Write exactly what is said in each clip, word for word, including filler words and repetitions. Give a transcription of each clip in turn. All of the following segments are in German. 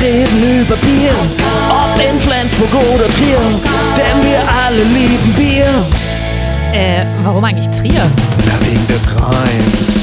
reden über Bier, ob in Flensburg oder Trier, denn wir alle lieben Bier. Äh, warum eigentlich Trier? Na, wegen des Reims.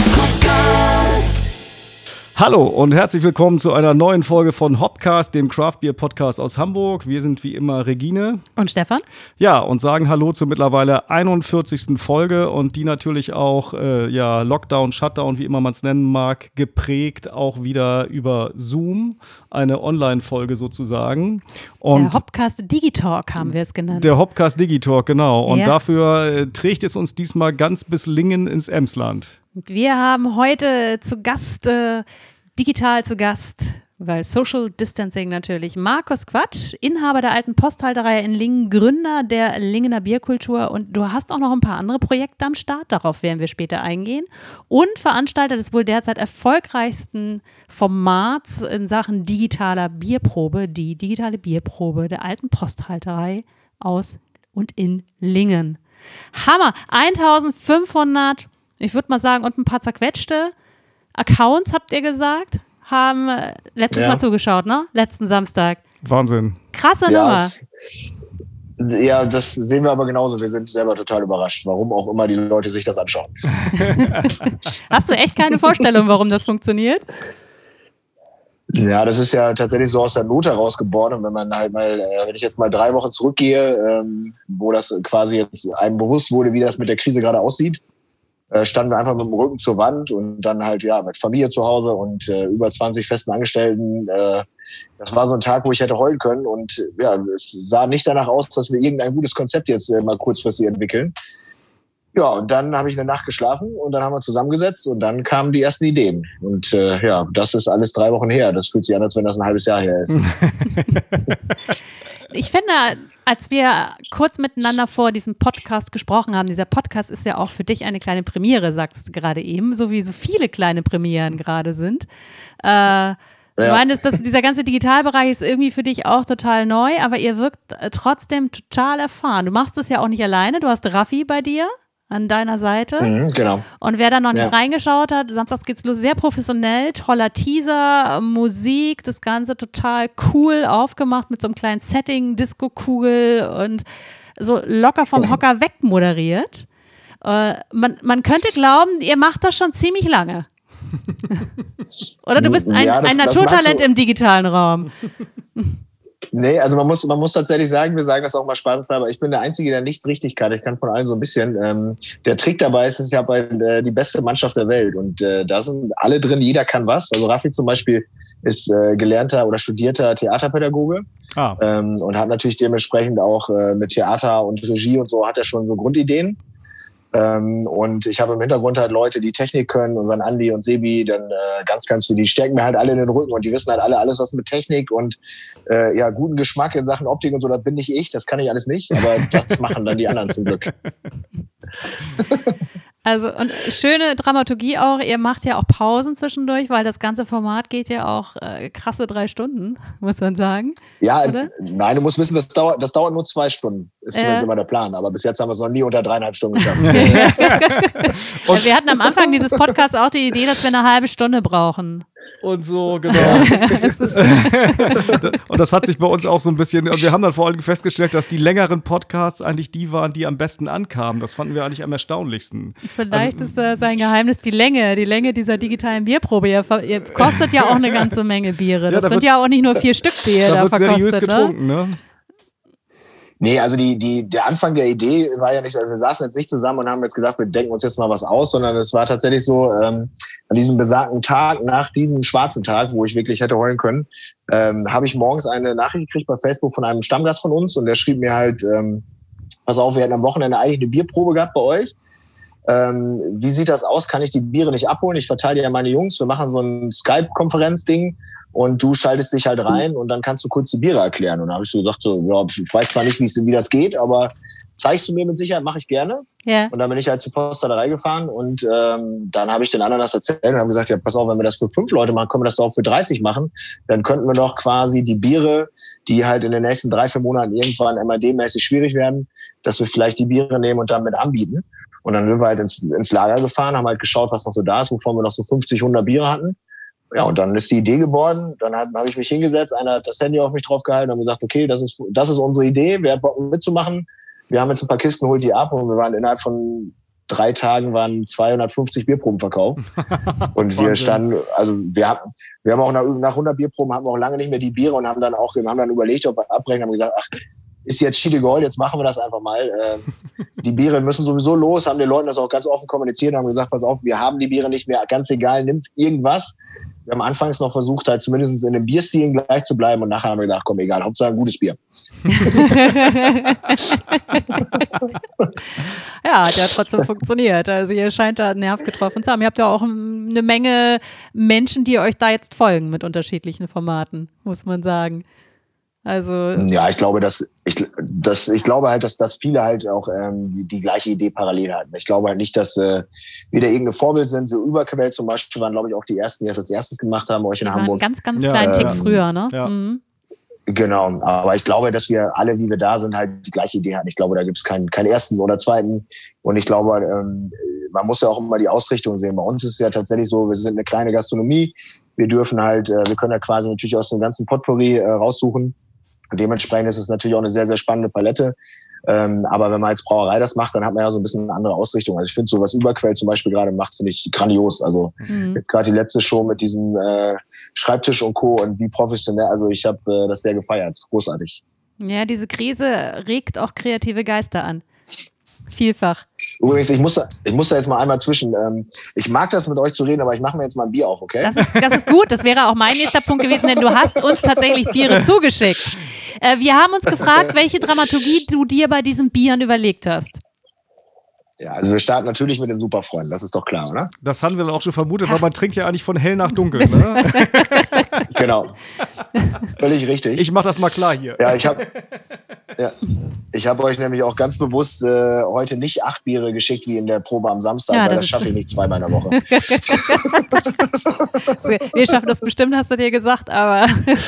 Hallo und herzlich willkommen zu einer neuen Folge von Hopcast, dem Craft Beer Podcast aus Hamburg. Wir sind wie immer Regine und Stefan. Ja, und sagen Hallo zur mittlerweile einundvierzigsten Folge und die natürlich auch äh, ja, Lockdown, Shutdown, wie immer man es nennen mag, geprägt auch wieder über Zoom, eine Online-Folge sozusagen. Und der Hopcast Digitalk haben wir es genannt. Der Hopcast Digitalk, genau. Und ja. dafür äh, trägt es uns diesmal ganz bis Lingen ins Emsland. Wir haben heute zu Gast, äh, digital zu Gast, weil Social Distancing natürlich, Markus Quatsch, Inhaber der alten Posthalterei in Lingen, Gründer der Lingener Bierkultur, und du hast auch noch ein paar andere Projekte am Start, darauf werden wir später eingehen, und Veranstalter des wohl derzeit erfolgreichsten Formats in Sachen digitaler Bierprobe, die digitale Bierprobe der alten Posthalterei aus und in Lingen. Hammer, eintausendfünfhundert, ich würde mal sagen, und ein paar zerquetschte Accounts, habt ihr gesagt, haben letztes ja. Mal zugeschaut, ne? Letzten Samstag. Wahnsinn. Krasse ja, Nummer. Es, ja, das sehen wir aber genauso. Wir sind selber total überrascht, warum auch immer die Leute sich das anschauen. Hast du echt keine Vorstellung, warum das funktioniert? Ja, das ist ja tatsächlich so aus der Not heraus geboren. Und wenn man halt mal, wenn ich jetzt mal drei Wochen zurückgehe, ähm, wo das quasi jetzt einem bewusst wurde, wie das mit der Krise gerade aussieht, standen wir einfach mit dem Rücken zur Wand und dann halt ja mit Familie zu Hause und äh, über zwanzig festen Angestellten. Äh, das war so ein Tag, wo ich hätte heulen können, und ja, es sah nicht danach aus, dass wir irgendein gutes Konzept jetzt äh, mal kurzfristig entwickeln. Ja, und dann habe ich eine Nacht geschlafen und dann haben wir zusammengesetzt und dann kamen die ersten Ideen. Und äh, ja, das ist alles drei Wochen her. Das fühlt sich an, als wenn das ein halbes Jahr her ist. Ich finde, als wir kurz miteinander vor diesem Podcast gesprochen haben, dieser Podcast ist ja auch für dich eine kleine Premiere, sagst du gerade eben, so wie so viele kleine Premieren gerade sind. Äh, ja. Du meinst, dass dieser ganze Digitalbereich ist irgendwie für dich auch total neu, aber ihr wirkt trotzdem total erfahren. Du machst es ja auch nicht alleine, du hast Raffi bei dir an deiner Seite. Mhm, genau. Und wer da noch nicht ja. reingeschaut hat, samstags geht's los, sehr professionell, toller Teaser, Musik, das Ganze total cool aufgemacht mit so einem kleinen Setting, Disco-Kugel und so locker vom Hocker weg moderiert. Äh, man, man könnte glauben, ihr macht das schon ziemlich lange. Oder du bist ein, ja, das, ein Naturtalent im digitalen Raum. Nee, also man muss, man muss tatsächlich sagen, wir sagen das auch mal spaßeshalber, ich bin der Einzige, der nichts richtig kann. Ich kann von allen so ein bisschen. Ähm, der Trick dabei ist, ich habe halt, äh, die beste Mannschaft der Welt und äh, da sind alle drin, jeder kann was. Also Raffi zum Beispiel ist äh, gelernter oder studierter Theaterpädagoge ah. ähm, und hat natürlich dementsprechend auch äh, mit Theater und Regie und so hat er schon so Grundideen. Ähm, und ich habe im Hintergrund halt Leute, die Technik können, unseren Andi und Sebi, dann äh, ganz, ganz viel, die stärken mir halt alle in den Rücken und die wissen halt alle alles, was mit Technik und äh, ja, guten Geschmack in Sachen Optik und so, das bin nicht ich, das kann ich alles nicht, aber das machen dann die anderen zum Glück. Also und schöne Dramaturgie auch, ihr macht ja auch Pausen zwischendurch, weil das ganze Format geht ja auch äh, krasse drei Stunden, muss man sagen. Ja, oder? Nein, du musst wissen, das dauert, das dauert nur zwei Stunden, ist zumindest äh. immer der Plan, aber bis jetzt haben wir es noch nie unter dreieinhalb Stunden geschafft. Ja, wir hatten am Anfang dieses Podcasts auch die Idee, dass wir eine halbe Stunde brauchen. Und so, genau. Und das hat sich bei uns auch so ein bisschen, und wir haben dann vor allem festgestellt, dass die längeren Podcasts eigentlich die waren, die am besten ankamen. Das fanden wir eigentlich am erstaunlichsten. Vielleicht also, ist äh, sein Geheimnis die Länge, die Länge dieser digitalen Bierprobe. Ihr, ihr kostet ja auch eine ganze Menge Biere. Das ja, da sind wird, ja auch nicht nur vier Stück, die ihr da, da verkostet. Seriös getrunken, ne? Nee, also die, die, der Anfang der Idee war ja nicht so, also wir saßen jetzt nicht zusammen und haben jetzt gedacht, wir denken uns jetzt mal was aus, sondern es war tatsächlich so, ähm, an diesem besagten Tag, nach diesem schwarzen Tag, wo ich wirklich hätte heulen können, ähm, habe ich morgens eine Nachricht gekriegt bei Facebook von einem Stammgast von uns und der schrieb mir halt, ähm, pass auf, wir hatten am Wochenende eigentlich eine Bierprobe gehabt bei euch. Ähm, wie sieht das aus? Kann ich die Biere nicht abholen? Ich verteile ja meine Jungs. Wir machen so ein Skype-Konferenz-Ding und du schaltest dich halt rein und dann kannst du kurz die Biere erklären. Und da habe ich so gesagt, so, ja, ich weiß zwar nicht, wie das geht, aber zeigst du mir mit Sicherheit, mache ich gerne. Yeah. Und dann bin ich halt zur Posthalterei gefahren und ähm, dann habe ich den anderen das erzählt und haben gesagt, ja, pass auf, wenn wir das für fünf Leute machen, können wir das doch auch für dreißig machen. Dann könnten wir doch quasi die Biere, die halt in den nächsten drei, vier Monaten irgendwann M A D-mäßig schwierig werden, dass wir vielleicht die Biere nehmen und dann mit anbieten. Und dann sind wir halt ins, ins Lager gefahren, haben halt geschaut, was noch so da ist, wovon wir noch so fünfzig, hundert Biere hatten. ja, und dann ist die Idee geboren. Dann habe hab ich mich hingesetzt, einer hat das Handy auf mich draufgehalten und gesagt, okay, das ist, das ist unsere Idee, wer hat Bock mitzumachen? Wir haben jetzt ein paar Kisten, holt die ab und wir waren innerhalb von drei Tagen waren zweihundertfünfzig Bierproben verkauft. Und wir standen, also wir haben, wir haben auch nach, nach hundert Bierproben haben wir auch lange nicht mehr die Biere und haben dann auch, haben dann überlegt, ob wir abbrechen, haben gesagt, ach, ist jetzt Schiede Gold, jetzt machen wir das einfach mal. Äh, die Biere müssen sowieso los, haben den Leuten das auch ganz offen kommuniziert und haben gesagt, pass auf, wir haben die Biere nicht mehr, ganz egal, nimmt irgendwas. Wir haben anfangs noch versucht, halt zumindest in dem Bierstil gleich zu bleiben und nachher haben wir gedacht, komm, egal, Hauptsache ein gutes Bier. Ja, hat ja trotzdem funktioniert. Also ihr scheint da einen Nerv getroffen zu haben. Ihr habt ja auch eine Menge Menschen, die euch da jetzt folgen mit unterschiedlichen Formaten, muss man sagen. Also ja, ich glaube, dass ich, dass, ich glaube halt, dass, dass viele halt auch ähm, die, die gleiche Idee parallel hatten. Ich glaube halt nicht, dass äh, wir da irgendein Vorbild sind. So Überquell zum Beispiel waren, glaube ich, auch die ersten, die das als erstes gemacht haben, euch in die Hamburg. Waren ganz, ganz ja, kleinen Tick ähm, früher, ne? Ja. Mhm. Genau, aber ich glaube, dass wir alle, wie wir da sind, halt die gleiche Idee hatten. Ich glaube, da gibt es keinen, keinen ersten oder zweiten. Und ich glaube, ähm, man muss ja auch immer die Ausrichtung sehen. Bei uns ist es ja tatsächlich so, wir sind eine kleine Gastronomie. Wir dürfen halt, äh, wir können ja quasi natürlich aus dem ganzen Potpourri äh, raussuchen. Und dementsprechend ist es natürlich auch eine sehr, sehr spannende Palette. Ähm, aber wenn man als Brauerei das macht, dann hat man ja so ein bisschen eine andere Ausrichtung. Also ich finde so, was Überquell zum Beispiel gerade macht, finde ich grandios. Also mhm. jetzt gerade die letzte Show mit diesem äh, Schreibtisch und Co. und wie professionell. Also ich habe äh, das sehr gefeiert. Großartig. Ja, diese Krise regt auch kreative Geister an. Vielfach. Übrigens, ich muss, da, ich muss da jetzt mal einmal zwischen. Ähm, ich mag das mit euch zu reden, aber ich mache mir jetzt mal ein Bier auf, okay? Das ist, das ist gut, das wäre auch mein nächster Punkt gewesen, denn du hast uns tatsächlich Biere zugeschickt. Äh, wir haben uns gefragt, welche Dramaturgie du dir bei diesen Bieren überlegt hast. Ja, also wir starten natürlich mit den Superfreunden, das ist doch klar, oder? Das hatten wir dann auch schon vermutet, weil man trinkt ja eigentlich von hell nach dunkel. Ne? Genau. Völlig richtig. Ich mach das mal klar hier. Ja, ich habe ja, ich hab euch nämlich auch ganz bewusst äh, heute nicht acht Biere geschickt wie in der Probe am Samstag, ja, weil das, das schaffe ich nicht zweimal in der Woche. Wir schaffen das bestimmt, hast du dir gesagt, aber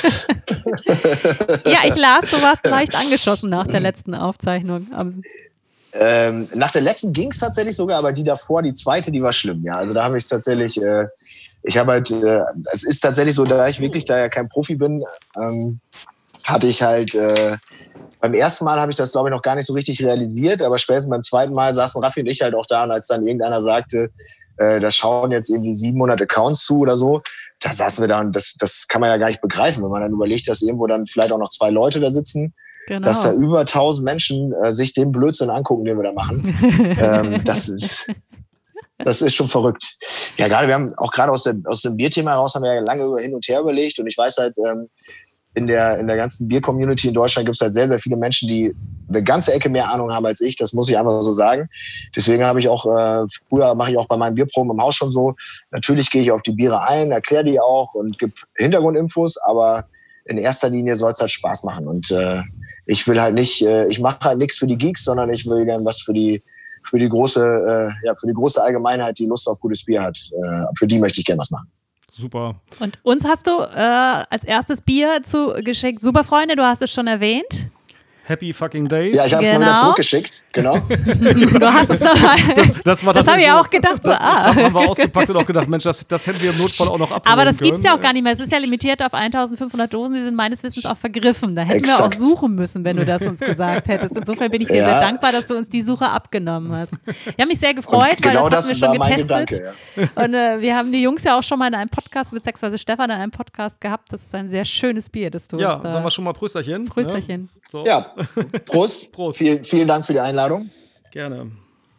ja, ich las, du warst leicht angeschossen nach der letzten Aufzeichnung. Ähm, nach der letzten ging es tatsächlich sogar, aber die davor, die zweite, die war schlimm. Ja, also da habe ich es tatsächlich, äh, ich habe halt, äh, es ist tatsächlich so, da ich wirklich da ja kein Profi bin, ähm, hatte ich halt, äh, beim ersten Mal habe ich das, glaube ich, noch gar nicht so richtig realisiert, aber spätestens beim zweiten Mal saßen Raffi und ich halt auch da und als dann irgendeiner sagte, äh, da schauen jetzt irgendwie siebenhundert Accounts zu oder so, da saßen wir da und das, das kann man ja gar nicht begreifen, wenn man dann überlegt, dass irgendwo dann vielleicht auch noch zwei Leute da sitzen. Genau. Dass da über tausend Menschen äh, sich den Blödsinn angucken, den wir da machen. ähm, das ist, das ist schon verrückt. Ja, gerade, wir haben auch gerade aus, der, aus dem Bierthema heraus haben wir ja lange über hin und her überlegt und ich weiß halt, ähm, in der, in der ganzen Bier-Community in Deutschland gibt es halt sehr, sehr viele Menschen, die eine ganze Ecke mehr Ahnung haben als ich. Das muss ich einfach so sagen. Deswegen habe ich auch, äh, früher mache ich auch bei meinen Bierproben im Haus schon so. Natürlich gehe ich auf die Biere ein, erkläre die auch und gebe Hintergrundinfos, aber in erster Linie soll es halt Spaß machen. Und äh, ich will halt nicht, äh, ich mache halt nichts für die Geeks, sondern ich will gern was für die, für die große, äh, ja, für die große Allgemeinheit, die Lust auf gutes Bier hat. Äh, für die möchte ich gern was machen. Super. Und uns hast du äh, als erstes Bier zugeschickt. Super Freunde, du hast es schon erwähnt. Happy fucking Days. Ja, ich habe es genau. mal wieder zurückgeschickt. Genau. Du hast es nochmal. Das, das, war das habe ich auch gedacht. So, das, ah. das haben wir ausgepackt und auch gedacht, Mensch, das, das hätten wir im Notfall auch noch abholen Aber das gibt es ja auch können. gar nicht mehr. Es ist ja limitiert auf eintausendfünfhundert Dosen. Die sind meines Wissens auch vergriffen. Da hätten Exakt. wir auch suchen müssen, wenn du das uns gesagt hättest. Insofern bin ich dir Ja. sehr dankbar, dass du uns die Suche abgenommen hast. Ich habe mich sehr gefreut, Und genau weil das, das hatten wir schon war mein getestet. Gedanke, ja. Und äh, wir haben die Jungs ja auch schon mal in einem Podcast, beziehungsweise Stefan in einem Podcast gehabt. Das ist ein sehr schönes Bier, das du Ja, uns da... sagen wir schon mal Prösterchen. Prösterchen. Ne? So. Ja, Prost. Prost. Vielen, vielen Dank für die Einladung. Gerne.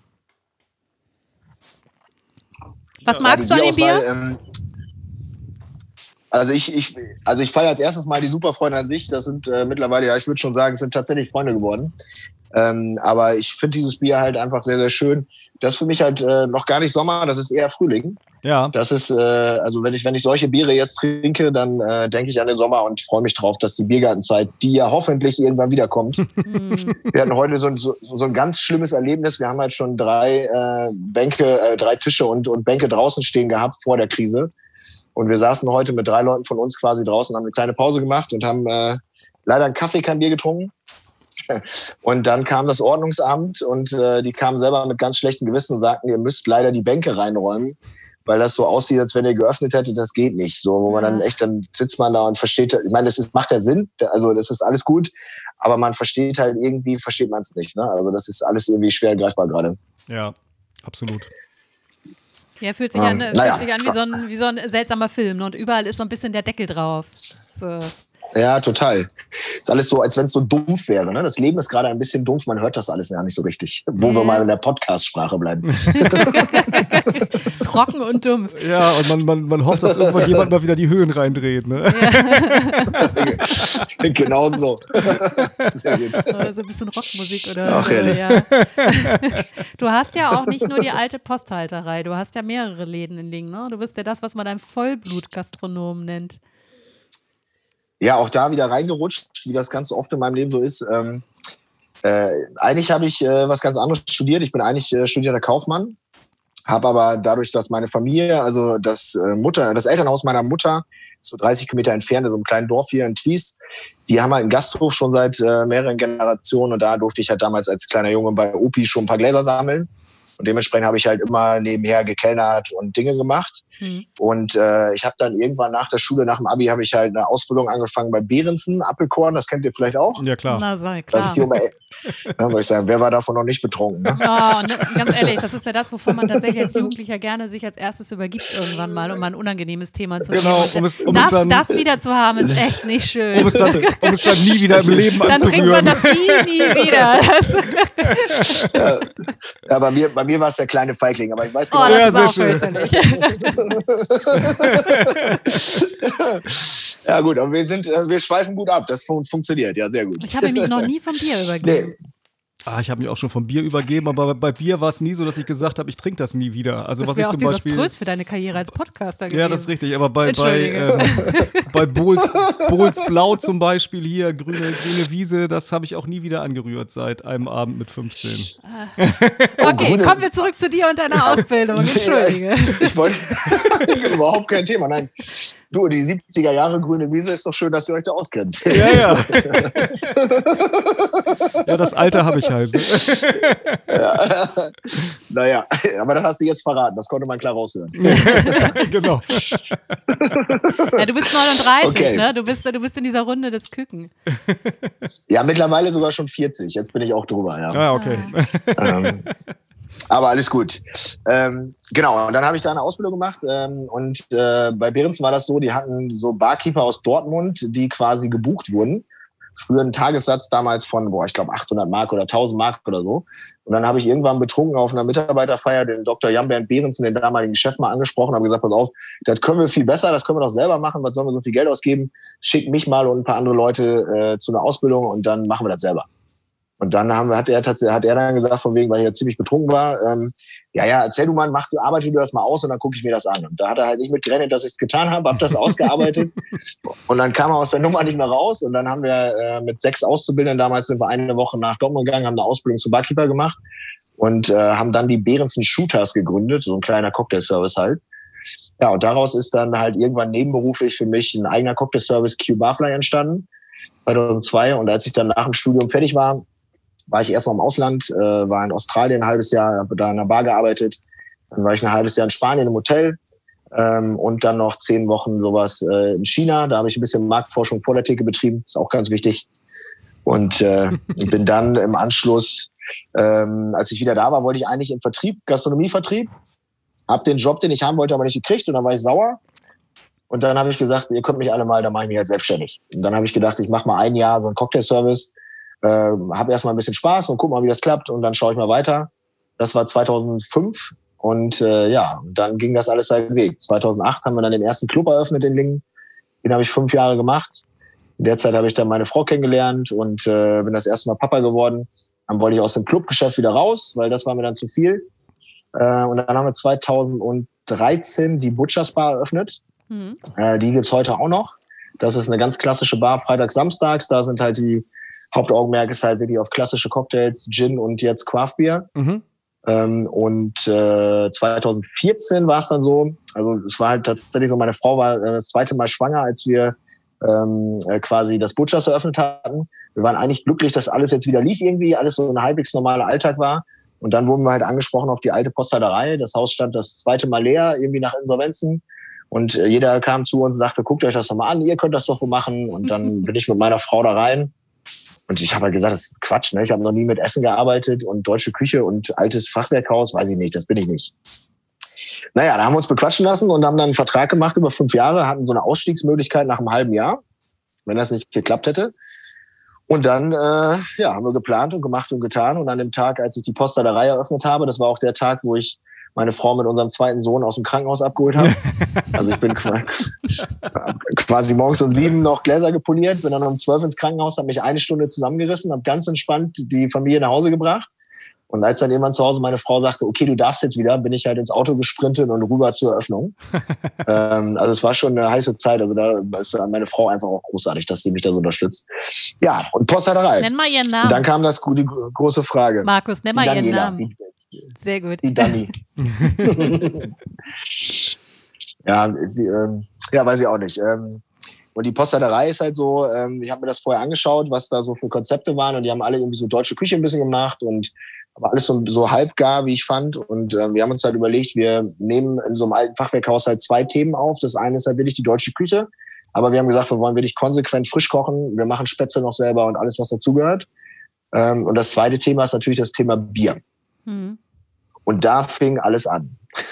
Was Ja. magst Ja, du die an dem Bier? Bierauswahl, ähm, also ich, ich, also ich feiere als erstes mal die Superfreunde an sich. Das sind äh, mittlerweile, ja, ich würde schon sagen, es sind tatsächlich Freunde geworden. Ähm, aber ich finde dieses Bier halt einfach sehr, sehr schön. Das ist für mich halt äh, noch gar nicht Sommer, das ist eher Frühling. Ja. Das ist, äh, also wenn ich, wenn ich solche Biere jetzt trinke, dann äh, denke ich an den Sommer und freue mich drauf, dass die Biergartenzeit, die ja hoffentlich irgendwann wiederkommt. Wir hatten heute so ein, so, so ein ganz schlimmes Erlebnis. Wir haben halt schon drei äh, Bänke, äh, drei Tische und, und Bänke draußen stehen gehabt vor der Krise. Und wir saßen heute mit drei Leuten von uns quasi draußen, haben eine kleine Pause gemacht und haben äh, leider einen Kaffee, kein Bier getrunken. Und dann kam das Ordnungsamt und äh, die kamen selber mit ganz schlechtem Gewissen und sagten, ihr müsst leider die Bänke reinräumen, weil das so aussieht, als wenn ihr geöffnet hättet, das geht nicht. So, wo man Ja. dann echt, dann sitzt man da und versteht, ich meine, das ist, macht ja Sinn, also das ist alles gut, aber man versteht halt irgendwie, versteht man es nicht. Ne? Also das ist alles irgendwie schwer greifbar gerade. Ja, absolut. Ja, fühlt sich, Ähm, an, fühlt naja. sich an wie so, ein, wie so ein seltsamer Film, ne? Und überall ist so ein bisschen der Deckel drauf. So. Ja, total. Ist alles so, als wenn es so dumpf wäre. Ne? Das Leben ist gerade ein bisschen dumpf, man hört das alles ja nicht so richtig. Wo Ja. wir mal in der Podcast-Sprache bleiben. Trocken und dumpf. Ja, und man, man, man hofft, dass irgendwann jemand mal wieder die Höhen reindreht. Ne? Genau so. Sehr gut. Oder so ein bisschen Rockmusik oder Ach, so. ehrlich. Ja. Du hast ja auch nicht nur die alte Posthalterei, du hast ja mehrere Läden in Lingen. Ne? Du bist ja das, was man ein Vollblut-Gastronom nennt. Ja, auch da wieder reingerutscht, wie das ganz oft in meinem Leben so ist. Ähm, äh, eigentlich habe ich äh, was ganz anderes studiert. Ich bin eigentlich äh, studierter Kaufmann, habe aber dadurch, dass meine Familie, also das äh, Mutter, das Elternhaus meiner Mutter, so dreißig Kilometer entfernt, in so einem kleinen Dorf hier in Twiest, die haben halt einen Gasthof schon seit äh, mehreren Generationen und da durfte ich halt damals als kleiner Junge bei Opi schon ein paar Gläser sammeln. Und dementsprechend habe ich halt immer nebenher gekellnert und Dinge gemacht. Hm. Und äh, ich habe dann irgendwann nach der Schule, nach dem Abi, habe ich halt eine Ausbildung angefangen bei Behrensen, Apfelkorn, das kennt ihr vielleicht auch. Ja, klar. Na, sei Das klar. ist hier um die Ecke. Ja, würde ich sagen, wer war davon noch nicht betrunken? Ne? Oh, und ganz ehrlich, das ist ja das, wovon man tatsächlich als Jugendlicher gerne sich als erstes übergibt irgendwann mal, um mal ein unangenehmes Thema zu Genau, nehmen. um es- um das, es dann- das wieder zu haben, ist echt nicht schön. Um es, dann, um es dann nie wieder im Leben Dann trinkt man anzurühren. das nie, nie wieder. Das, Ja, bei mir, bei mir war es der kleine Feigling, aber ich weiß oh, genau, das Ja, ist sehr auch schön. fürchterlich. ja gut, aber wir sind, äh, wir schweifen gut ab. Das fun funktioniert, ja, sehr gut. Ich habe mich noch nie vom Bier übergeben. Nee. Ah, ich habe mich auch schon vom Bier übergeben, aber bei Bier war es nie so, dass ich gesagt habe, ich trinke das nie wieder. Also Das was ich wäre auch zum Beispiel. desaströs für deine Karriere als Podcaster gewesen. Ja, das ist richtig. Aber bei, bei, Entschuldige. ähm, bei Bohls, Bohls Blau zum Beispiel hier, grüne, grüne Wiese, das habe ich auch nie wieder angerührt seit einem Abend mit fünfzehn. Okay, grüne- kommen wir zurück zu dir und deiner Ausbildung. Entschuldige. Ich wollte überhaupt kein Thema. Nein, du, die siebziger Jahre grüne Wiese ist doch schön, dass ihr euch da auskennt. Ja, ja. Ja, das Alter habe ich halt. Ja. Naja, aber das hast du jetzt verraten. Das konnte man klar raushören. Genau. Ja, du bist neununddreißig, Okay. ne? Du bist, du bist in dieser Runde des Küken. Ja, mittlerweile sogar schon vierzig. Jetzt bin ich auch drüber. Ja. Ah, okay. ähm, aber alles gut. Ähm, genau, und dann habe ich da eine Ausbildung gemacht. Ähm, und äh, bei Behrensen war das so, die hatten so Barkeeper aus Dortmund, die quasi gebucht wurden. Früher einen Tagessatz damals von, boah, ich glaube achthundert Mark oder tausend Mark oder so. Und dann habe ich irgendwann betrunken auf einer Mitarbeiterfeier den Doktor Jan-Bernd Behrensen, den damaligen Chef, mal angesprochen, habe gesagt, pass auf, das können wir viel besser, das können wir doch selber machen, was sollen wir so viel Geld ausgeben? Schick mich mal und ein paar andere Leute äh, zu einer Ausbildung und dann machen wir das selber. Und dann haben wir, hat er tatsächlich, hat er dann gesagt, von wegen, weil ich ja ziemlich betrunken war, ähm, ja, ja, erzähl du mal, mach, du, arbeite du das mal aus und dann gucke ich mir das an. Und da hat er halt nicht mit gerechnet, dass ich es getan habe, habe das ausgearbeitet. Und dann kam er aus der Nummer nicht mehr raus. Und dann haben wir äh, mit sechs Auszubildenden, damals sind wir eine Woche nach Dortmund gegangen, haben eine Ausbildung zum Barkeeper gemacht und äh, haben dann die Behrensen Shooters gegründet, so ein kleiner Cocktailservice halt. Ja, und daraus ist dann halt irgendwann nebenberuflich für mich ein eigener Cocktailservice Q Barfly entstanden, zweitausendzwei. Und als ich dann nach dem Studium fertig war, war ich erst mal im Ausland, äh, war in Australien ein halbes Jahr, habe da in einer Bar gearbeitet. Dann war ich ein halbes Jahr in Spanien im Hotel ähm, und dann noch zehn Wochen sowas äh, in China. Da habe ich ein bisschen Marktforschung vor der Theke betrieben, ist auch ganz wichtig. Und äh, ich bin dann im Anschluss, ähm, als ich wieder da war, wollte ich eigentlich im Vertrieb, Gastronomievertrieb, habe den Job, den ich haben wollte, aber nicht gekriegt und dann war ich sauer. Und dann habe ich gesagt, ihr könnt mich alle mal, dann mache ich mich halt selbstständig. Und dann habe ich gedacht, ich mache mal ein Jahr so einen Cocktailservice, äh, habe erstmal ein bisschen Spaß und guck mal, wie das klappt und dann schaue ich mal weiter. Das war zweitausendfünf und äh, ja, und dann ging das alles seinen Weg. zweitausendacht haben wir dann den ersten Club eröffnet in Lingen. Den habe ich fünf Jahre gemacht. In der Zeit habe ich dann meine Frau kennengelernt und äh, bin das erste Mal Papa geworden. Dann wollte ich aus dem Clubgeschäft wieder raus, weil das war mir dann zu viel. Äh, und dann haben wir zweitausenddreizehn die Butchers Bar eröffnet. Mhm. Äh, die gibt's heute auch noch. Das ist eine ganz klassische Bar, freitags, samstags. Da sind halt die Hauptaugenmerk ist halt wirklich auf klassische Cocktails, Gin und jetzt Craft Beer. Mhm. Ähm, und äh, zweitausendvierzehn war es dann so, also es war halt tatsächlich so, meine Frau war äh, das zweite Mal schwanger, als wir ähm, äh, quasi das Butchers eröffnet hatten. Wir waren eigentlich glücklich, dass alles jetzt wieder lief irgendwie, alles so ein halbwegs normaler Alltag war. Und dann wurden wir halt angesprochen auf die alte Posthalterei. Das Haus stand das zweite Mal leer, irgendwie nach Insolvenzen. Und äh, jeder kam zu uns und sagte, guckt euch das doch mal an, ihr könnt das doch so machen. Und dann bin ich mit meiner Frau da rein. Und ich habe halt gesagt, das ist Quatsch, ne? Ich habe noch nie mit Essen gearbeitet und deutsche Küche und altes Fachwerkhaus, weiß ich nicht, das bin ich nicht. Naja, da haben wir uns bequatschen lassen und haben dann einen Vertrag gemacht über fünf Jahre, hatten so eine Ausstiegsmöglichkeit nach einem halben Jahr, wenn das nicht geklappt hätte. Und dann äh, ja, haben wir geplant und gemacht und getan. Und an dem Tag, als ich die Posthalterei eröffnet habe, das war auch der Tag, wo ich meine Frau mit unserem zweiten Sohn aus dem Krankenhaus abgeholt habe. Also ich bin quasi morgens um sieben noch Gläser gepoliert, bin dann um zwölf ins Krankenhaus, habe mich eine Stunde zusammengerissen, habe ganz entspannt die Familie nach Hause gebracht. Und als dann jemand zu Hause meine Frau sagte, okay, du darfst jetzt wieder, bin ich halt ins Auto gesprintet und rüber zur Eröffnung. ähm, also es war schon eine heiße Zeit. Also da ist meine Frau einfach auch großartig, dass sie mich da so unterstützt. Ja, und Posthalterei. Nenn mal ihren Namen. Und dann kam das die große Frage. Markus, nenn mal die ihren Daniela, Namen. Die, Sehr gut. Die Dani. ja, die, ähm, ja, weiß ich auch nicht. Ähm, und die Posthalterei ist halt so, ähm, ich habe mir das vorher angeschaut, was da so für Konzepte waren und die haben alle irgendwie so deutsche Küche ein bisschen gemacht und aber alles so, so halbgar, wie ich fand. Und ähm, wir haben uns halt überlegt, wir nehmen in so einem alten Fachwerkhaus halt zwei Themen auf. Das eine ist halt wirklich die deutsche Küche, aber wir haben gesagt, wir wollen wirklich konsequent frisch kochen. Wir machen Spätzle noch selber und alles, was dazugehört. Ähm, und das zweite Thema ist natürlich das Thema Bier. Hm. Und da fing alles an.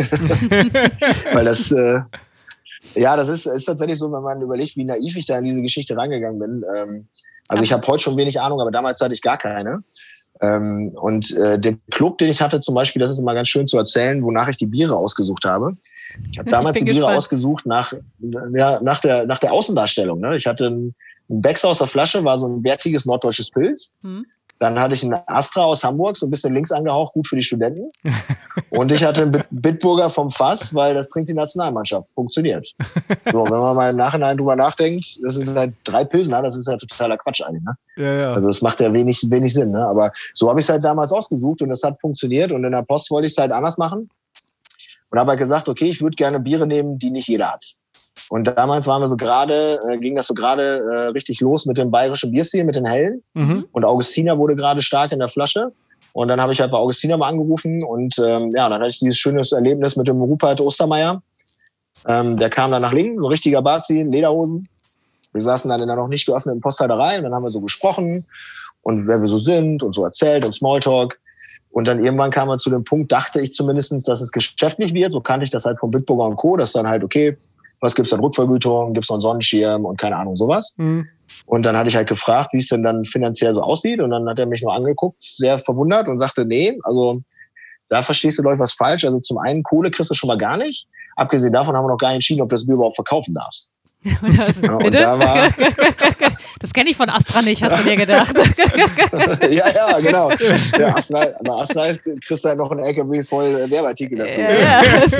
Weil das, äh, ja, das ist, ist tatsächlich so, wenn man überlegt, wie naiv ich da in diese Geschichte rangegangen bin. Ähm, also ich habe heute schon wenig Ahnung, aber damals hatte ich gar keine. Ähm, und äh, der Club, den ich hatte zum Beispiel, das ist immer ganz schön zu erzählen, wonach ich die Biere ausgesucht habe. Ich habe damals die Biere gespannt. ausgesucht nach, ja, nach, der, nach der Außendarstellung. Ne? Ich hatte ein, ein Becks aus der Flasche, war so ein wertiges norddeutsches Pilz. Hm. Dann hatte ich einen Astra aus Hamburg, so ein bisschen links angehaucht, gut für die Studenten. Und ich hatte einen Bitburger vom Fass, weil das trinkt die Nationalmannschaft. Funktioniert. So, wenn man mal im Nachhinein drüber nachdenkt, das sind halt drei Pilsner, das ist ja totaler Quatsch eigentlich. Ne? Ja, ja. Also das macht ja wenig, wenig Sinn. Ne? Aber so habe ich es halt damals ausgesucht und das hat funktioniert. Und in der Post wollte ich es halt anders machen. Und habe halt gesagt, okay, ich würde gerne Biere nehmen, die nicht jeder hat. Und damals waren wir so gerade, äh, ging das so gerade äh, richtig los mit dem bayerischen Bierstil, mit den Hellen. Mhm. Und Augustiner wurde gerade stark in der Flasche. Und dann habe ich halt bei Augustiner mal angerufen und ähm, ja, dann hatte ich dieses schönes Erlebnis mit dem Rupert Ostermeier. Ähm, der kam dann nach Lingen, so ein richtiger Bazi, Lederhosen. Wir saßen dann in der noch nicht geöffneten Posthalterei und dann haben wir so gesprochen und wer wir so sind und so erzählt und Smalltalk. Und dann irgendwann kam man zu dem Punkt, dachte ich zumindest, dass es geschäftlich wird. So kannte ich das halt von Bitburger und Co. Das dann halt, okay, was gibt's dann? Rückvergütung, gibt's noch einen Sonnenschirm und keine Ahnung, sowas. Mhm. Und dann hatte ich halt gefragt, wie es denn dann finanziell so aussieht. Und dann hat er mich nur angeguckt, sehr verwundert und sagte, nee, also da verstehst du, glaube ich, was falsch. Also zum einen, Kohle kriegst du schon mal gar nicht. Abgesehen davon haben wir noch gar nicht entschieden, ob du das Bier überhaupt verkaufen darfst. Das, ja, und da war das kenne ich von Astra nicht, hast du dir gedacht? ja, ja, genau. Der Astra, bei Astra kriegst du halt noch einen L K W voll Werbeartikel dazu. Ja,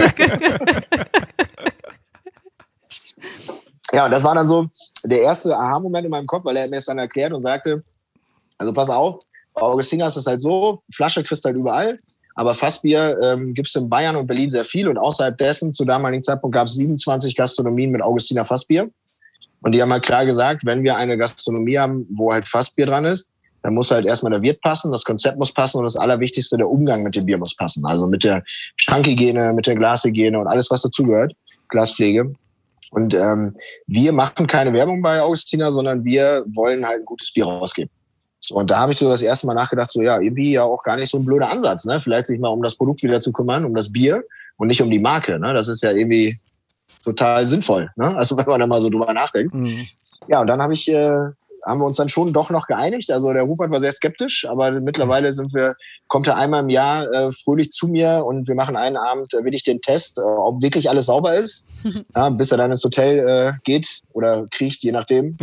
ja, und das war dann so der erste Aha-Moment in meinem Kopf, weil er mir es dann erklärt und sagte, also pass auf, bei Augustiner ist es halt so, Flasche kriegst du halt überall, aber Fassbier ähm, gibt es in Bayern und Berlin sehr viel und außerhalb dessen, zu damaligen Zeitpunkt gab es siebenundzwanzig Gastronomien mit Augustiner Fassbier. Und die haben halt klar gesagt, wenn wir eine Gastronomie haben, wo halt Fassbier dran ist, dann muss halt erstmal der Wirt passen, das Konzept muss passen und das Allerwichtigste, der Umgang mit dem Bier muss passen. Also mit der Schankhygiene, mit der Glashygiene und alles, was dazugehört, Glaspflege. Und ähm, wir machen keine Werbung bei Augustiner, sondern wir wollen halt ein gutes Bier rausgeben. Und da habe ich so das erste Mal nachgedacht, so ja, irgendwie ja auch gar nicht so ein blöder Ansatz, ne? Vielleicht sich mal um das Produkt wieder zu kümmern, um das Bier und nicht um die Marke, ne? Das ist ja irgendwie total sinnvoll, ne? Also wenn man da mal so drüber nachdenkt. Mhm. Ja, und dann habe ich, äh, haben wir uns dann schon doch noch geeinigt. Also der Rupert war sehr skeptisch, aber mittlerweile sind wir, kommt er einmal im Jahr äh, fröhlich zu mir und wir machen einen Abend äh, wirklich den Test, äh, ob wirklich alles sauber ist, ja, bis er dann ins Hotel äh, geht oder kriecht, je nachdem.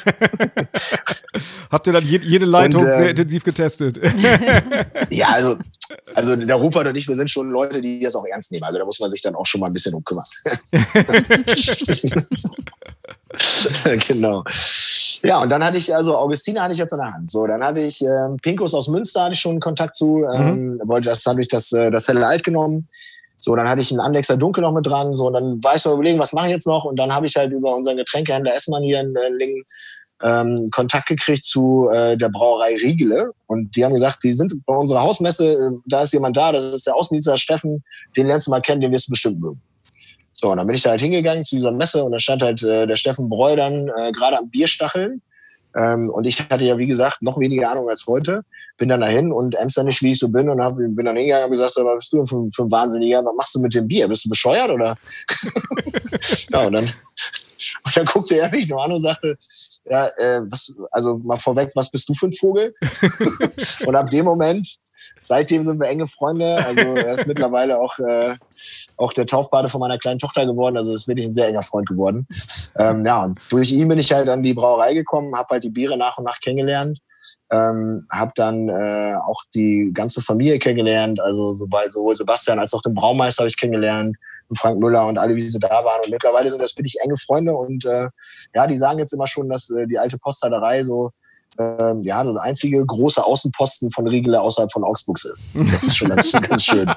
Habt ihr dann je, jede Leitung und, äh, sehr intensiv getestet? Ja, also, also der Rupert und ich, wir sind schon Leute, die das auch ernst nehmen. Also da muss man sich dann auch schon mal ein bisschen drum kümmern. Genau. Ja, und dann hatte ich, also Augustiner hatte ich jetzt in der Hand. So, dann hatte ich ähm, Pinkus aus Münster, hatte ich schon Kontakt zu. Ähm, mhm. wollte das, habe ich das, äh, das helle Alt genommen. So, dann hatte ich einen Andexer Dunkel noch mit dran. So, und dann war ich so überlegen, was mache ich jetzt noch? Und dann habe ich halt über unseren Getränkehändler Essmann hier in, in Lingen ähm, Kontakt gekriegt zu äh, der Brauerei Riegele. Und die haben gesagt, die sind bei unserer Hausmesse, äh, da ist jemand da, das ist der Außendienstler Steffen, den lernst du mal kennen, den wirst du bestimmt mögen. So, und dann bin ich da halt hingegangen zu dieser Messe und da stand halt äh, der Steffen Breu dann äh, gerade am Bierstacheln. Ähm, und ich hatte ja, wie gesagt, noch weniger Ahnung als heute. Bin dann dahin und ämster nicht, wie ich so bin und hab, bin dann hingegangen und gesagt, was bist du denn für, für ein Wahnsinniger? Was machst du mit dem Bier? Bist du bescheuert oder? Ja, und dann, und dann guckte er mich noch an und sagte, ja, äh, was, also mal vorweg, was bist du für ein Vogel? Und ab dem Moment, seitdem sind wir enge Freunde. Also er ist mittlerweile auch, äh, auch der Taufpate von meiner kleinen Tochter geworden. Also ist wirklich ein sehr enger Freund geworden. Ähm, ja, und durch ihn bin ich halt an die Brauerei gekommen, habe halt die Biere nach und nach kennengelernt. Ähm, habe dann äh, auch die ganze Familie kennengelernt, also sowohl Sebastian als auch den Braumeister habe ich kennengelernt, und Frank Müller und alle, wie sie da waren. Und mittlerweile sind das wirklich enge Freunde. Und äh, ja, die sagen jetzt immer schon, dass äh, die alte Posthalerei so äh, ja, so der einzige große Außenposten von Riegele außerhalb von Augsburg ist. Das ist schon ganz, ganz schön.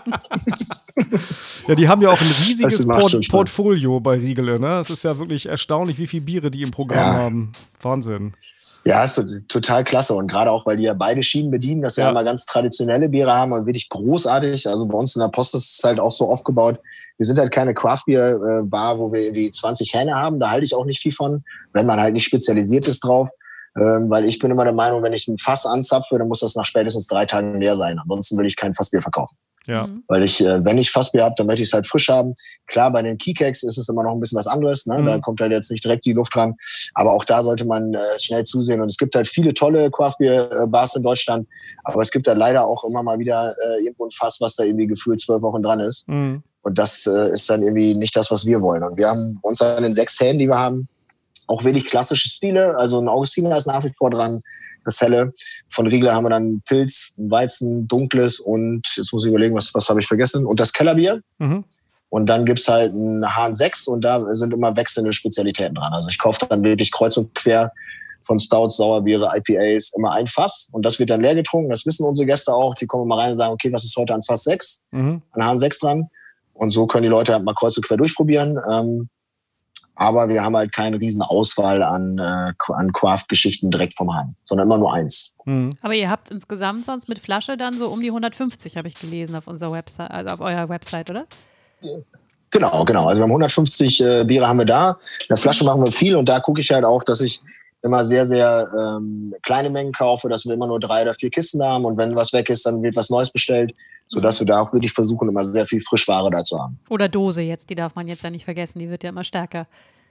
Ja, die haben ja auch ein riesiges Port- Portfolio bei Riegele. Ne? Es ist ja wirklich erstaunlich, wie viele Biere die im Programm ja. haben. Wahnsinn. Ja, ist total klasse. Und gerade auch, weil die ja beide Schienen bedienen, dass sie ja immer ganz traditionelle Biere haben und wirklich großartig. Also bei uns in der Post ist es halt auch so aufgebaut. Wir sind halt keine Craft-Bier-Bar, wo wir irgendwie zwanzig Hähne haben. Da halte ich auch nicht viel von, wenn man halt nicht spezialisiert ist drauf. Ähm, weil ich bin immer der Meinung, wenn ich ein Fass anzapfe, dann muss das nach spätestens drei Tagen leer sein. Ansonsten will ich kein Fassbier verkaufen. Ja. Weil ich, äh, wenn ich Fassbier habe, dann möchte ich es halt frisch haben. Klar, bei den Keycakes ist es immer noch ein bisschen was anderes. Ne? Mhm. Da kommt halt jetzt nicht direkt die Luft dran. Aber auch da sollte man äh, schnell zusehen. Und es gibt halt viele tolle Craft-Bier-Bars in Deutschland. Aber es gibt halt leider auch immer mal wieder äh, irgendwo ein Fass, was da irgendwie gefühlt zwölf Wochen dran ist. Mhm. Und das äh, ist dann irgendwie nicht das, was wir wollen. Und wir haben uns an den sechs Hähnen, die wir haben, auch wenig klassische Stile. Also ein Augustiner ist nach wie vor dran. Das Helle. Von Riegele haben wir dann Pilz, Weizen, Dunkles und, jetzt muss ich überlegen, was, was habe ich vergessen? Und das Kellerbier. Mhm. Und dann gibt's halt ein Hahn sechs und da sind immer wechselnde Spezialitäten dran. Also ich kaufe dann wirklich kreuz und quer von Stouts, Sauerbiere, I P As immer ein Fass. Und das wird dann leer getrunken. Das wissen unsere Gäste auch. Die kommen mal rein und sagen, okay, was ist heute an Fass sechs? Mhm. An Hahn sechs dran. Und so können die Leute halt mal kreuz und quer durchprobieren. Ähm, Aber wir haben halt keine riesen Auswahl an, äh, an Craft-Geschichten direkt vom Hahn, sondern immer nur eins. Mhm. Aber ihr habt insgesamt sonst mit Flasche dann so um die hundertfünfzig, habe ich gelesen, auf unserer Website, also auf eurer Website, oder? Genau, genau. Also wir haben hundertfünfzig äh, Biere haben wir da. In der Flasche machen wir viel und da gucke ich halt auch, dass ich immer sehr, sehr ähm, kleine Mengen kaufe, dass wir immer nur drei oder vier Kisten haben und wenn was weg ist, dann wird was Neues bestellt, sodass wir da auch wirklich versuchen, immer sehr viel Frischware da zu haben. Oder Dose jetzt, die darf man jetzt ja nicht vergessen, die wird ja immer stärker.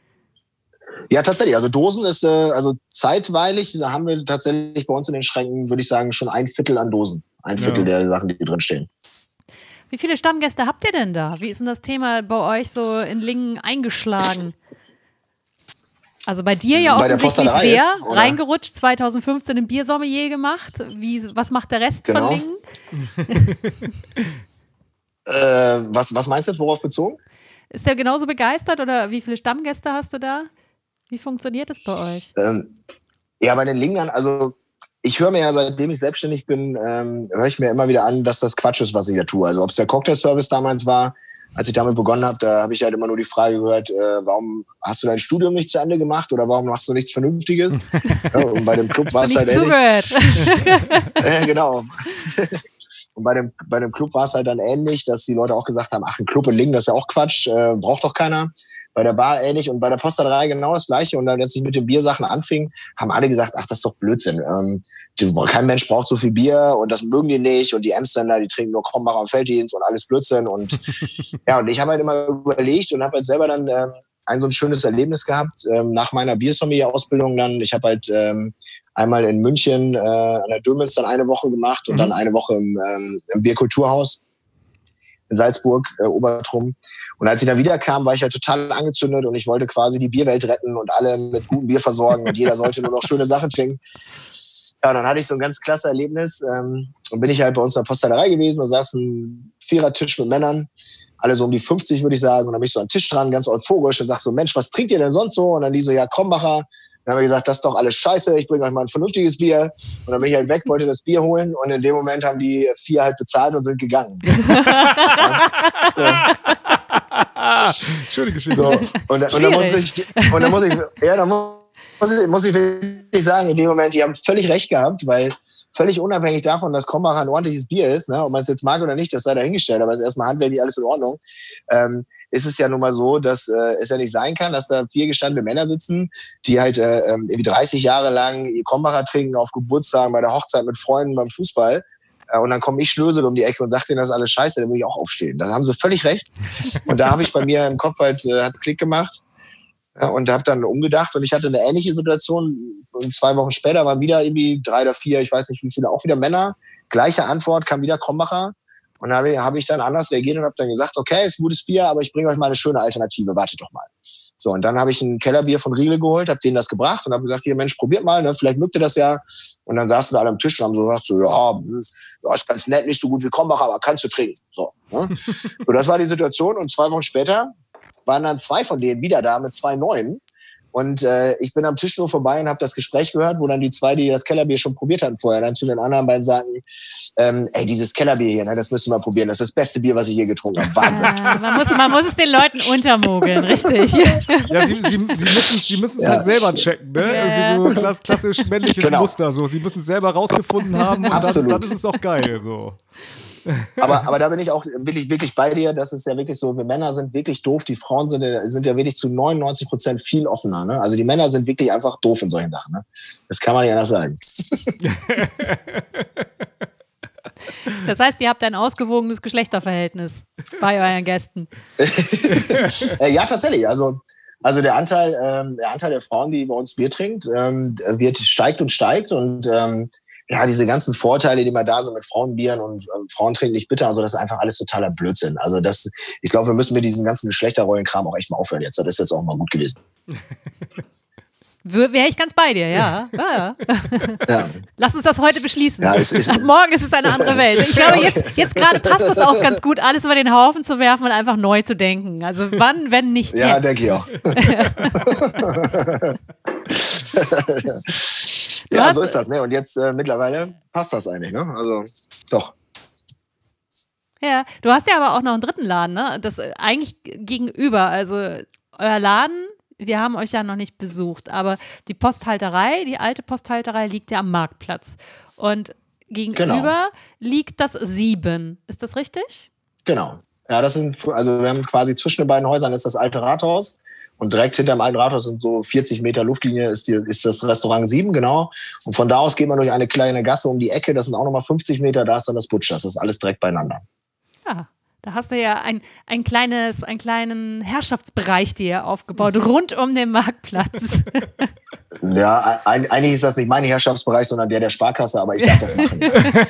Ja, tatsächlich. Also Dosen ist, äh, also zeitweilig da haben wir tatsächlich bei uns in den Schränken, würde ich sagen, schon ein Viertel an Dosen. Ein Viertel ja. der Sachen, die drin stehen. Wie viele Stammgäste habt ihr denn da? Wie ist denn das Thema bei euch so in Lingen eingeschlagen? Also bei dir ja bei offensichtlich sehr jetzt, reingerutscht, zwanzig fünfzehn im Biersommelier gemacht. Wie, was macht der Rest genau. von Lingen? äh, was, was meinst du jetzt, worauf bezogen? Ist der genauso begeistert oder wie viele Stammgäste hast du da? Wie funktioniert das bei euch? Ähm, ja, bei den Lingern, also ich höre mir ja, seitdem ich selbstständig bin, ähm, höre ich mir immer wieder an, dass das Quatsch ist, was ich da tue. Also ob es der Cocktailservice damals war, als ich damit begonnen habe, da habe ich halt immer nur die Frage gehört, äh, warum hast du dein Studium nicht zu Ende gemacht oder warum machst du nichts Vernünftiges? Ja, und bei dem Club war es halt ähnlich. äh, genau. Und bei dem, bei dem Club war es halt dann ähnlich, dass die Leute auch gesagt haben, ach, ein Club in Lingen, das ist ja auch Quatsch, äh, braucht doch keiner. Bei der Bar ähnlich und bei der Posthalerei genau das Gleiche. Und dann, als ich mit den Biersachen anfing, haben alle gesagt, ach, das ist doch Blödsinn. Ähm, kein Mensch braucht so viel Bier und das mögen die nicht. Und die Amsterdamer, die trinken nur Krombacher und Felddienst und alles Blödsinn. Und ja, und ich habe halt immer überlegt und habe halt selber dann ähm, ein so ein schönes Erlebnis gehabt ähm, nach meiner Biersommelier-Ausbildung dann. Ich habe halt ähm, einmal in München äh, an der Dömitz dann eine Woche gemacht und mhm. dann eine Woche im, ähm, im Bierkulturhaus in Salzburg, äh, Obertrum. Und als ich dann wiederkam, war ich halt total angezündet und ich wollte quasi die Bierwelt retten und alle mit gutem Bier versorgen und jeder sollte nur noch schöne Sachen trinken. Ja, und dann hatte ich so ein ganz klasse Erlebnis ähm, und bin ich halt bei uns in der Posthalerei gewesen. Da saß ein Vierertisch mit Männern, alle so um die fünfzig, würde ich sagen. Und dann bin ich so am Tisch dran, ganz euphorisch und sag so, Mensch, was trinkt ihr denn sonst so? Und dann die so, ja, Krombacher. Dann haben wir gesagt, das ist doch alles scheiße, ich bringe euch mal ein vernünftiges Bier. Und dann bin ich halt weg, wollte das Bier holen und in dem Moment haben die vier halt bezahlt und sind gegangen. Schöne Geschichte. So, und, und, dann muss ich, und dann muss ich, ja, dann muss muss ich, muss ich wirklich sagen, in dem Moment, die haben völlig recht gehabt, weil völlig unabhängig davon, dass Krombacher ein ordentliches Bier ist, ne, ob man es jetzt mag oder nicht, das sei dahingestellt, aber es ist erstmal handwerklich alles in Ordnung, ähm, ist es ja nun mal so, dass äh, es ja nicht sein kann, dass da vier gestandene Männer sitzen, die halt äh, irgendwie dreißig Jahre lang Krombacher trinken auf Geburtstagen, bei der Hochzeit mit Freunden, beim Fußball. Und dann komme ich Schnösel um die Ecke und sage denen, das ist alles scheiße, dann will ich auch aufstehen. Dann haben sie völlig recht. Und da habe ich bei mir im Kopf halt, äh, hat's Klick gemacht. Ja, und habe dann umgedacht und ich hatte eine ähnliche Situation. Und zwei Wochen später waren wieder irgendwie drei oder vier, ich weiß nicht wie viele, auch wieder Männer. Gleiche Antwort, kam wieder Krombacher. Und da habe ich, hab ich dann anders reagiert und habe dann gesagt, okay, ist ein gutes Bier, aber ich bringe euch mal eine schöne Alternative, wartet doch mal. So, und dann habe ich ein Kellerbier von Riegel geholt, habe denen das gebracht und habe gesagt, hier Mensch, probiert mal, ne, vielleicht mögt ihr das ja. Und dann saßen da alle am Tisch und haben so gesagt, so, ja, ja, ist ganz nett, nicht so gut wie Krombacher, aber kannst du trinken. So, ne? So, das war die Situation und zwei Wochen später waren dann zwei von denen wieder da mit zwei neuen. Und äh, ich bin am Tisch nur vorbei und habe das Gespräch gehört, wo dann die zwei, die das Kellerbier schon probiert hatten vorher, dann zu den anderen beiden sagten, ähm, ey, dieses Kellerbier hier, ne, das müsst ihr mal probieren. Das ist das beste Bier, was ich je getrunken habe. Wahnsinn. Ah, man, muss, man muss es den Leuten untermogeln, richtig. Ja, sie, sie, sie müssen es sie müssen Ja. halt selber checken, ne? Ja. Irgendwie so klass, klassisch männliches Genau. Muster. So. Sie müssen es selber rausgefunden haben und dann, Absolut. dann ist es auch geil. So. Aber, aber da bin ich auch wirklich, wirklich bei dir. Das ist ja wirklich so, wir Männer sind wirklich doof. Die Frauen sind, sind ja wirklich zu neunundneunzig Prozent viel offener. Ne? Also die Männer sind wirklich einfach doof in solchen Sachen. Ne? Das kann man nicht anders sagen. Das heißt, ihr habt ein ausgewogenes Geschlechterverhältnis bei euren Gästen. äh, ja, tatsächlich. Also, also der Anteil, ähm, der Anteil der Frauen, die bei uns Bier trinkt, ähm, wird, steigt und steigt. Und ähm, ja, diese ganzen Vorteile, die mal da sind mit Frauenbieren und ähm, Frauen trinken nicht bitter und so, das ist einfach alles totaler Blödsinn. Also das, ich glaube, wir müssen mit diesem ganzen Geschlechterrollenkram auch echt mal aufhören jetzt. Das ist jetzt auch mal gut gewesen. Wäre ich ganz bei dir, ja. ja, ja. Ja. Lass uns das heute beschließen. Ja, es ist- Ab morgen ist es eine andere Welt. Ich glaube, jetzt, jetzt gerade passt das auch ganz gut, alles über den Haufen zu werfen und einfach neu zu denken. Also wann, wenn nicht Ja, jetzt? denke ich auch. Du Ja, hast- so ist das. Ne? Und jetzt äh, mittlerweile passt das eigentlich. Ne? Also doch. Ja, du hast ja aber auch noch einen dritten Laden, ne? Das äh, eigentlich gegenüber, also euer Laden, wir haben euch ja noch nicht besucht, aber die Posthalterei, die alte Posthalterei liegt ja am Marktplatz. Und gegenüber Genau. liegt das Sieben. Ist das richtig? Genau. Ja, das sind, also wir haben quasi zwischen den beiden Häusern ist das alte Rathaus und direkt hinter dem alten Rathaus sind so vierzig Meter Luftlinie ist, die, ist das Restaurant Sieben, genau. Und von da aus geht man durch eine kleine Gasse um die Ecke, das sind auch nochmal fünfzig Meter, da ist dann das Butchers, das ist alles direkt beieinander. Ja, da hast du ja ein, ein kleines, einen kleinen Herrschaftsbereich dir aufgebaut, rund um den Marktplatz. Ja, ein, eigentlich ist das nicht mein Herrschaftsbereich, sondern der der Sparkasse, aber ich darf das machen.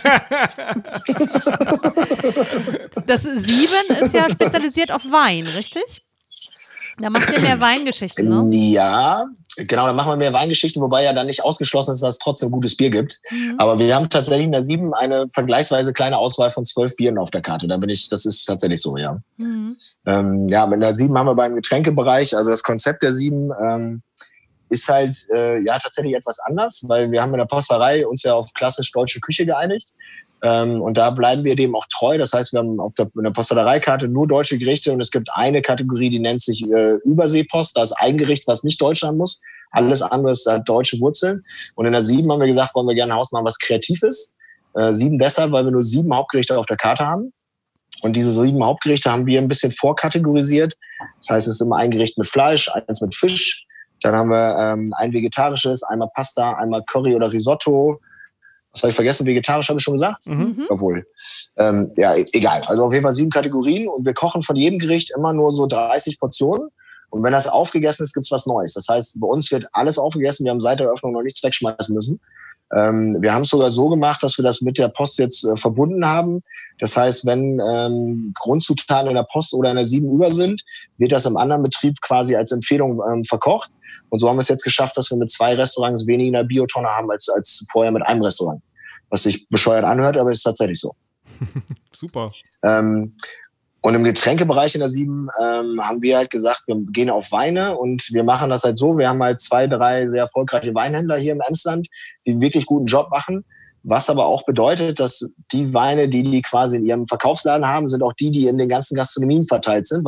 Das Sieben ist ja spezialisiert auf Wein, richtig? Da macht ihr mehr Weingeschichten, ne? Ja, genau, dann machen wir mehr Weingeschichten, wobei ja dann nicht ausgeschlossen ist, dass es trotzdem gutes Bier gibt. Mhm. Aber wir haben tatsächlich in der Sieben eine vergleichsweise kleine Auswahl von zwölf Bieren auf der Karte. Da bin ich, das ist tatsächlich so, ja. Mhm. Ähm, ja, in der Sieben haben wir beim Getränkebereich, also das Konzept der Sieben ähm, ist halt äh, ja tatsächlich etwas anders, weil wir haben in der Posterei uns ja auf klassisch deutsche Küche geeinigt. Ähm, und da bleiben wir dem auch treu. Das heißt, wir haben auf der, in der Postereikarte nur deutsche Gerichte und es gibt eine Kategorie, die nennt sich äh, Überseepost. Das ist ein Gericht, was nicht Deutsch sein muss. Alles andere ist halt deutsche Wurzeln. Und in der Sieben haben wir gesagt, wollen wir gerne ein Haus machen, was kreativ ist. Äh, sieben deshalb, weil wir nur sieben Hauptgerichte auf der Karte haben. Und diese sieben Hauptgerichte haben wir ein bisschen vorkategorisiert. Das heißt, es ist immer ein Gericht mit Fleisch, eins mit Fisch. Dann haben wir ähm, ein vegetarisches, einmal Pasta, einmal Curry oder Risotto. Was habe ich vergessen? Vegetarisch habe ich schon gesagt? Mhm. Obwohl. Ähm, ja, e- egal. Also auf jeden Fall sieben Kategorien und wir kochen von jedem Gericht immer nur so dreißig Portionen. Und wenn das aufgegessen ist, gibt's was Neues. Das heißt, bei uns wird alles aufgegessen. Wir haben seit der Eröffnung noch nichts wegschmeißen müssen. Ähm, wir haben es sogar so gemacht, dass wir das mit der Post jetzt äh, verbunden haben. Das heißt, wenn ähm, Grundzutaten in der Post oder in der Sieben über sind, wird das im anderen Betrieb quasi als Empfehlung ähm, verkocht. Und so haben wir es jetzt geschafft, dass wir mit zwei Restaurants weniger in der Biotonne haben als, als vorher mit einem Restaurant. Was sich bescheuert anhört, aber ist tatsächlich so. Super. Ähm, und im Getränkebereich in der Sieben ähm, haben wir halt gesagt, wir gehen auf Weine und wir machen das halt so. Wir haben halt zwei, drei sehr erfolgreiche Weinhändler hier im Emsland, die einen wirklich guten Job machen. Was aber auch bedeutet, dass die Weine, die die quasi in ihrem Verkaufsladen haben, sind auch die, die in den ganzen Gastronomien verteilt sind, was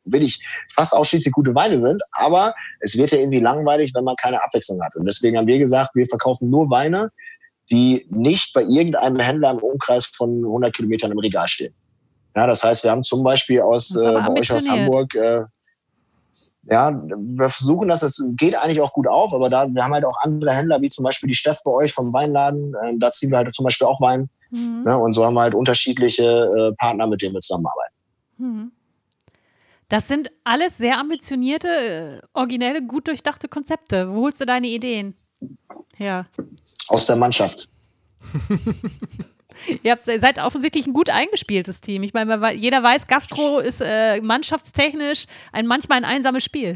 wirklich fast ausschließlich gute Weine sind. Aber es wird ja irgendwie langweilig, wenn man keine Abwechslung hat. Und deswegen haben wir gesagt, wir verkaufen nur Weine, die nicht bei irgendeinem Händler im Umkreis von hundert Kilometern im Regal stehen. Ja, das heißt, wir haben zum Beispiel aus, äh, bei euch aus Hamburg, äh, ja, wir versuchen das, das geht eigentlich auch gut auf, aber da, wir haben halt auch andere Händler, wie zum Beispiel die Steff bei euch vom Weinladen, äh, da ziehen wir halt zum Beispiel auch Wein. Mhm. Ne, und so haben wir halt unterschiedliche äh, Partner, mit denen wir zusammenarbeiten. Mhm. Das sind alles sehr ambitionierte, äh, originelle, gut durchdachte Konzepte. Wo holst du deine Ideen her? Aus der Mannschaft. Ihr habt, seid offensichtlich ein gut eingespieltes Team. Ich meine, jeder weiß, Gastro ist äh, mannschaftstechnisch ein manchmal ein einsames Spiel.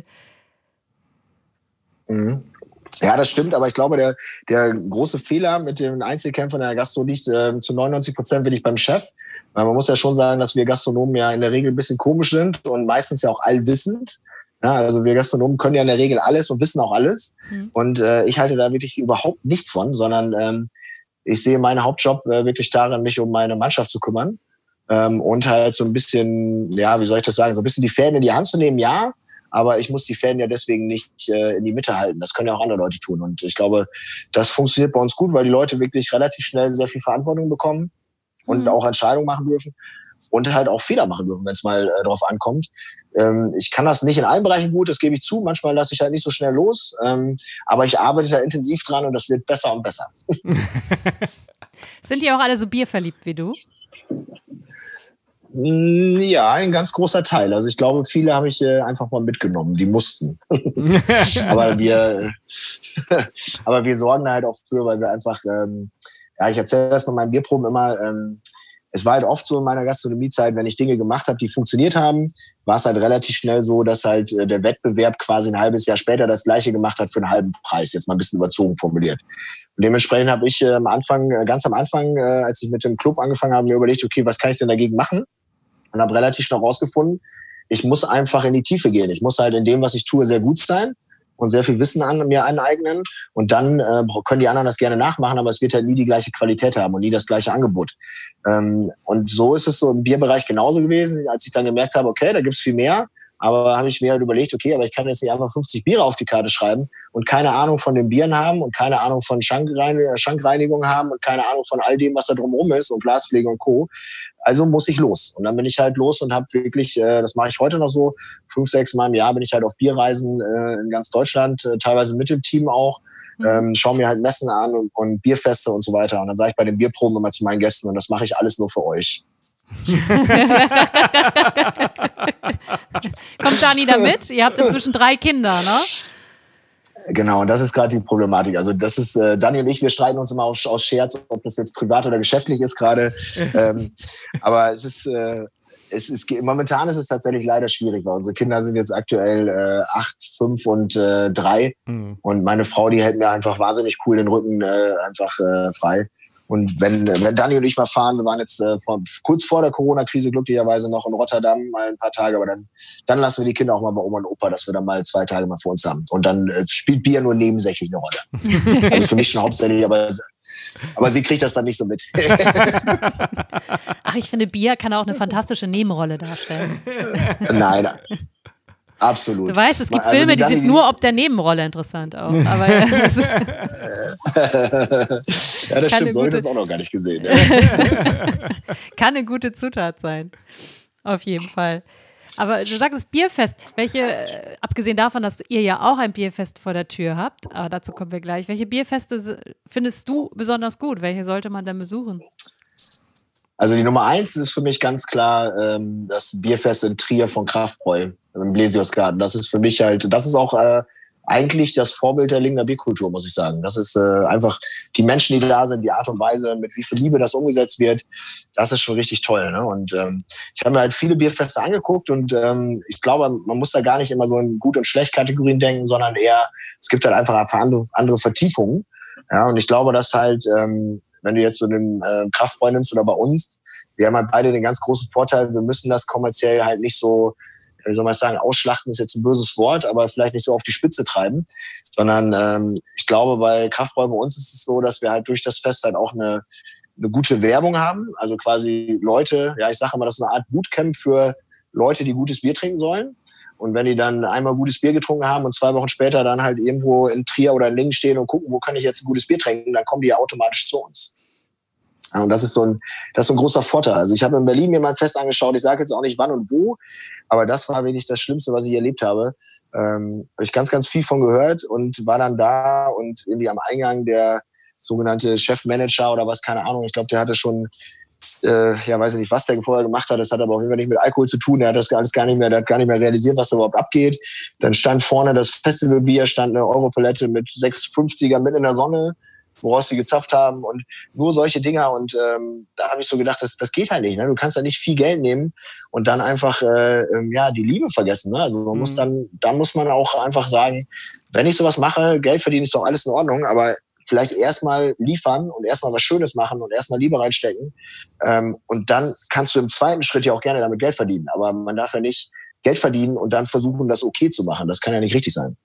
Mhm. Ja, das stimmt, aber ich glaube, der, der große Fehler mit den Einzelkämpfern in der Gastro liegt äh, zu neunundneunzig Prozent wirklich beim Chef. Weil man muss ja schon sagen, dass wir Gastronomen ja in der Regel ein bisschen komisch sind und meistens ja auch allwissend. Ja, also wir Gastronomen können ja in der Regel alles und wissen auch alles. Mhm. Und äh, ich halte da wirklich überhaupt nichts von, sondern ähm, ich sehe meinen Hauptjob äh, wirklich darin, mich um meine Mannschaft zu kümmern ähm, und halt so ein bisschen, ja, wie soll ich das sagen, so ein bisschen die Fäden in die Hand zu nehmen, ja, aber ich muss die Fäden ja deswegen nicht äh, in die Mitte halten. Das können ja auch andere Leute tun. Und ich glaube, das funktioniert bei uns gut, weil die Leute wirklich relativ schnell sehr viel Verantwortung bekommen und mhm. auch Entscheidungen machen dürfen und halt auch Fehler machen dürfen, wenn es mal äh, darauf ankommt. Ähm, ich kann das nicht in allen Bereichen gut, das gebe ich zu. Manchmal lasse ich halt nicht so schnell los. Ähm, aber ich arbeite da intensiv dran und das wird besser und besser. Sind die auch alle so bierverliebt wie du? Ja, ein ganz großer Teil. Also ich glaube, viele habe ich äh, einfach mal mitgenommen. Die mussten. aber wir, aber wir sorgen halt auch für, weil wir einfach, ähm, ja, ich erzähle das bei meinen Bierproben immer, ähm, es war halt oft so in meiner Gastronomiezeit, wenn ich Dinge gemacht habe, die funktioniert haben, war es halt relativ schnell so, dass halt äh, der Wettbewerb quasi ein halbes Jahr später das Gleiche gemacht hat für einen halben Preis. Jetzt mal ein bisschen überzogen formuliert. Und dementsprechend habe ich äh, am Anfang, äh, ganz am Anfang, äh, als ich mit dem Club angefangen habe, mir überlegt, okay, was kann ich denn dagegen machen? Und habe relativ schnell rausgefunden, ich muss einfach in die Tiefe gehen. Ich muss halt in dem, was ich tue, sehr gut sein und sehr viel Wissen an mir aneignen. Und dann äh, können die anderen das gerne nachmachen, aber es wird halt nie die gleiche Qualität haben und nie das gleiche Angebot. Ähm, und so ist es so im Bierbereich genauso gewesen, als ich dann gemerkt habe, okay, da gibt's viel mehr. Aber habe ich mir halt überlegt, okay, aber ich kann jetzt nicht einfach fünfzig Biere auf die Karte schreiben und keine Ahnung von den Bieren haben und keine Ahnung von Schankrein- Schankreinigung haben und keine Ahnung von all dem, was da drumherum ist und Glaspflege und Co. Also muss ich los. Und dann bin ich halt los und habe wirklich, äh, das mache ich heute noch so, fünf, sechs Mal im Jahr bin ich halt auf Bierreisen äh, in ganz Deutschland, äh, teilweise mit dem Team auch. Ähm, schaue mir halt Messen an und, und Bierfeste und so weiter. Und dann sage ich bei den Bierproben immer zu meinen Gästen, und das mache ich alles nur für euch. Kommt Dani da mit? Ihr habt inzwischen drei Kinder, ne? Genau, und das ist gerade die Problematik. Also das ist, äh, Dani und ich, wir streiten uns immer aus, aus Scherz, ob das jetzt privat oder geschäftlich ist gerade. ähm, aber es ist, äh, es ist, momentan ist es tatsächlich leider schwierig, weil unsere Kinder sind jetzt aktuell äh, acht, fünf und äh, drei. Mhm. Und meine Frau, die hält mir einfach wahnsinnig cool den Rücken äh, einfach äh, frei. Und wenn, wenn Dani und ich mal fahren, wir waren jetzt äh, vor, kurz vor der Corona-Krise glücklicherweise noch in Rotterdam mal ein paar Tage, aber dann, dann lassen wir die Kinder auch mal bei Oma und Opa, dass wir dann mal zwei Tage mal für uns haben. Und dann äh, spielt Bier nur nebensächlich eine Rolle. Also für mich schon hauptsächlich, aber, aber sie kriegt das dann nicht so mit. Ach, ich finde, Bier kann auch eine fantastische Nebenrolle darstellen. Nein, absolut. Du weißt, es gibt also Filme, die, die sind nur ob der Nebenrolle interessant auch. Aber ja, das stimmt, so habe ich das auch noch gar nicht gesehen. Ja. Kann eine gute Zutat sein. Auf jeden Fall. Aber du sagst Bierfest. Welche, äh, abgesehen davon, dass ihr ja auch ein Bierfest vor der Tür habt, aber dazu kommen wir gleich. Welche Bierfeste findest du besonders gut? Welche sollte man denn besuchen? Also die Nummer eins ist für mich ganz klar ähm, das Bierfest in Trier von Kraftbräu im Blesiusgarten. Das ist für mich halt, das ist auch äh, eigentlich das Vorbild der Lingener Bierkultur, muss ich sagen. Das ist äh, einfach die Menschen, die da sind, die Art und Weise, mit wie viel Liebe das umgesetzt wird, das ist schon richtig toll. Ne? Und ähm, ich habe mir halt viele Bierfeste angeguckt und ähm, ich glaube, man muss da gar nicht immer so in Gut- und Schlecht-Kategorien denken, sondern eher, es gibt halt einfach andere, andere Vertiefungen. Ja, und ich glaube, dass halt, ähm, wenn du jetzt so den äh, Kraftbräu nimmst oder bei uns, wir haben halt beide den ganz großen Vorteil, wir müssen das kommerziell halt nicht so, wie soll man sagen, ausschlachten ist jetzt ein böses Wort, aber vielleicht nicht so auf die Spitze treiben, sondern ähm, ich glaube, bei Kraftbräu bei uns ist es so, dass wir halt durch das Fest halt auch eine, eine gute Werbung haben, also quasi Leute, ja, ich sage immer, das ist eine Art Bootcamp für Leute, die gutes Bier trinken sollen. Und wenn die dann einmal gutes Bier getrunken haben und zwei Wochen später dann halt irgendwo in Trier oder in Lingen stehen und gucken, wo kann ich jetzt ein gutes Bier trinken, dann kommen die ja automatisch zu uns. Und das ist so ein, das ist so ein großer Vorteil. Also ich habe in Berlin mir mal ein Fest angeschaut, ich sage jetzt auch nicht wann und wo, aber das war wirklich das Schlimmste, was ich erlebt habe. Ähm, habe ich ganz, ganz viel von gehört und war dann da und irgendwie am Eingang der sogenannte Chefmanager oder was, keine Ahnung, ich glaube, der hatte schon, äh, ja, weiß ich nicht, was der vorher gemacht hat, das hat aber auch immer nicht mit Alkohol zu tun, der hat das alles gar nicht mehr, der hat gar nicht mehr realisiert, was da überhaupt abgeht. Dann stand vorne das Festivalbier, stand eine Europalette mit sechs fünfziger mit in der Sonne, woraus sie gezapft haben und nur solche Dinger. Und ähm, da habe ich so gedacht, das, das geht halt nicht. Ne? Du kannst da nicht viel Geld nehmen und dann einfach äh, ja die Liebe vergessen. Ne? Also man mhm. muss dann, dann muss man auch einfach sagen, wenn ich sowas mache, Geld verdienen ist doch alles in Ordnung, aber vielleicht erstmal liefern und erstmal was Schönes machen und erstmal Liebe reinstecken. Ähm, und dann kannst du im zweiten Schritt ja auch gerne damit Geld verdienen. Aber man darf ja nicht Geld verdienen und dann versuchen, das okay zu machen. Das kann ja nicht richtig sein.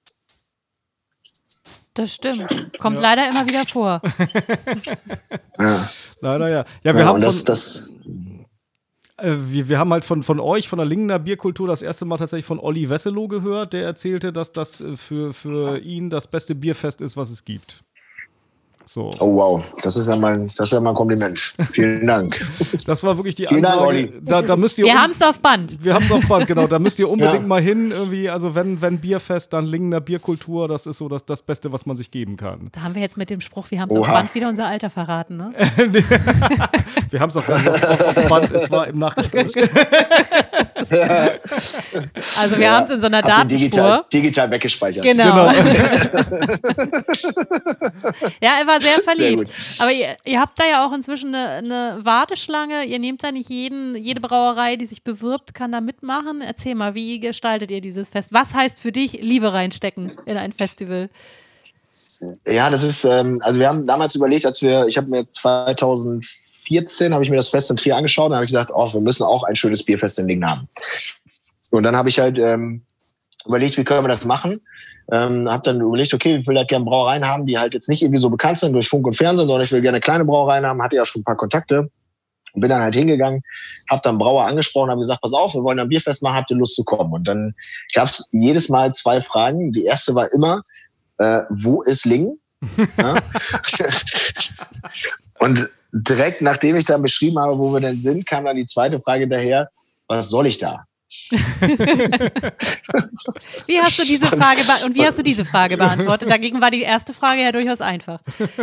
Das stimmt. Kommt ja. leider immer wieder vor. ja. Leider ja. Ja, wir ja, haben das, von, das äh, wir, wir haben halt von, von euch, von der Lingener Bierkultur, das erste Mal tatsächlich von Olli Wesselow gehört, der erzählte, dass das für, für ihn das beste Bierfest ist, was es gibt. So. Oh wow, das ist ja mal, das ist ja mal ein Kompliment. Vielen Dank. Das war wirklich die Vielen Ansage. Dank, da, da müsst ihr wir haben es auf Band. Wir haben es auf Band, genau. Da müsst ihr unbedingt ja. mal hin. Irgendwie, also wenn, wenn Bierfest, dann Lingener Bierkultur. Das ist so das, das Beste, was man sich geben kann. Da haben wir jetzt mit dem Spruch, wir haben es auf Band, wieder unser Alter verraten, ne? Wir haben es auch gar nicht auf, auf, auf Band. Es war im Nachgespräch. Also wir ja. haben es in so einer Datenspur. Digital, digital weggespeichert. Genau. genau. Ja, er war sehr verliebt. Sehr Aber ihr, ihr habt da ja auch inzwischen eine, eine Warteschlange. Ihr nehmt da nicht jeden, jede Brauerei, die sich bewirbt, kann da mitmachen. Erzähl mal, wie gestaltet ihr dieses Fest? Was heißt für dich Liebe reinstecken in ein Festival? Ja, das ist, ähm, also wir haben damals überlegt, als wir, ich habe mir zweitausendvierzehn habe ich mir das Fest in Trier angeschaut und habe ich gesagt, oh, wir müssen auch ein schönes Bierfest in Lingen haben. Und dann habe ich halt ähm, überlegt, wie können wir das machen. Ähm, habe dann überlegt, okay, ich will halt gerne Brauereien haben, die halt jetzt nicht irgendwie so bekannt sind durch Funk und Fernsehen, sondern ich will gerne kleine Brauereien haben, hatte ja schon ein paar Kontakte. Bin dann halt hingegangen, habe dann Brauer angesprochen, habe gesagt, pass auf, wir wollen ein Bierfest machen, habt ihr Lust zu kommen? Und dann gab es jedes Mal zwei Fragen. Die erste war immer, äh, wo ist Lingen? Ja? Und direkt nachdem ich dann beschrieben habe, wo wir denn sind, kam dann die zweite Frage daher, was soll ich da? Wie hast du diese Frage be- und wie hast du diese Frage beantwortet? Dagegen war die erste Frage ja durchaus einfach.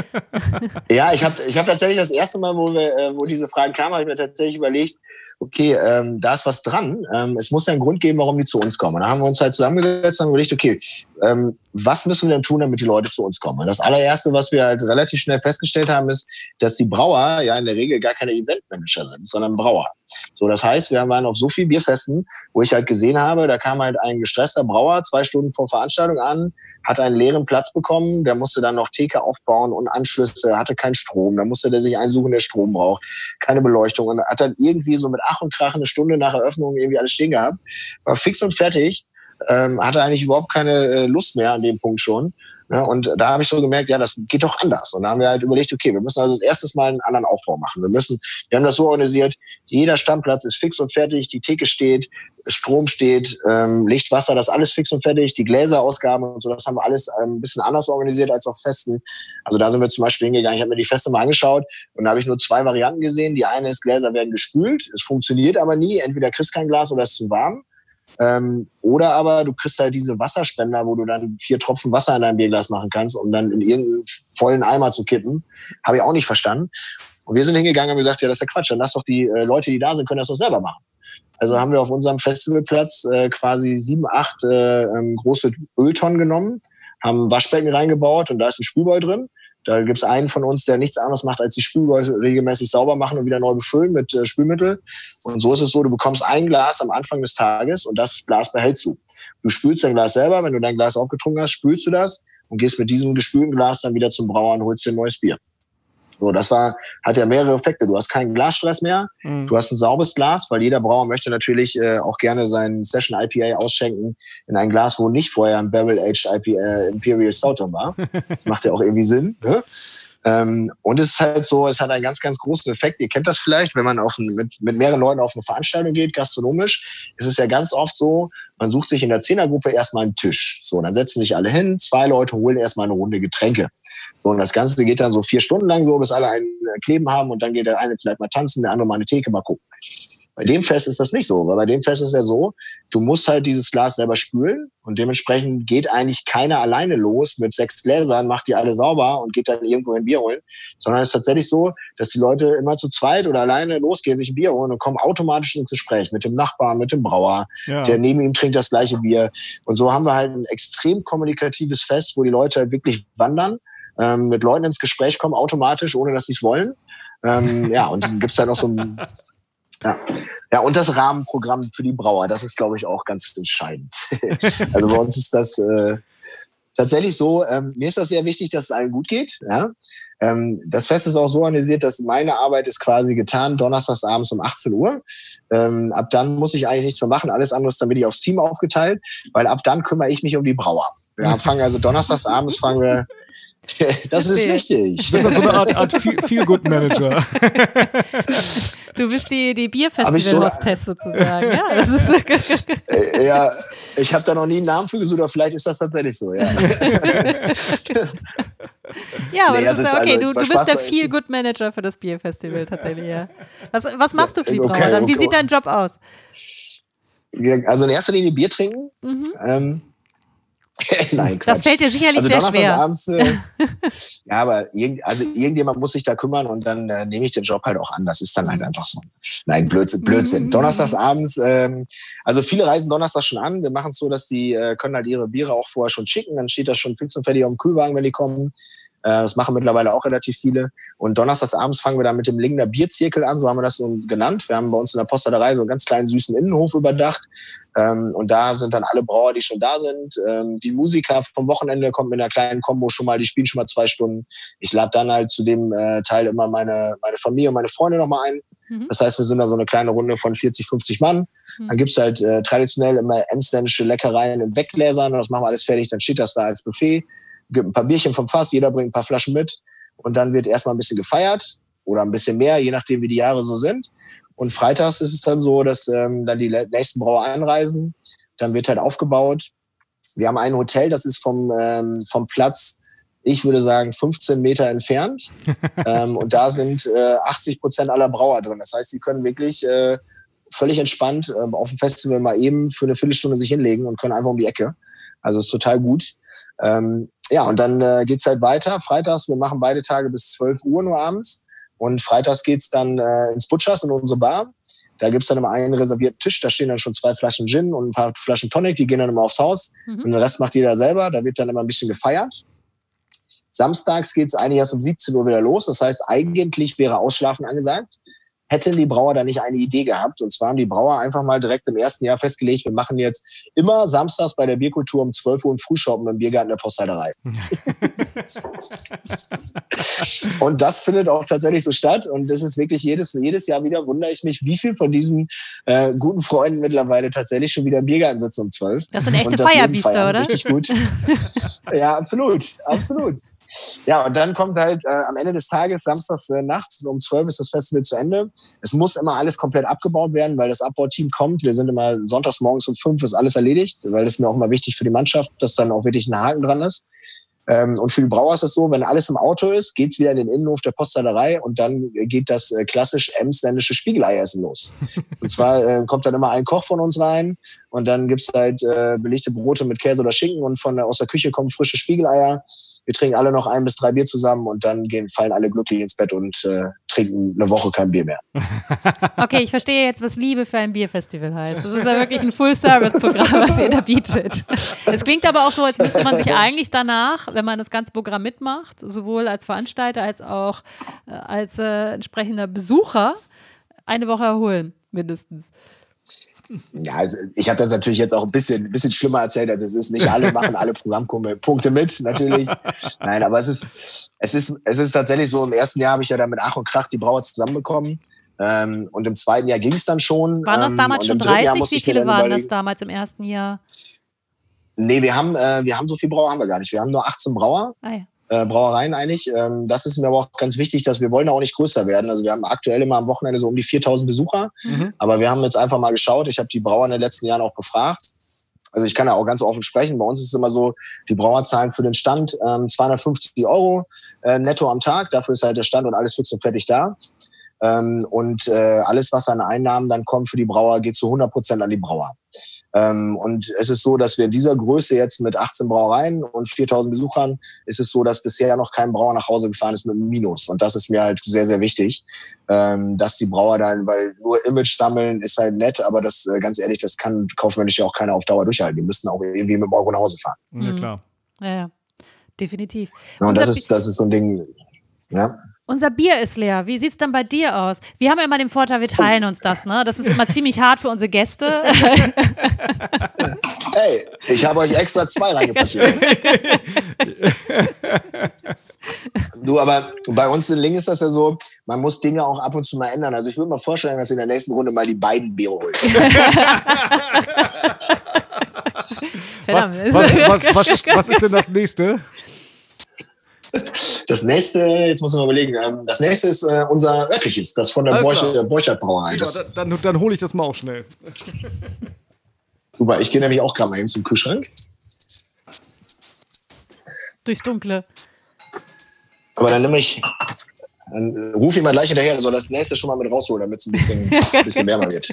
Ja, ich habe ich hab tatsächlich das erste Mal, wo, wir, äh, wo diese Fragen kamen, habe ich mir tatsächlich überlegt, okay, ähm, da ist was dran. Ähm, es muss ja einen Grund geben, warum die zu uns kommen. Und da haben wir uns halt zusammengesetzt und haben überlegt, okay, ähm, was müssen wir denn tun, damit die Leute zu uns kommen? Und das allererste, was wir halt relativ schnell festgestellt haben, ist, dass die Brauer ja in der Regel gar keine Eventmanager sind, sondern Brauer. So, das heißt, wir waren auf so vielen Bierfesten, wo ich halt gesehen habe, da kam halt ein gestresster Brauer zwei Stunden vor Veranstaltung an, hat einen leeren Platz bekommen, der musste dann noch Theke aufbauen und Anschlüsse, hatte keinen Strom, da musste der sich einsuchen, der Strom braucht, keine Beleuchtung und hat dann irgendwie so mit Ach und Krach eine Stunde nach Eröffnung irgendwie alles stehen gehabt, war fix und fertig. Ähm, hatte eigentlich überhaupt keine äh, Lust mehr an dem Punkt schon. Ja, und da habe ich so gemerkt, ja, das geht doch anders. Und da haben wir halt überlegt, okay, wir müssen also als erstes mal einen anderen Aufbau machen. Wir müssen, wir haben das so organisiert, jeder Stammplatz ist fix und fertig, die Theke steht, Strom steht, ähm, Licht, Wasser, das alles fix und fertig, die Gläserausgaben und so, das haben wir alles ähm, ein bisschen anders organisiert als auf Festen. Also da sind wir zum Beispiel hingegangen, ich habe mir die Feste mal angeschaut und da habe ich nur zwei Varianten gesehen. Die eine ist, Gläser werden gespült, es funktioniert aber nie, entweder kriegst kein Glas oder es ist zu warm. Ähm, oder aber du kriegst halt diese Wasserspender, wo du dann vier Tropfen Wasser in dein Bierglas machen kannst, um dann in irgendeinen vollen Eimer zu kippen. Habe ich auch nicht verstanden. Und wir sind hingegangen und haben gesagt, ja, das ist ja Quatsch. Dann lass doch die äh, Leute, die da sind, können das doch selber machen. Also haben wir auf unserem Festivalplatz äh, quasi sieben, acht äh, ähm, große Öltonnen genommen, haben ein Waschbecken reingebaut und da ist ein Spülbeutel drin. Da gibt's einen von uns, der nichts anderes macht, als die Spülbeutel regelmäßig sauber machen und wieder neu befüllen mit äh, Spülmittel. Und so ist es so, du bekommst ein Glas am Anfang des Tages und das Glas behältst du. Du spülst dein Glas selber, wenn du dein Glas aufgetrunken hast, spülst du das und gehst mit diesem gespülten Glas dann wieder zum Brauer und holst dir ein neues Bier. So, das war, hat ja mehrere Effekte. Du hast keinen Glasstress mehr, mhm. Du hast ein sauberes Glas, weil jeder Brauer möchte natürlich äh, auch gerne seinen Session I P A ausschenken in ein Glas, wo nicht vorher ein Barrel-Aged I P A Imperial Stout war. Das macht ja auch irgendwie Sinn. Ne? Ähm, und es ist halt so, es hat einen ganz, ganz großen Effekt. Ihr kennt das vielleicht, wenn man auf ein, mit, mit mehreren Leuten auf eine Veranstaltung geht, gastronomisch, ist es ja ganz oft so, man sucht sich in der Zehnergruppe erstmal einen Tisch. So, dann setzen sich alle hin, zwei Leute holen erstmal eine Runde Getränke. So, und das Ganze geht dann so vier Stunden lang so, bis alle einen Kleben haben und dann geht der eine vielleicht mal tanzen, der andere mal eine Theke mal gucken. Bei dem Fest ist das nicht so, weil bei dem Fest ist ja so, du musst halt dieses Glas selber spülen und dementsprechend geht eigentlich keiner alleine los mit sechs Gläsern, macht die alle sauber und geht dann irgendwo ein Bier holen, sondern es ist tatsächlich so, dass die Leute immer zu zweit oder alleine losgehen, sich ein Bier holen und kommen automatisch ins Gespräch mit dem Nachbarn, mit dem Brauer, ja. Der neben ihm trinkt das gleiche Bier. Und so haben wir halt ein extrem kommunikatives Fest, wo die Leute halt wirklich wandern, ähm, mit Leuten ins Gespräch kommen, automatisch, ohne dass sie es wollen. Ähm, ja, und dann gibt's halt noch so ein... Ja. ja, und das Rahmenprogramm für die Brauer, das ist, glaube ich, auch ganz entscheidend. Also bei uns ist das äh, tatsächlich so, ähm, mir ist das sehr wichtig, dass es allen gut geht. Ja? Ähm, das Fest ist auch so organisiert, dass meine Arbeit ist quasi getan, donnerstags abends um achtzehn Uhr. Ähm, ab dann muss ich eigentlich nichts mehr machen, alles andere ist dann bin ich aufs Team aufgeteilt, weil ab dann kümmere ich mich um die Brauer. Wir fangen also donnerstags abends fangen wir Das ist wichtig. Du bist so eine Art, Art Feel-Good-Manager. Du bist die, die Bierfestival-Hostess sozusagen. Ja, das ist ja, ich habe da noch nie einen Namen für gesucht, aber vielleicht ist das tatsächlich so. Ja, ja aber nee, das ist ja okay. Also, du, du bist der Feel-Good-Manager für das Bierfestival tatsächlich. Ja. Was, was machst du für die Brauer okay, dann? Wie okay. sieht dein Job aus? Also in erster Linie Bier trinken. Mhm. Ähm, Nein, Quatsch. Das fällt dir sicherlich also sehr schwer. Abends, äh, ja, aber irgend, also irgendjemand muss sich da kümmern und dann äh, nehme ich den Job halt auch an. Das ist dann halt einfach so. Nein, Blödsinn. Blödsinn. Mhm. Donnerstags abends, ähm, also viele reisen Donnerstags schon an. Wir machen es so, dass die äh, können halt ihre Biere auch vorher schon schicken. Dann steht das schon fix und fertig auf dem Kühlwagen, wenn die kommen. Äh, das machen mittlerweile auch relativ viele. Und donnerstags abends fangen wir dann mit dem Lingener Bierzirkel an, so haben wir das so genannt. Wir haben bei uns in der Postalerei so einen ganz kleinen süßen Innenhof überdacht. Ähm, und da sind dann alle Brauer, die schon da sind. Ähm, die Musiker vom Wochenende kommen mit einer kleinen Kombo schon mal, die spielen schon mal zwei Stunden. Ich lade dann halt zu dem äh, Teil immer meine, meine Familie und meine Freunde nochmal ein. Mhm. Das heißt, wir sind da so eine kleine Runde von vierzig, fünfzig Mann. Mhm. Dann gibt's halt äh, traditionell immer emsländische Leckereien in Weggläsern. Und das machen wir alles fertig, dann steht das da als Buffet. Gibt ein paar Bierchen vom Fass, jeder bringt ein paar Flaschen mit. Und dann wird erstmal ein bisschen gefeiert oder ein bisschen mehr, je nachdem, wie die Jahre so sind. Und freitags ist es dann so, dass ähm, dann die nächsten Brauer einreisen. Dann wird halt aufgebaut. Wir haben ein Hotel, das ist vom, ähm, vom Platz, ich würde sagen, fünfzehn Meter entfernt. ähm, und da sind äh, achtzig Prozent aller Brauer drin. Das heißt, die können wirklich äh, völlig entspannt äh, auf dem Festival mal eben für eine Viertelstunde sich hinlegen und können einfach um die Ecke. Also ist total gut. Ähm, ja, und dann äh, geht's halt weiter. Freitags, wir machen beide Tage bis zwölf Uhr nur abends. Und freitags geht's dann äh, ins Butchers, in unsere Bar. Da gibt's dann immer einen reservierten Tisch. Da stehen dann schon zwei Flaschen Gin und ein paar Flaschen Tonic. Die gehen dann immer aufs Haus. Mhm. Und den Rest macht jeder selber. Da wird dann immer ein bisschen gefeiert. Samstags geht's eigentlich erst um siebzehn Uhr wieder los. Das heißt, eigentlich wäre Ausschlafen angesagt. Hätten die Brauer da nicht eine Idee gehabt. Und zwar haben die Brauer einfach mal direkt im ersten Jahr festgelegt, wir machen jetzt immer samstags bei der Bierkultur um zwölf Uhr ein Frühschoppen im Biergarten der Posthalterei. Und das findet auch tatsächlich so statt. Und das ist wirklich jedes, jedes Jahr wieder, wundere ich mich, wie viel von diesen äh, guten Freunden mittlerweile tatsächlich schon wieder im Biergarten sitzen um zwölf. Das sind echte Feierbiester, oder? Richtig gut. Ja, absolut. Absolut. Ja, und dann kommt halt äh, am Ende des Tages, samstags äh, nachts um zwölf ist das Festival zu Ende. Es muss immer alles komplett abgebaut werden, weil das Abbauteam kommt. Wir sind immer sonntags morgens um fünf ist alles erledigt, weil das ist mir auch immer wichtig für die Mannschaft, dass dann auch wirklich ein Haken dran ist. Ähm, und für die Brauer ist es so, wenn alles im Auto ist, geht's wieder in den Innenhof der Posthalerei und dann geht das äh, klassisch emsländische Spiegeleier-Essen los. Und zwar äh, kommt dann immer ein Koch von uns rein und dann gibt's halt äh, belegte Brote mit Käse oder Schinken und von aus der Küche kommen frische Spiegeleier. Wir trinken alle noch ein bis drei Bier zusammen und dann gehen, fallen alle glücklich ins Bett und äh, trinken eine Woche kein Bier mehr. Okay, ich verstehe jetzt, was Liebe für ein Bierfestival heißt. Das ist ja wirklich ein Full-Service-Programm, was ihr da bietet. Es klingt aber auch so, als müsste man sich eigentlich danach, wenn man das ganze Programm mitmacht, sowohl als Veranstalter als auch äh, als äh, entsprechender Besucher, eine Woche erholen, mindestens. Ja, also ich habe das natürlich jetzt auch ein bisschen, ein bisschen schlimmer erzählt, als es ist. Nicht alle machen alle Programmpunkte mit, natürlich. Nein, aber es ist, es ist, es ist tatsächlich so, im ersten Jahr habe ich ja dann mit Ach und Krach die Brauer zusammenbekommen. Ähm, und im zweiten Jahr ging es dann schon. Waren das damals ähm, schon dreißig? Wie viele waren das damals im ersten Jahr? Nee, wir haben, äh, wir haben so viele Brauer haben wir gar nicht. Wir haben nur achtzehn Brauer. Ah, ja. äh, Brauereien eigentlich. Ähm, das ist mir aber auch ganz wichtig, dass wir wollen auch nicht größer werden. Also wir haben aktuell immer am Wochenende so um die viertausend Besucher. Mhm. Aber wir haben jetzt einfach mal geschaut. Ich habe die Brauer in den letzten Jahren auch befragt. Also ich kann ja auch ganz offen sprechen. Bei uns ist es immer so, die Brauer zahlen für den Stand ähm, zweihundertfünfzig Euro äh, netto am Tag. Dafür ist halt der Stand und alles fix und fertig da. Ähm, und äh, alles, was an Einnahmen dann kommt für die Brauer, geht zu hundert Prozent an die Brauer. Ähm, und es ist so, dass wir in dieser Größe jetzt mit achtzehn Brauereien und viertausend Besuchern ist es so, dass bisher noch kein Brauer nach Hause gefahren ist mit einem Minus. Und das ist mir halt sehr, sehr wichtig, ähm, dass die Brauer dann, weil nur Image sammeln ist halt nett, aber das, äh, ganz ehrlich, das kann kaufmännisch ja auch keiner auf Dauer durchhalten. Die müssten auch irgendwie mit dem Euro nach Hause fahren. Ja, klar. Ja, ja. Definitiv. Ja, und das ist, das ist so ein Ding, ja. Unser Bier ist leer. Wie sieht's denn bei dir aus? Wir haben ja immer den Vorteil, wir teilen uns das, ne? Das ist immer ziemlich hart für unsere Gäste. Hey, ich habe euch extra zwei reingepackt. Du, aber bei uns in Ling ist das ja so, man muss Dinge auch ab und zu mal ändern. Also ich würde mal vorstellen, dass ihr in der nächsten Runde mal die beiden Biere holt. was, was, was, was, ist, was ist denn das nächste? Das nächste, jetzt muss man mal überlegen, das nächste ist äh, unser örtliches, das von der Borchert Brauerei. Ja, dann dann, dann hole ich das mal auch schnell. Super, ich gehe nämlich auch gerade mal hin zum Kühlschrank. Durchs Dunkle. Aber dann nehme ich, dann ruf ich mal gleich hinterher, der soll das nächste schon mal mit rausholen, damit es ein bisschen, ein bisschen wärmer wird.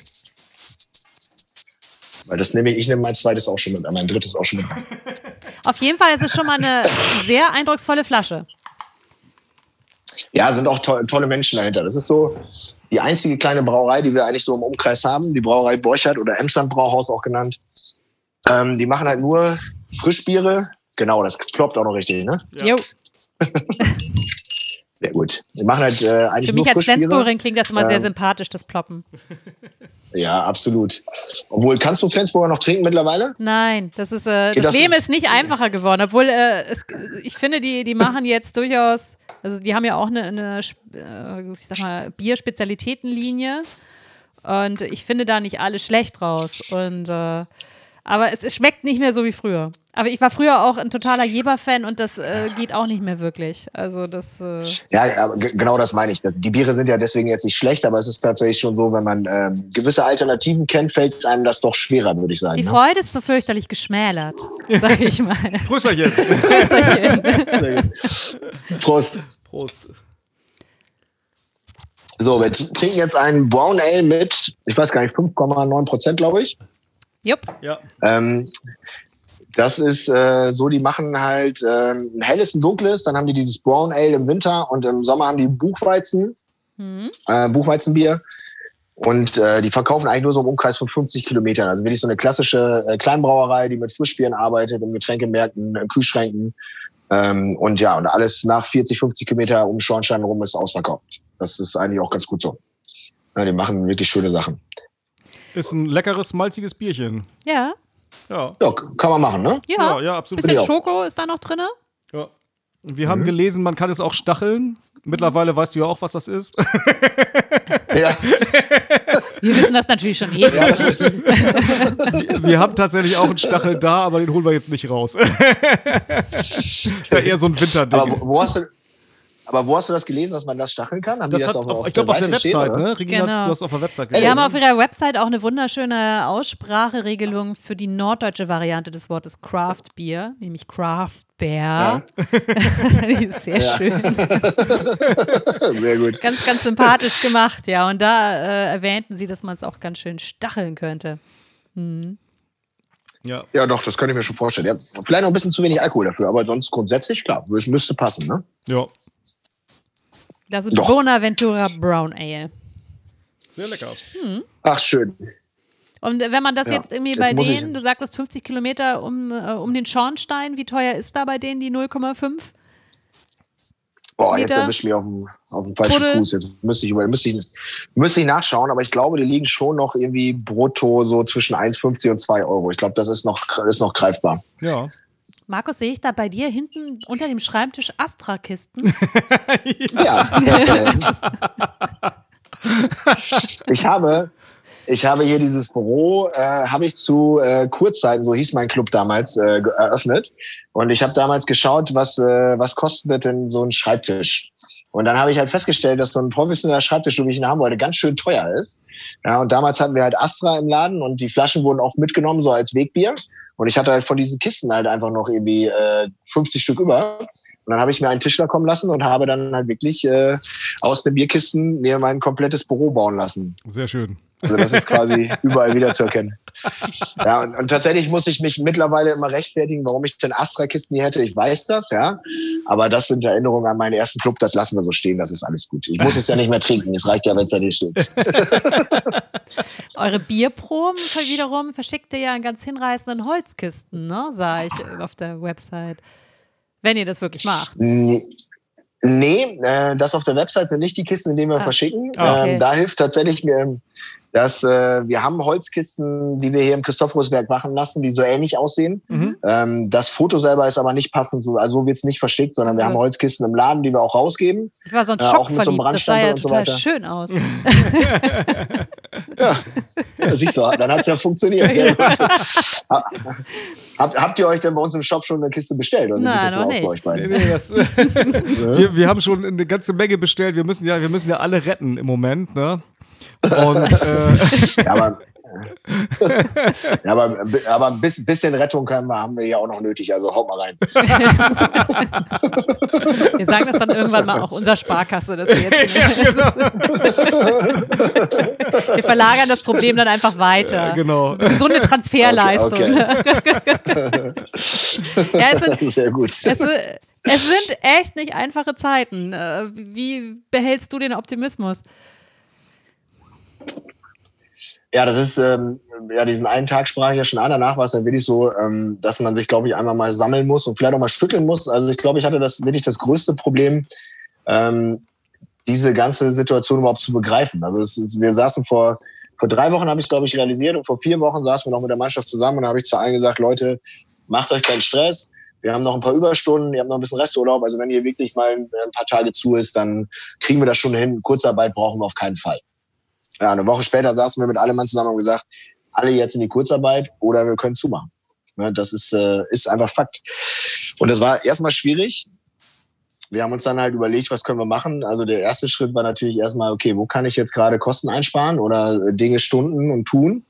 Weil das nehme ich, ich nehme mein zweites auch schon mit, mein drittes auch schon mit. Auf jeden Fall ist es schon mal eine sehr eindrucksvolle Flasche. Ja, sind auch to- tolle Menschen dahinter. Das ist so die einzige kleine Brauerei, die wir eigentlich so im Umkreis haben. Die Brauerei Borchert oder Emsland Brauhaus auch genannt. Ähm, die machen halt nur Frischbiere. Genau, das ploppt auch noch richtig, ne? Ja. Jo. Sehr gut. Die machen halt äh, eigentlich Für mich nur als Frischbiere. Flensburgerin klingt das immer ähm, sehr sympathisch, das Ploppen. Ja, absolut. Obwohl, kannst du Flensburger noch trinken mittlerweile? Nein, das ist äh, das, das Leben ist nicht einfacher geworden. Obwohl, äh, es, ich finde, die, die machen jetzt durchaus, also die haben ja auch eine, eine äh, ich sag mal, Bierspezialitätenlinie. Und ich finde da nicht alles schlecht raus. Und äh, aber es, es schmeckt nicht mehr so wie früher. Aber ich war früher auch ein totaler Jeber-Fan und das äh, geht auch nicht mehr wirklich. Also das. Äh ja, aber g- genau das meine ich. Die Biere sind ja deswegen jetzt nicht schlecht, aber es ist tatsächlich schon so, wenn man ähm, gewisse Alternativen kennt, fällt es einem das doch schwerer, würde ich sagen. Die ne? Freude ist so fürchterlich geschmälert, sag ich mal. Prösterchen. Prösterchen. Prost. Prost. So, wir t- trinken jetzt einen Brown Ale mit, ich weiß gar nicht, fünf Komma neun Prozent, glaube ich. Jupp. Ja. Ähm, das ist äh, so, die machen halt ähm, ein helles, ein dunkles, dann haben die dieses Brown Ale im Winter und im Sommer haben die Buchweizen, Mhm. äh, Buchweizenbier. Und äh, die verkaufen eigentlich nur so im Umkreis von fünfzig Kilometern. Also wirklich so eine klassische äh, Kleinbrauerei, die mit Frischbieren arbeitet, in Getränkemärkten, in Kühlschränken. Ähm, und ja, und alles nach vierzig, fünfzig Kilometer um Schornstein rum ist ausverkauft. Das ist eigentlich auch ganz gut so. Ja, die machen wirklich schöne Sachen. Ist ein leckeres, malziges Bierchen. Ja. Ja. Ja, kann man machen, ne? Ja. Ja, ja, absolut. Bisschen Ja. Schoko ist da noch drin. Ja. Wir haben gelesen, man kann es auch stacheln. Mittlerweile weißt du ja auch, was das ist. Ja. Wir wissen das natürlich schon eh. Ja, das ist, Wir haben tatsächlich auch einen Stachel da, aber den holen wir jetzt nicht raus. Ist ja eher so ein Winterding. aber wo, wo hast du, aber wo hast du das gelesen, dass man das stacheln kann? Haben die Das das hat auf, auf, auf ich glaube, auf der Seite Website, stehen, ne? Regina, Genau. du hast auf der Website Die gelesen. haben auf ihrer Website auch eine wunderschöne Ausspracheregelung für die norddeutsche Variante des Wortes Craft Beer, nämlich Craft Bear. Die ist sehr Ja. schön. Sehr gut. Ganz, ganz sympathisch gemacht, ja. Und da äh, erwähnten sie, dass man es auch ganz schön stacheln könnte. Mhm. Ja. Ja, doch, das könnte ich mir schon vorstellen. Ja, vielleicht noch ein bisschen zu wenig Alkohol dafür, aber sonst grundsätzlich, klar, es müsste passen, ne? Ja. Das ist Doch. Bonaventura Brown Ale. Sehr lecker. Ach, schön. Und wenn man das Ja, jetzt irgendwie jetzt bei muss ich- denen, du sagtest fünfzig Kilometer um, äh, um den Schornstein, wie teuer ist da bei denen die null Komma fünf? Boah, jetzt Liter? erwischt mich auf dem, auf dem falschen Puddel? Fuß. Jetzt müsste ich, über- müsste, ich, müsste ich nachschauen, aber ich glaube, die liegen schon noch irgendwie brutto so zwischen eins Komma fünfzig und zwei Euro. Ich glaube, das ist noch, ist noch greifbar. Ja. Markus, sehe ich da bei dir hinten unter dem Schreibtisch Astra-Kisten? Ja. Ich habe, Ich habe hier dieses Büro, äh, habe ich zu äh, Kurzzeiten, so hieß mein Club damals, äh, eröffnet. Und ich habe damals geschaut, was äh, was kostet denn so ein Schreibtisch. Und dann habe ich halt festgestellt, dass so ein professioneller Schreibtisch, so wie ich ihn haben wollte, ganz schön teuer ist. Ja, und damals hatten wir halt Astra im Laden und die Flaschen wurden auch mitgenommen, so als Wegbier. Und ich hatte halt von diesen Kisten halt einfach noch irgendwie äh, fünfzig Stück über. Und dann habe ich mir einen Tischler kommen lassen und habe dann halt wirklich äh, aus den Bierkisten mir mein komplettes Büro bauen lassen. Sehr schön. Also das ist quasi überall wieder zu erkennen. Ja, und, und tatsächlich muss ich mich mittlerweile immer rechtfertigen, warum ich denn Astra-Kisten hier hätte. Ich weiß das, ja. Aber das sind Erinnerungen an meinen ersten Club, das lassen wir so stehen, das ist alles gut. Ich muss es ja nicht mehr trinken, es reicht ja, wenn es da nicht steht. Eure Bierproben wiederum verschickt ihr ja in ganz hinreißenden Holzkisten, ne? Sah ich auf der Website. Wenn ihr das wirklich macht. Nee. Nee, äh, das auf der Website sind nicht die Kisten, in denen wir ah. verschicken. Ah, okay. ähm, da hilft tatsächlich, äh, dass äh, wir haben Holzkisten, die wir hier im Christophoruswerk machen lassen, die so ähnlich aussehen. Mhm. Ähm, das Foto selber ist aber nicht passend, so, also so wird es nicht verschickt, sondern also. wir haben Holzkisten im Laden, die wir auch rausgeben. Ich war so ein Schock äh, verliebt, so das sah ja total so schön aus. Ja, siehst du, dann hat es ja funktioniert. Sehr gut. Hab, habt ihr euch denn bei uns im Shop schon eine Kiste bestellt? Oder Nein, noch nicht. Euch beiden? Nee, nee, das, wir, wir haben schon eine ganze Menge bestellt. Wir müssen ja, wir müssen ja alle retten im Moment, ne? Und, äh, ja, aber, ja, aber, aber ein bisschen Rettung können wir, haben wir ja auch noch nötig, also haut mal rein. Wir sagen das dann irgendwann mal auch unserer Sparkasse, dass wir jetzt ja, genau. Wir verlagern das Problem dann einfach weiter. Ja, genau. Eine gesunde Transferleistung. Okay, okay. Ja, es sind, sehr gut. Es, es sind echt nicht einfache Zeiten. Wie behältst du den Optimismus? Ja, das ist, ähm, ja, diesen einen Tag sprach ich ja schon an, danach war es dann wirklich so, ähm, dass man sich, glaube ich, einmal mal sammeln muss und vielleicht auch mal schütteln muss. Also ich glaube, ich hatte das wirklich das größte Problem, ähm, diese ganze Situation überhaupt zu begreifen. Also es ist, wir saßen vor, vor drei Wochen, habe ich es, glaube ich, realisiert, und vor vier Wochen saßen wir noch mit der Mannschaft zusammen und da habe ich zu allen gesagt, Leute, macht euch keinen Stress. Wir haben noch ein paar Überstunden, ihr habt noch ein bisschen Resturlaub. Also wenn ihr wirklich mal ein paar Tage zu ist, dann kriegen wir das schon hin. Kurzarbeit brauchen wir auf keinen Fall. Ja, eine Woche später saßen wir mit allem Mann zusammen und gesagt, alle jetzt in die Kurzarbeit oder wir können zumachen. Das ist, äh, ist einfach Fakt. Und das war erstmal schwierig. Wir haben uns dann halt überlegt, was können wir machen. Also der erste Schritt war natürlich erstmal, okay, wo kann ich jetzt gerade Kosten einsparen oder Dinge stunden und tun?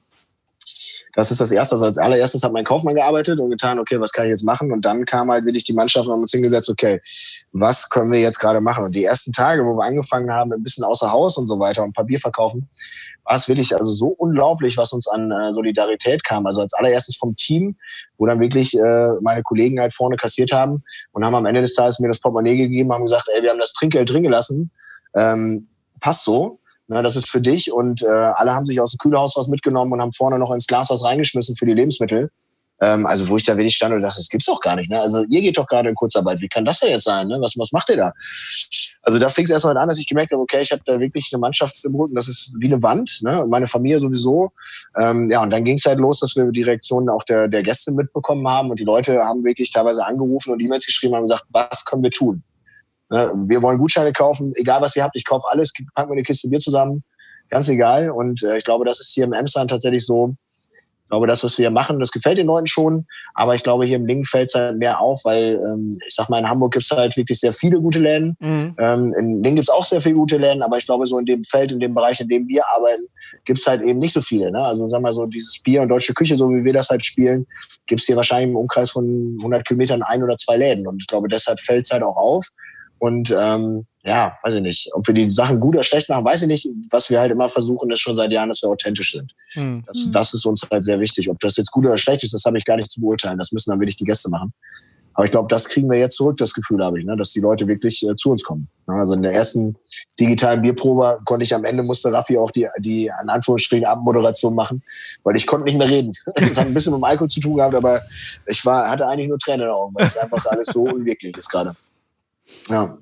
Das ist das Erste. Also als allererstes hat mein Kaufmann gearbeitet und getan, okay, was kann ich jetzt machen? Und dann kam halt wirklich die Mannschaft und haben uns hingesetzt, okay, was können wir jetzt gerade machen? Und die ersten Tage, wo wir angefangen haben, ein bisschen außer Haus und so weiter und Papier verkaufen, war es wirklich also so unglaublich, was uns an äh, Solidarität kam. Also als allererstes vom Team, wo dann wirklich äh, meine Kollegen halt vorne kassiert haben und haben am Ende des Tages mir das Portemonnaie gegeben, haben gesagt, ey, wir haben das Trinkgeld drin gelassen, ähm, passt so. Na, das ist für dich, und äh, alle haben sich aus dem Kühlhaus was mitgenommen und haben vorne noch ins Glas was reingeschmissen für die Lebensmittel. Ähm, also wo ich da wirklich stand und dachte, das gibt's doch gar nicht. Ne? Also ihr geht doch gerade in Kurzarbeit. Wie kann das denn jetzt sein? Ne? Was, was macht ihr da? Also da fing es erstmal an, dass ich gemerkt habe, okay, ich habe da wirklich eine Mannschaft im Rücken, das ist wie eine Wand, ne? Und meine Familie sowieso. Ähm, ja, und dann ging es halt los, dass wir die Reaktionen auch der, der Gäste mitbekommen haben und die Leute haben wirklich teilweise angerufen und E-Mails geschrieben und haben gesagt, was können wir tun? Wir wollen Gutscheine kaufen, egal was ihr habt, ich kaufe alles, packen wir eine Kiste Bier zusammen, ganz egal. Und äh, ich glaube, das ist hier im Emsland tatsächlich so. Ich glaube, das, was wir machen, das gefällt den Leuten schon. Aber ich glaube, hier im Lingen fällt es halt mehr auf, weil ähm, ich sag mal, in Hamburg gibt es halt wirklich sehr viele gute Läden. Mhm. Ähm, in Lingen gibt es auch sehr viele gute Läden, aber ich glaube, so in dem Feld, in dem Bereich, in dem wir arbeiten, gibt es halt eben nicht so viele. Ne? Also sagen wir so, dieses Bier und deutsche Küche, so wie wir das halt spielen, gibt es hier wahrscheinlich im Umkreis von hundert Kilometern ein oder zwei Läden. Und ich glaube, deshalb fällt es halt auch auf. Und ähm, ja, weiß ich nicht, ob wir die Sachen gut oder schlecht machen, weiß ich nicht. Was wir halt immer versuchen, ist schon seit Jahren, dass wir authentisch sind. Mhm. Das, das ist uns halt sehr wichtig. Ob das jetzt gut oder schlecht ist, das habe ich gar nicht zu beurteilen. Das müssen dann wirklich die Gäste machen. Aber ich glaube, das kriegen wir jetzt zurück, das Gefühl habe ich, ne, dass die Leute wirklich äh, zu uns kommen. Also in der ersten digitalen Bierprobe konnte ich am Ende, musste Raffi auch die, die in Anführungsstrichen Abmoderation machen, weil ich konnte nicht mehr reden. Das hat ein bisschen mit dem Alkohol zu tun gehabt, aber ich war, hatte eigentlich nur Tränen in den Augen, weil es einfach alles so unwirklich ist gerade. Ja.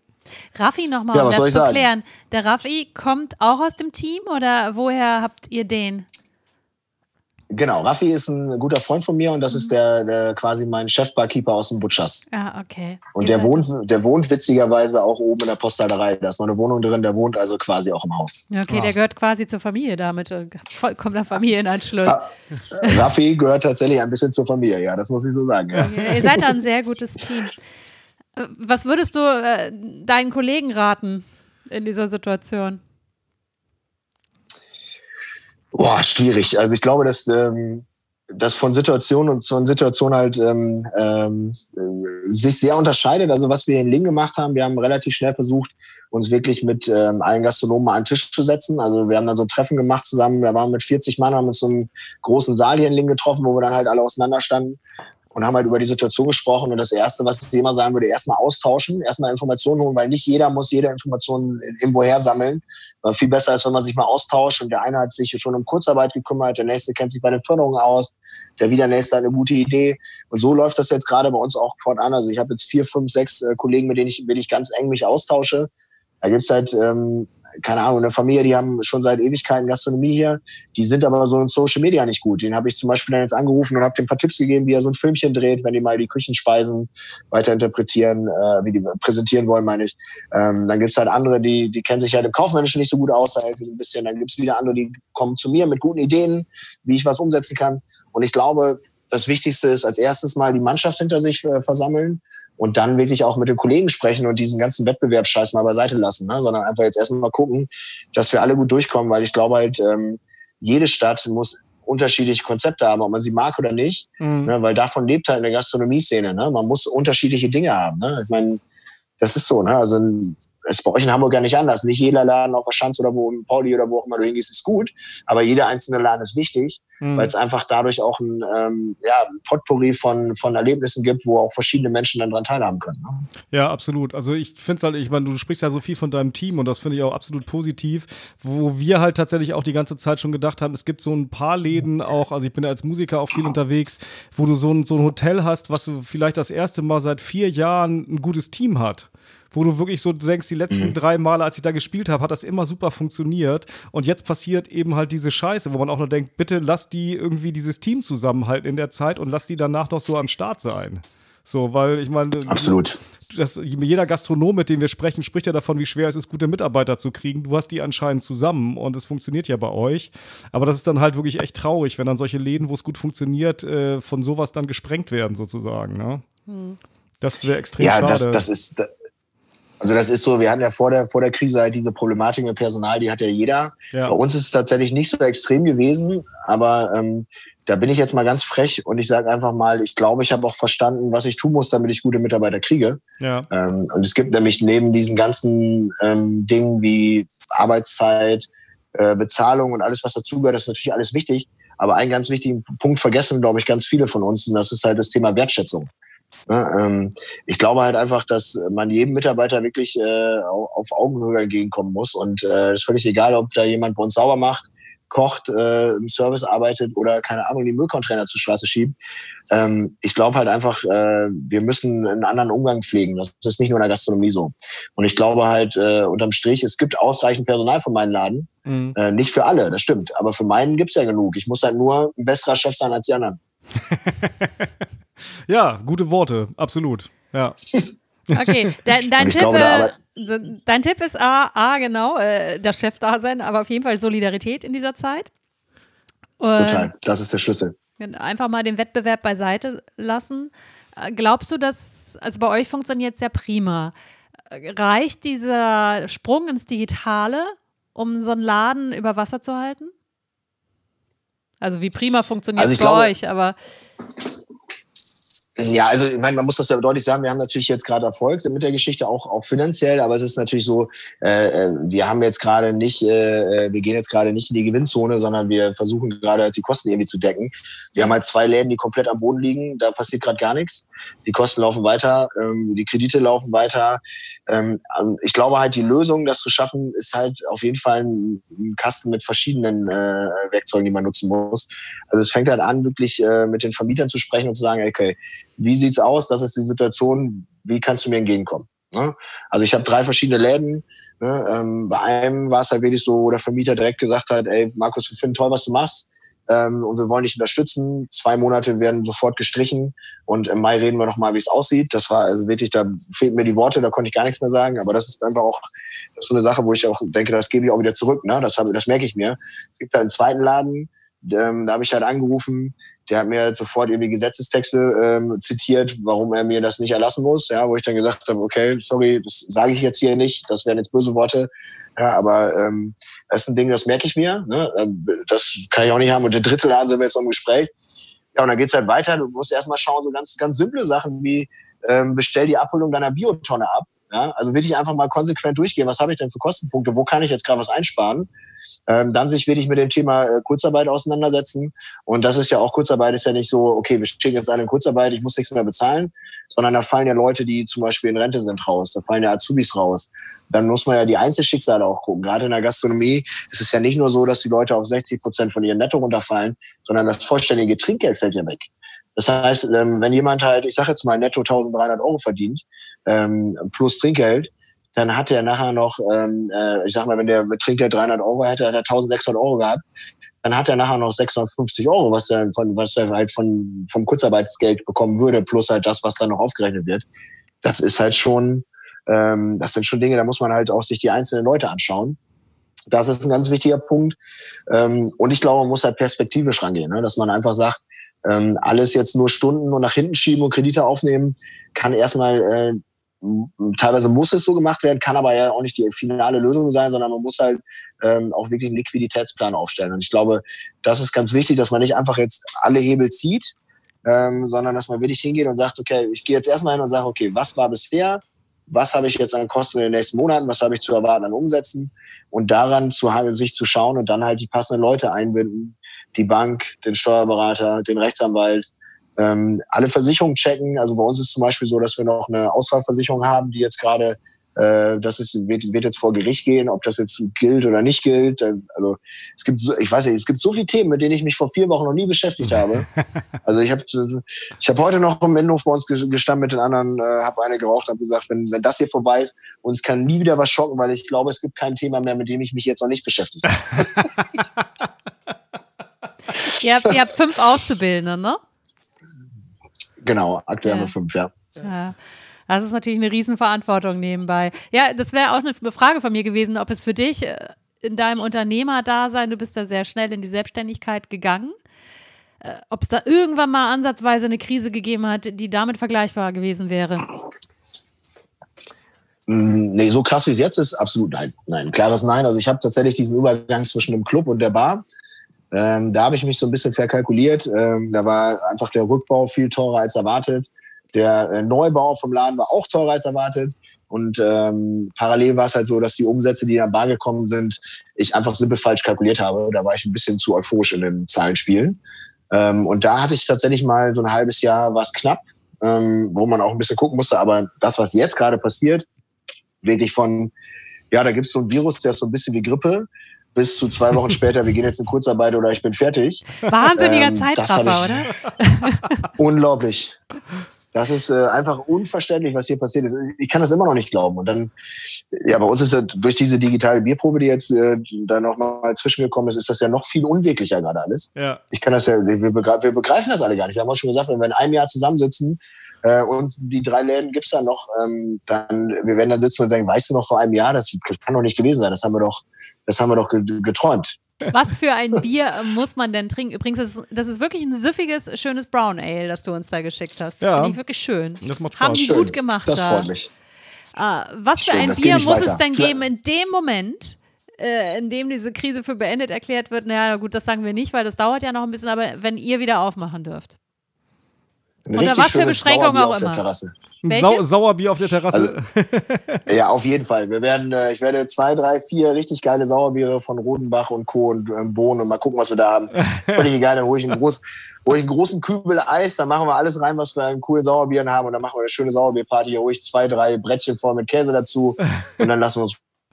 Raffi nochmal, ja, um das zu sagen? klären. Der Raffi kommt auch aus dem Team oder woher habt ihr den? Genau, Raffi ist ein guter Freund von mir und das mhm. ist der, der quasi mein Chefbarkeeper aus dem Butchers. Ah, okay. Und der wohnt, der wohnt witzigerweise auch oben in der Postleiterei. Da ist noch eine Wohnung drin, der wohnt also quasi auch im Haus. Okay, ja. Der gehört quasi zur Familie damit. Vollkommener Familienanschluss. Raffi gehört tatsächlich ein bisschen zur Familie, ja, das muss ich so sagen. Ja. Okay, ihr seid ein sehr gutes Team. Was würdest du äh, deinen Kollegen raten in dieser Situation? Boah, schwierig. Also ich glaube, dass ähm, das von Situation und zu Situation halt ähm, ähm, sich sehr unterscheidet. Also was wir in Lingen gemacht haben, wir haben relativ schnell versucht, uns wirklich mit ähm, allen Gastronomen an den Tisch zu setzen. Also wir haben dann so ein Treffen gemacht zusammen, da waren wir mit vierzig Mann, haben uns so einem großen Saal hier in Lingen getroffen, wo wir dann halt alle auseinander standen und haben halt über die Situation gesprochen. Und das Erste, was ich immer sagen würde, erstmal austauschen, erstmal Informationen holen, weil nicht jeder muss jede Information irgendwo her sammeln. Aber viel besser ist, wenn man sich mal austauscht und der eine hat sich schon um Kurzarbeit gekümmert, der nächste kennt sich bei den Förderungen aus, der wieder nächste hat eine gute Idee. Und so läuft das jetzt gerade bei uns auch fortan. Also ich habe jetzt vier, fünf, sechs äh, Kollegen, mit denen ich, mit denen ich ganz eng mich austausche. Da gibt's halt, ähm, keine Ahnung, eine Familie, die haben schon seit Ewigkeiten Gastronomie hier, die sind aber so in Social Media nicht gut. Den habe ich zum Beispiel dann jetzt angerufen und habe dem ein paar Tipps gegeben, wie er so ein Filmchen dreht, wenn die mal die Küchenspeisen weiterinterpretieren, äh, wie die präsentieren wollen, meine ich. Ähm, dann gibt's halt andere, die die kennen sich halt im Kaufmännischen nicht so gut aus, da helfe ich ein bisschen. Dann gibt's wieder andere, die kommen zu mir mit guten Ideen, wie ich was umsetzen kann. Und ich glaube, das Wichtigste ist als erstes mal die Mannschaft hinter sich äh, versammeln und dann wirklich auch mit den Kollegen sprechen und diesen ganzen Wettbewerbsscheiß mal beiseite lassen, ne? Sondern einfach jetzt erstmal mal gucken, dass wir alle gut durchkommen, weil ich glaube halt, ähm, jede Stadt muss unterschiedliche Konzepte haben, ob man sie mag oder nicht, mhm. ne? Weil davon lebt halt eine Gastronomie-Szene, ne? Man muss unterschiedliche Dinge haben, ne? Ich meine, das ist so, ne? Also ist bei euch in Hamburg gar nicht anders. Nicht jeder Laden auf der Schanze oder wo in Pauli oder wo auch immer du hingehst, ist gut. Aber jeder einzelne Laden ist wichtig, mhm. weil es einfach dadurch auch ein, ähm, ja, ein Potpourri von, von Erlebnissen gibt, wo auch verschiedene Menschen dann dran teilhaben können. Ne? Ja, absolut. Also ich finde es halt, ich meine, du sprichst ja so viel von deinem Team und das finde ich auch absolut positiv, wo wir halt tatsächlich auch die ganze Zeit schon gedacht haben, es gibt so ein paar Läden auch, also ich bin ja als Musiker auch viel unterwegs, wo du so ein, so ein Hotel hast, was du vielleicht das erste Mal seit vier Jahren ein gutes Team hat. Wo du wirklich so denkst, die letzten mhm. drei Male, als ich da gespielt habe, hat das immer super funktioniert. Und jetzt passiert eben halt diese Scheiße, wo man auch nur denkt, bitte lass die irgendwie dieses Team zusammenhalten in der Zeit und lass die danach noch so am Start sein. So, weil ich meine, absolut. Das, jeder Gastronom, mit dem wir sprechen, spricht ja davon, wie schwer es ist, gute Mitarbeiter zu kriegen. Du hast die anscheinend zusammen und es funktioniert ja bei euch. Aber das ist dann halt wirklich echt traurig, wenn dann solche Läden, wo es gut funktioniert, äh, von sowas dann gesprengt werden, sozusagen. Ne? Mhm. Das wäre extrem ja, schade. Ja, das, das ist... Also das ist so, wir hatten ja vor der, vor der Krise halt diese Problematik mit Personal, die hat ja jeder. Ja. Bei uns ist es tatsächlich nicht so extrem gewesen, aber ähm, da bin ich jetzt mal ganz frech und ich sage einfach mal, ich glaube, ich habe auch verstanden, was ich tun muss, damit ich gute Mitarbeiter kriege. Ja. Ähm, und es gibt nämlich neben diesen ganzen ähm, Dingen wie Arbeitszeit, äh, Bezahlung und alles, was dazugehört, das ist natürlich alles wichtig. Aber einen ganz wichtigen Punkt vergessen, glaube ich, ganz viele von uns und das ist halt das Thema Wertschätzung. Ja, ähm, ich glaube halt einfach, dass man jedem Mitarbeiter wirklich äh, auf Augenhöhe entgegenkommen muss und es äh, ist völlig egal, ob da jemand bei uns sauber macht, kocht, äh, im Service arbeitet oder keine Ahnung, die Müllcontainer zur Straße schiebt. Ähm, ich glaube halt einfach, äh, wir müssen einen anderen Umgang pflegen. Das ist nicht nur in der Gastronomie so. Und ich glaube halt äh, unterm Strich, es gibt ausreichend Personal für meinen Laden. Mhm. Äh, nicht für alle, das stimmt. Aber für meinen gibt's ja genug. Ich muss halt nur ein besserer Chef sein als die anderen. Ja, gute Worte, absolut. Ja. Okay, dein, dein, Tipp, glaube, äh, dein Tipp ist A, A genau, äh, das Chef-Dasein, aber auf jeden Fall Solidarität in dieser Zeit. Total, das ist der Schlüssel. Einfach mal den Wettbewerb beiseite lassen. Glaubst du, dass, also bei euch funktioniert es ja prima. Reicht dieser Sprung ins Digitale, um so einen Laden über Wasser zu halten? Also wie prima funktioniert es also bei glaube, euch, aber... Ja, also ich meine, man muss das ja deutlich sagen, wir haben natürlich jetzt gerade Erfolg mit der Geschichte, auch auch finanziell, aber es ist natürlich so, äh, wir haben jetzt gerade nicht, äh, wir gehen jetzt gerade nicht in die Gewinnzone, sondern wir versuchen gerade die Kosten irgendwie zu decken. Wir haben halt zwei Läden, die komplett am Boden liegen, da passiert gerade gar nichts. Die Kosten laufen weiter, ähm, die Kredite laufen weiter. Ähm, ich glaube halt, die Lösung, das zu schaffen, ist halt auf jeden Fall ein, ein Kasten mit verschiedenen äh, Werkzeugen, die man nutzen muss. Also es fängt halt an, wirklich äh, mit den Vermietern zu sprechen und zu sagen, okay, wie sieht's aus? Das ist die Situation. Wie kannst du mir entgegenkommen? Ne? Also ich habe drei verschiedene Läden. Ne? Ähm, bei einem war es halt wirklich so, wo der Vermieter direkt gesagt hat, ey, Markus, wir finden toll, was du machst. ähm, und wir wollen dich unterstützen. Zwei Monate werden sofort gestrichen und im Mai reden wir nochmal, wie es aussieht. Das war also wirklich, da fehlten mir die Worte, da konnte ich gar nichts mehr sagen, aber das ist einfach auch das ist so eine Sache, wo ich auch denke, das gebe ich auch wieder zurück, ne? Das, habe, das merke ich mir. Es gibt da einen zweiten Laden, ähm, da habe ich halt angerufen, der hat mir sofort irgendwie Gesetzestexte ähm, zitiert, warum er mir das nicht erlassen muss, ja, wo ich dann gesagt habe, okay, sorry, das sage ich jetzt hier nicht, das wären jetzt böse Worte, ja, aber ähm, das ist ein Ding, das merke ich mir, ne? Das kann ich auch nicht haben. Und der dritte Laden sind wir jetzt noch im Gespräch. Ja, und dann geht's halt weiter. Du musst erstmal schauen, so ganz, ganz simple Sachen wie ähm, bestell die Abholung deiner Biotonne ab. Ja, also wirklich einfach mal konsequent durchgehen. Was habe ich denn für Kostenpunkte? Wo kann ich jetzt gerade was einsparen? Ähm, dann sich wirklich mit dem Thema äh, Kurzarbeit auseinandersetzen. Und das ist ja auch, Kurzarbeit ist ja nicht so, okay, wir schicken jetzt alle in Kurzarbeit, ich muss nichts mehr bezahlen, sondern da fallen ja Leute, die zum Beispiel in Rente sind, raus. Da fallen ja Azubis raus. Dann muss man ja die Einzelschicksale auch gucken. Gerade in der Gastronomie ist es ja nicht nur so, dass die Leute auf sechzig Prozent von ihrem Netto runterfallen, sondern das vollständige Trinkgeld fällt ja weg. Das heißt, ähm, wenn jemand halt, ich sage jetzt mal, netto dreizehnhundert Euro verdient, ähm, plus Trinkgeld, dann hat er nachher noch, ähm, äh, ich sag mal, wenn der mit Trinkgeld dreihundert Euro hätte, hat er eintausendsechshundert Euro gehabt, dann hat er nachher noch sechshundertfünfzig Euro, was er, von, was er halt von, vom Kurzarbeitsgeld bekommen würde, plus halt das, was dann noch aufgerechnet wird. Das ist halt schon, ähm, das sind schon Dinge, da muss man halt auch sich die einzelnen Leute anschauen. Das ist ein ganz wichtiger Punkt. Ähm, und ich glaube, man muss halt perspektivisch rangehen, ne? Dass man einfach sagt, ähm, alles jetzt nur Stunden und nach hinten schieben und Kredite aufnehmen, kann erstmal, äh, teilweise muss es so gemacht werden, kann aber ja auch nicht die finale Lösung sein, sondern man muss halt ähm, auch wirklich einen Liquiditätsplan aufstellen. Und ich glaube, das ist ganz wichtig, dass man nicht einfach jetzt alle Hebel zieht, ähm, sondern dass man wirklich hingeht und sagt, okay, ich gehe jetzt erstmal hin und sage, okay, was war bisher? Was habe ich jetzt an Kosten in den nächsten Monaten? Was habe ich zu erwarten an Umsätzen? Und daran zu sich zu schauen und dann halt die passenden Leute einbinden, die Bank, den Steuerberater, den Rechtsanwalt, ähm, alle Versicherungen checken. Also bei uns ist zum Beispiel so, dass wir noch eine Ausfallversicherung haben, die jetzt gerade, äh, das ist, wird, wird jetzt vor Gericht gehen, ob das jetzt gilt oder nicht gilt. Also es gibt, so, ich weiß nicht, es gibt so viele Themen, mit denen ich mich vor vier Wochen noch nie beschäftigt habe. Also ich habe, ich habe heute noch im Innenhof bei uns gestanden mit den anderen, äh, habe eine geraucht, habe gesagt, wenn, wenn das hier vorbei ist, uns kann nie wieder was schocken, weil ich glaube, es gibt kein Thema mehr, mit dem ich mich jetzt noch nicht beschäftigt habe. ihr, habt, ihr habt fünf Auszubildende, ne? Genau, aktuell ja. haben wir fünf, ja. ja. Das ist natürlich eine Riesenverantwortung nebenbei. Ja, das wäre auch eine Frage von mir gewesen, ob es für dich in deinem Unternehmerdasein, du bist da sehr schnell in die Selbstständigkeit gegangen, ob es da irgendwann mal ansatzweise eine Krise gegeben hat, die damit vergleichbar gewesen wäre? Nee, so krass wie es jetzt ist, absolut nein. Nein, klares Nein. Also ich habe tatsächlich diesen Übergang zwischen dem Club und der Bar. Ähm, da habe ich mich so ein bisschen verkalkuliert. Ähm, da war einfach der Rückbau viel teurer als erwartet. Der äh, Neubau vom Laden war auch teurer als erwartet. Und ähm, parallel war es halt so, dass die Umsätze, die in der Bar gekommen sind, ich einfach simpel falsch kalkuliert habe. Da war ich ein bisschen zu euphorisch in den Zahlenspielen. Ähm, und da hatte ich tatsächlich mal so ein halbes Jahr was knapp, ähm, wo man auch ein bisschen gucken musste. Aber das, was jetzt gerade passiert, wirklich von, ja, da gibt es so ein Virus, der ist so ein bisschen wie Grippe, bis zu zwei Wochen später, wir gehen jetzt in Kurzarbeit oder ich bin fertig. Wahnsinniger ähm, Zeitraffer, oder? Unglaublich. Das ist äh, einfach unverständlich, was hier passiert ist. Ich kann das immer noch nicht glauben. Und dann, ja, bei uns ist ja durch diese digitale Bierprobe, die jetzt äh, da nochmal zwischengekommen ist, ist das ja noch viel unwirklicher gerade alles. Ja. Ich kann das ja, wir, begreifen, wir begreifen das alle gar nicht. Wir haben auch schon gesagt, wenn wir in einem Jahr zusammensitzen äh, und die drei Läden gibt's dann noch, ähm, dann, wir werden dann sitzen und denken, weißt du noch, vor einem Jahr, das kann doch nicht gewesen sein. Das haben wir doch, das haben wir doch geträumt. Was für ein Bier muss man denn trinken? Übrigens, das ist, das ist wirklich ein süffiges, schönes Brown Ale, das du uns da geschickt hast. Ja. Finde ich wirklich schön. Das macht Spaß. Haben die schön. Gut gemacht. Das da. freut mich. Ah, was für schön, ein Bier muss weiter. Es denn geben in dem Moment, äh, in dem diese Krise für beendet erklärt wird? Naja, gut, das sagen wir nicht, weil das dauert ja noch ein bisschen, aber wenn ihr wieder aufmachen dürft. Unter was für Beschränkungen auch immer. Sau- Sauerbier auf der Terrasse. Also, ja, auf jeden Fall. Wir werden, äh, ich werde zwei, drei, vier richtig geile Sauerbiere von Rodenbach und Co. und ähm, Bohnen und mal gucken, was wir da haben. Völlig egal, dann hole ich, einen groß, hole ich einen großen Kübel Eis, dann machen wir alles rein, was wir an coolen Sauerbieren haben und dann machen wir eine schöne Sauerbierparty. Hier hole ich zwei, drei Brettchen voll mit Käse dazu und dann lassen wir uns.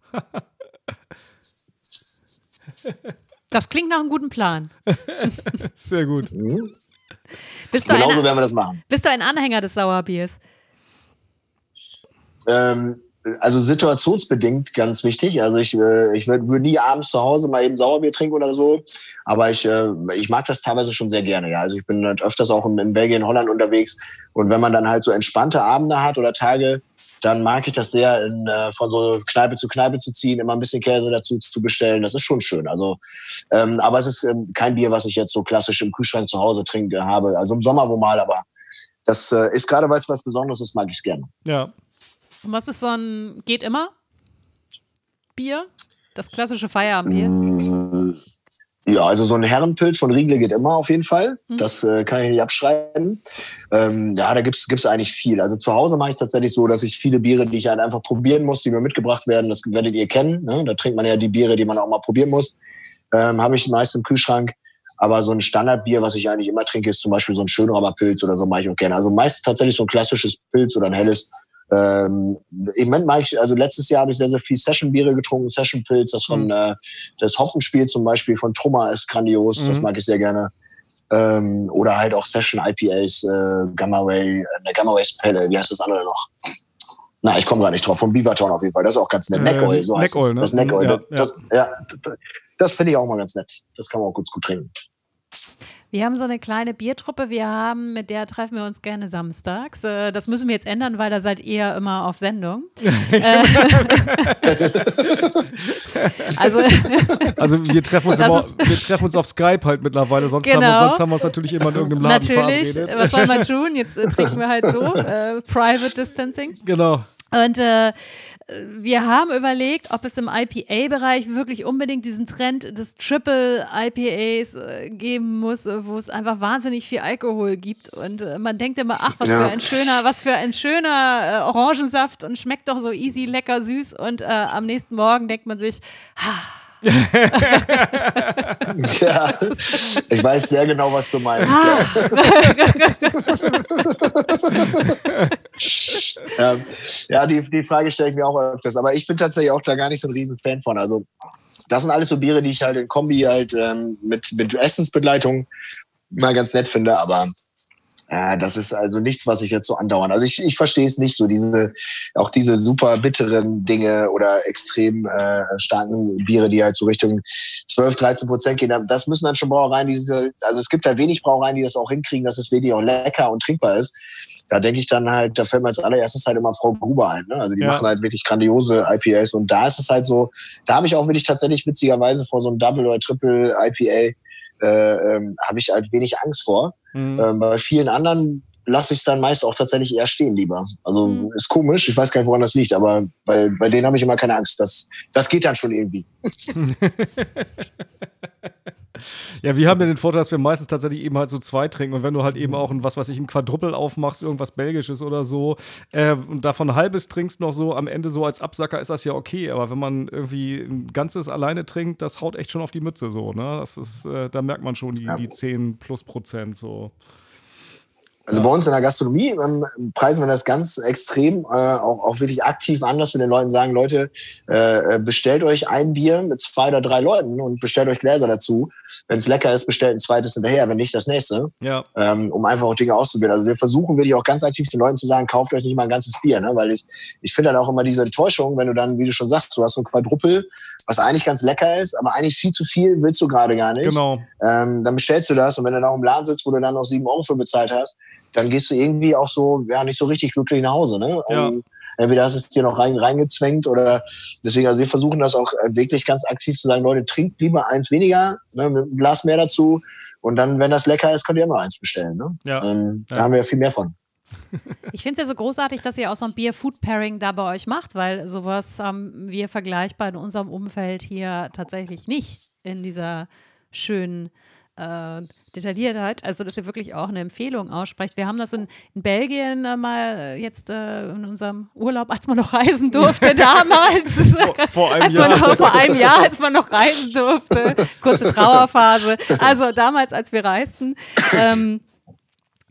Das klingt nach einem guten Plan. Sehr gut. Mhm. Bist du Genauso ein, werden wir das machen. Bist du ein Anhänger des Sauerbiers? Ähm, also situationsbedingt ganz wichtig. Also ich, äh, ich würde würd nie abends zu Hause mal eben Sauerbier trinken oder so. Aber ich, äh, ich mag das teilweise schon sehr gerne. Ja, also ich bin halt öfters auch in, in Belgien, Holland unterwegs. Und wenn man dann halt so entspannte Abende hat oder Tage, dann mag ich das sehr, in, äh, von so Kneipe zu Kneipe zu ziehen, immer ein bisschen Käse dazu zu bestellen. Das ist schon schön. Also, ähm, aber es ist ähm, kein Bier, was ich jetzt so klassisch im Kühlschrank zu Hause trinke habe. Also im Sommer wo mal, aber das äh, ist gerade, weil es was Besonderes ist, mag ich es gerne. Ja. Und was ist so ein, geht immer? Bier? Das klassische Feierabendbier? Mm, ja, also so ein Herrenpilz von Riegele geht immer auf jeden Fall. Mhm. Das äh, kann ich nicht abschreiben. Ähm, ja, da gibt's gibt's eigentlich viel. Also zu Hause mache ich es tatsächlich so, dass ich viele Biere, die ich halt einfach probieren muss, die mir mitgebracht werden, das werdet ihr kennen. Ne? Da trinkt man ja die Biere, die man auch mal probieren muss. Ähm, habe ich meist im Kühlschrank. Aber so ein Standardbier, was ich eigentlich immer trinke, ist zum Beispiel so ein Schönraumer Pilz oder so, mache ich auch gerne. Also meist tatsächlich so ein klassisches Pilz oder ein helles. Ähm, Im Moment mache ich, also letztes Jahr habe ich sehr, sehr viel Session-Biere getrunken, Session-Pilz, das von, mhm. äh, das Hopfenspiel zum Beispiel von Trummer ist grandios, mhm. das mag ich sehr gerne. Ähm, oder halt auch Session-I P As, äh, Gamma Ray, äh, der Gamma Ray Pale, wie heißt das andere noch? Na, ich komme gar nicht drauf, von Beavertown auf jeden Fall, das ist auch ganz nett. Äh, Neck Oil, so heißt Neck Oil, es. ne? Das Neck Oil, ja, das, ja. das, das finde ich auch mal ganz nett. Das kann man auch gut, gut trinken. Wir haben so eine kleine Biertruppe, wir haben, mit der treffen wir uns gerne samstags. Das müssen wir jetzt ändern, weil da seid ihr immer auf Sendung. also, also wir treffen uns immer, wir treffen uns auf Skype halt mittlerweile, sonst, genau. haben, wir, sonst haben wir uns natürlich immer in irgendeinem Laden natürlich, verabredet. Was soll man tun? Jetzt äh, trinken wir halt so, äh, Private Distancing. Genau. Und äh, wir haben überlegt, ob es im I P A-Bereich wirklich unbedingt diesen Trend des Triple I P As äh, geben muss, äh, wo es einfach wahnsinnig viel Alkohol gibt. Und äh, man denkt immer, ach, was ja. für ein schöner, was für ein schöner äh, Orangensaft und schmeckt doch so easy, lecker, süß. Und äh, am nächsten Morgen denkt man sich, ha. Ja, ich weiß sehr genau, was du meinst. ja, ja die, die Frage stelle ich mir auch öfters. Aber ich bin tatsächlich auch da gar nicht so ein riesen Fan von. Also das sind alles so Biere, die ich halt in Kombi halt ähm, mit, mit Essensbegleitung mal ganz nett finde. Aber ja, das ist also nichts, was ich jetzt so andauern. Also ich, ich verstehe es nicht so, diese, auch diese super bitteren Dinge oder extrem äh, starken Biere, die halt so Richtung zwölf, dreizehn Prozent gehen. Das müssen dann schon Brauereien, die diese, also es gibt da wenig Brauereien, die das auch hinkriegen, dass es wirklich auch lecker und trinkbar ist. Da denke ich dann halt, da fällt mir als allererstes halt immer Frau Gruber ein. Ne? Also die ja. machen halt wirklich grandiose I P As und da ist es halt so, da habe ich auch wirklich tatsächlich witzigerweise vor so einem Double oder Triple I P A Äh, ähm, habe ich halt wenig Angst vor. Mhm. Ähm, bei vielen anderen lasse ich es dann meist auch tatsächlich eher stehen lieber. Also mhm. ist komisch, ich weiß gar nicht, woran das liegt, aber bei, bei denen habe ich immer keine Angst. Das, das geht dann schon irgendwie. Ja, wir haben ja den Vorteil, dass wir meistens tatsächlich eben halt so zwei trinken und wenn du halt eben auch ein, was weiß ich, ein Quadruppel aufmachst, irgendwas Belgisches oder so äh, und davon ein halbes trinkst noch so, am Ende so als Absacker ist das ja okay, aber wenn man irgendwie ein ganzes alleine trinkt, das haut echt schon auf die Mütze so, ne? Das ist, äh, da merkt man schon die, die zehn plus Prozent so. Also bei uns in der Gastronomie ähm, preisen wir das ganz extrem, äh, auch, auch wirklich aktiv an, dass wir den Leuten sagen, Leute, äh, bestellt euch ein Bier mit zwei oder drei Leuten und bestellt euch Gläser dazu. Wenn es lecker ist, bestellt ein zweites hinterher, wenn nicht das nächste, ja. ähm, um einfach auch Dinge auszuprobieren. Also wir versuchen wirklich auch ganz aktiv den Leuten zu sagen, kauft euch nicht mal ein ganzes Bier, ne? Weil ich, ich finde halt auch immer diese Enttäuschung, wenn du dann, wie du schon sagst, du hast so ein Quadruppel, was eigentlich ganz lecker ist, aber eigentlich viel zu viel willst du gerade gar nicht. Genau. Ähm, dann bestellst du das und wenn du dann auch im Laden sitzt, wo du dann noch sieben Euro für bezahlt hast, dann gehst du irgendwie auch so, ja, nicht so richtig glücklich nach Hause, ne? Ja. Um, entweder hast du es dir noch rein, reingezwängt oder deswegen, also wir versuchen das auch wirklich ganz aktiv zu sagen, Leute, trinkt lieber eins weniger, ne, mit einem Glas mehr dazu und dann, wenn das lecker ist, könnt ihr immer eins bestellen, ne? Ja. Ähm, da ja. haben wir ja viel mehr von. Ich finde es ja so großartig, dass ihr auch so ein Bier-Food-Pairing da bei euch macht, weil sowas haben wir vergleichbar in unserem Umfeld hier tatsächlich nicht in dieser schönen Äh, Detailliertheit, also dass ihr wirklich auch eine Empfehlung aussprecht. Wir haben das in, in Belgien äh, mal jetzt äh, in unserem Urlaub, als man noch reisen durfte, damals, vor, vor, einem als Jahr. Man noch, vor einem Jahr, als man noch reisen durfte, kurze Trauerphase, also damals, als wir reisten, ähm,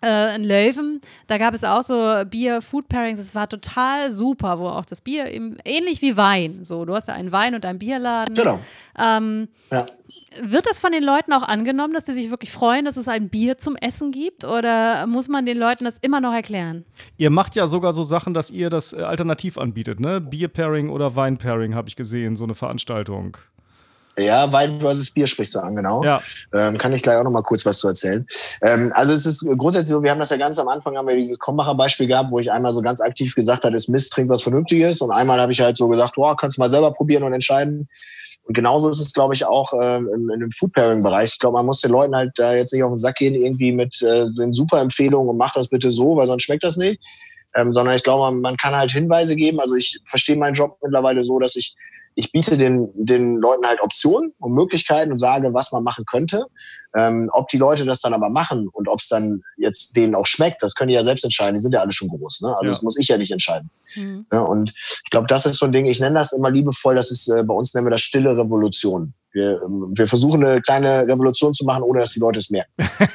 äh, in Löwen, da gab es auch so Bier-Food-Pairings, das war total super, wo auch das Bier eben, ähnlich wie Wein, so, du hast ja einen Wein- und einen Bierladen. Genau. Ähm, ja. Wird das von den Leuten auch angenommen, dass sie sich wirklich freuen, dass es ein Bier zum Essen gibt? Oder muss man den Leuten das immer noch erklären? Ihr macht ja sogar so Sachen, dass ihr das alternativ anbietet, ne? Bier-Pairing oder Wein-Pairing, habe ich gesehen, so eine Veranstaltung. Ja, Wein versus Bier sprichst du an, genau. Ja. Ähm, kann ich gleich auch noch mal kurz was zu erzählen. Ähm, also es ist grundsätzlich so, wir haben das ja ganz am Anfang, haben wir dieses Krombacher-Beispiel gehabt, wo ich einmal so ganz aktiv gesagt habe, ist Mist, trink was Vernünftiges. Und einmal habe ich halt so gesagt, boah, kannst du mal selber probieren und entscheiden. Und genauso ist es, glaube ich, auch ähm, in, in dem Food-Pairing-Bereich. Ich glaube, man muss den Leuten halt da jetzt nicht auf den Sack gehen, irgendwie mit äh, den Super-Empfehlungen und mach das bitte so, weil sonst schmeckt das nicht. Ähm, sondern ich glaube, man, man kann halt Hinweise geben. Also ich verstehe meinen Job mittlerweile so, dass ich Ich biete den, den Leuten halt Optionen und Möglichkeiten und sage, was man machen könnte. Ähm, ob die Leute das dann aber machen und ob es dann jetzt denen auch schmeckt, das können die ja selbst entscheiden. Die sind ja alle schon groß. Ne? Also ja. das muss ich ja nicht entscheiden. Mhm. Ja, und ich glaube, das ist so ein Ding, ich nenne das immer liebevoll, das ist äh, bei uns nennen wir das stille Revolution. Wir, wir versuchen eine kleine Revolution zu machen, ohne dass die Leute es merken.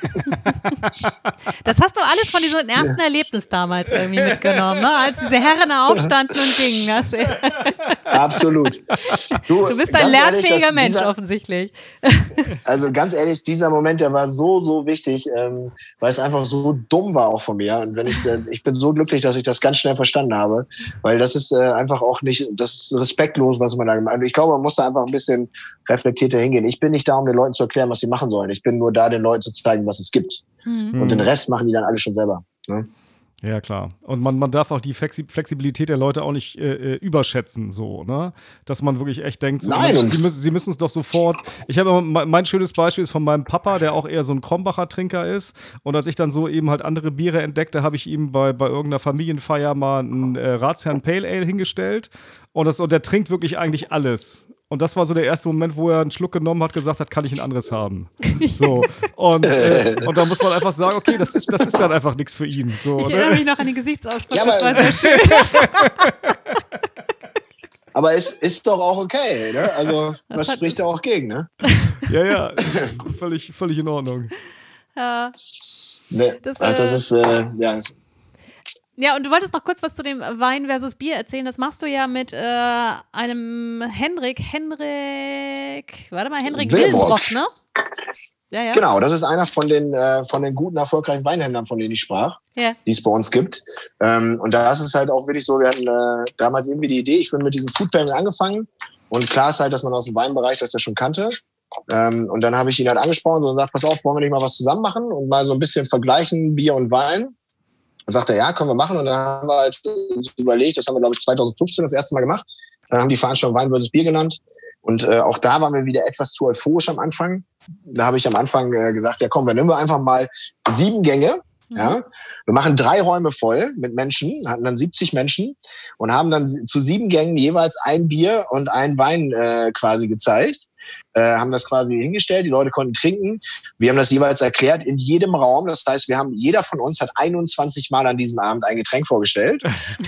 Das hast du alles von diesem ersten Erlebnis damals irgendwie mitgenommen, ne? Als diese Herren aufstanden und gingen. Das Absolut. Du, du bist ein lernfähiger ehrlich, Mensch dieser, offensichtlich. Also ganz ehrlich, dieser Moment, der war so, so wichtig, ähm, weil es einfach so dumm war auch von mir. Und wenn ich, ich bin so glücklich, dass ich das ganz schnell verstanden habe, weil das ist äh, einfach auch nicht, das ist respektlos, was man da gemacht hat. Ich glaube, man muss da einfach ein bisschen reflektierter hingehen. Ich bin nicht da, um den Leuten zu erklären, was sie machen sollen. Ich bin nur da, den Leuten zu zeigen, was es gibt. Mhm. Und den Rest machen die dann alle schon selber. Ne? Ja, klar. Und man, man darf auch die Flexibilität der Leute auch nicht äh, überschätzen, so, ne? Dass man wirklich echt denkt, so, Nein, sie müssen sie müssen es doch sofort. Ich habe mein schönes Beispiel ist von meinem Papa, der auch eher so ein Krombacher Trinker ist. Und als ich dann so eben halt andere Biere entdeckte, habe ich ihm bei, bei irgendeiner Familienfeier mal einen äh, Ratsherrn Pale Ale hingestellt. Und, das, und der trinkt wirklich eigentlich alles. Und das war so der erste Moment, wo er einen Schluck genommen hat, gesagt hat, kann ich ein anderes haben. So. Und, äh, und da muss man einfach sagen, okay, das ist, das ist dann einfach nichts für ihn. So, ich ne? erinnere mich noch an den Gesichtsausdruck, ja, das war sehr schön. Aber es ist doch auch okay, ne? Also, das was spricht da auch gegen, ne? Ja, ja, völlig, völlig in Ordnung. Ja. Ne, das, äh, das ist, äh, ja. Ja, und du wolltest noch kurz was zu dem Wein versus Bier erzählen. Das machst du ja mit äh, einem Henrik, Henrik, warte mal, Henrik Willenbrock, ne? Ja, ja. Genau, das ist einer von den, äh, von den guten, erfolgreichen Weinhändlern, von denen ich sprach, ja. die es bei uns gibt. Ähm, und da ist es halt auch wirklich so, wir hatten äh, damals irgendwie die Idee, ich bin mit diesem Food Pairing angefangen. Und klar ist halt, dass man aus dem Weinbereich das ja schon kannte. Ähm, und dann habe ich ihn halt angesprochen und gesagt, pass auf, wollen wir nicht mal was zusammen machen und mal so ein bisschen vergleichen, Bier und Wein. Und sagte, ja, können wir machen. Und dann haben wir halt uns überlegt, das haben wir, glaube ich, zwanzig fünfzehn das erste Mal gemacht. Dann haben die Veranstaltung Wein versus Bier genannt. Und äh, auch da waren wir wieder etwas zu euphorisch am Anfang. Da habe ich am Anfang äh, gesagt, ja komm, dann nehmen wir einfach mal sieben Gänge. Mhm. Ja, wir machen drei Räume voll mit Menschen, hatten dann siebzig Menschen und haben dann zu sieben Gängen jeweils ein Bier und ein Wein äh, quasi gezeigt. Äh, haben das quasi hingestellt, die Leute konnten trinken. Wir haben das jeweils erklärt in jedem Raum. Das heißt, wir haben, jeder von uns hat einundzwanzig Mal an diesem Abend ein Getränk vorgestellt.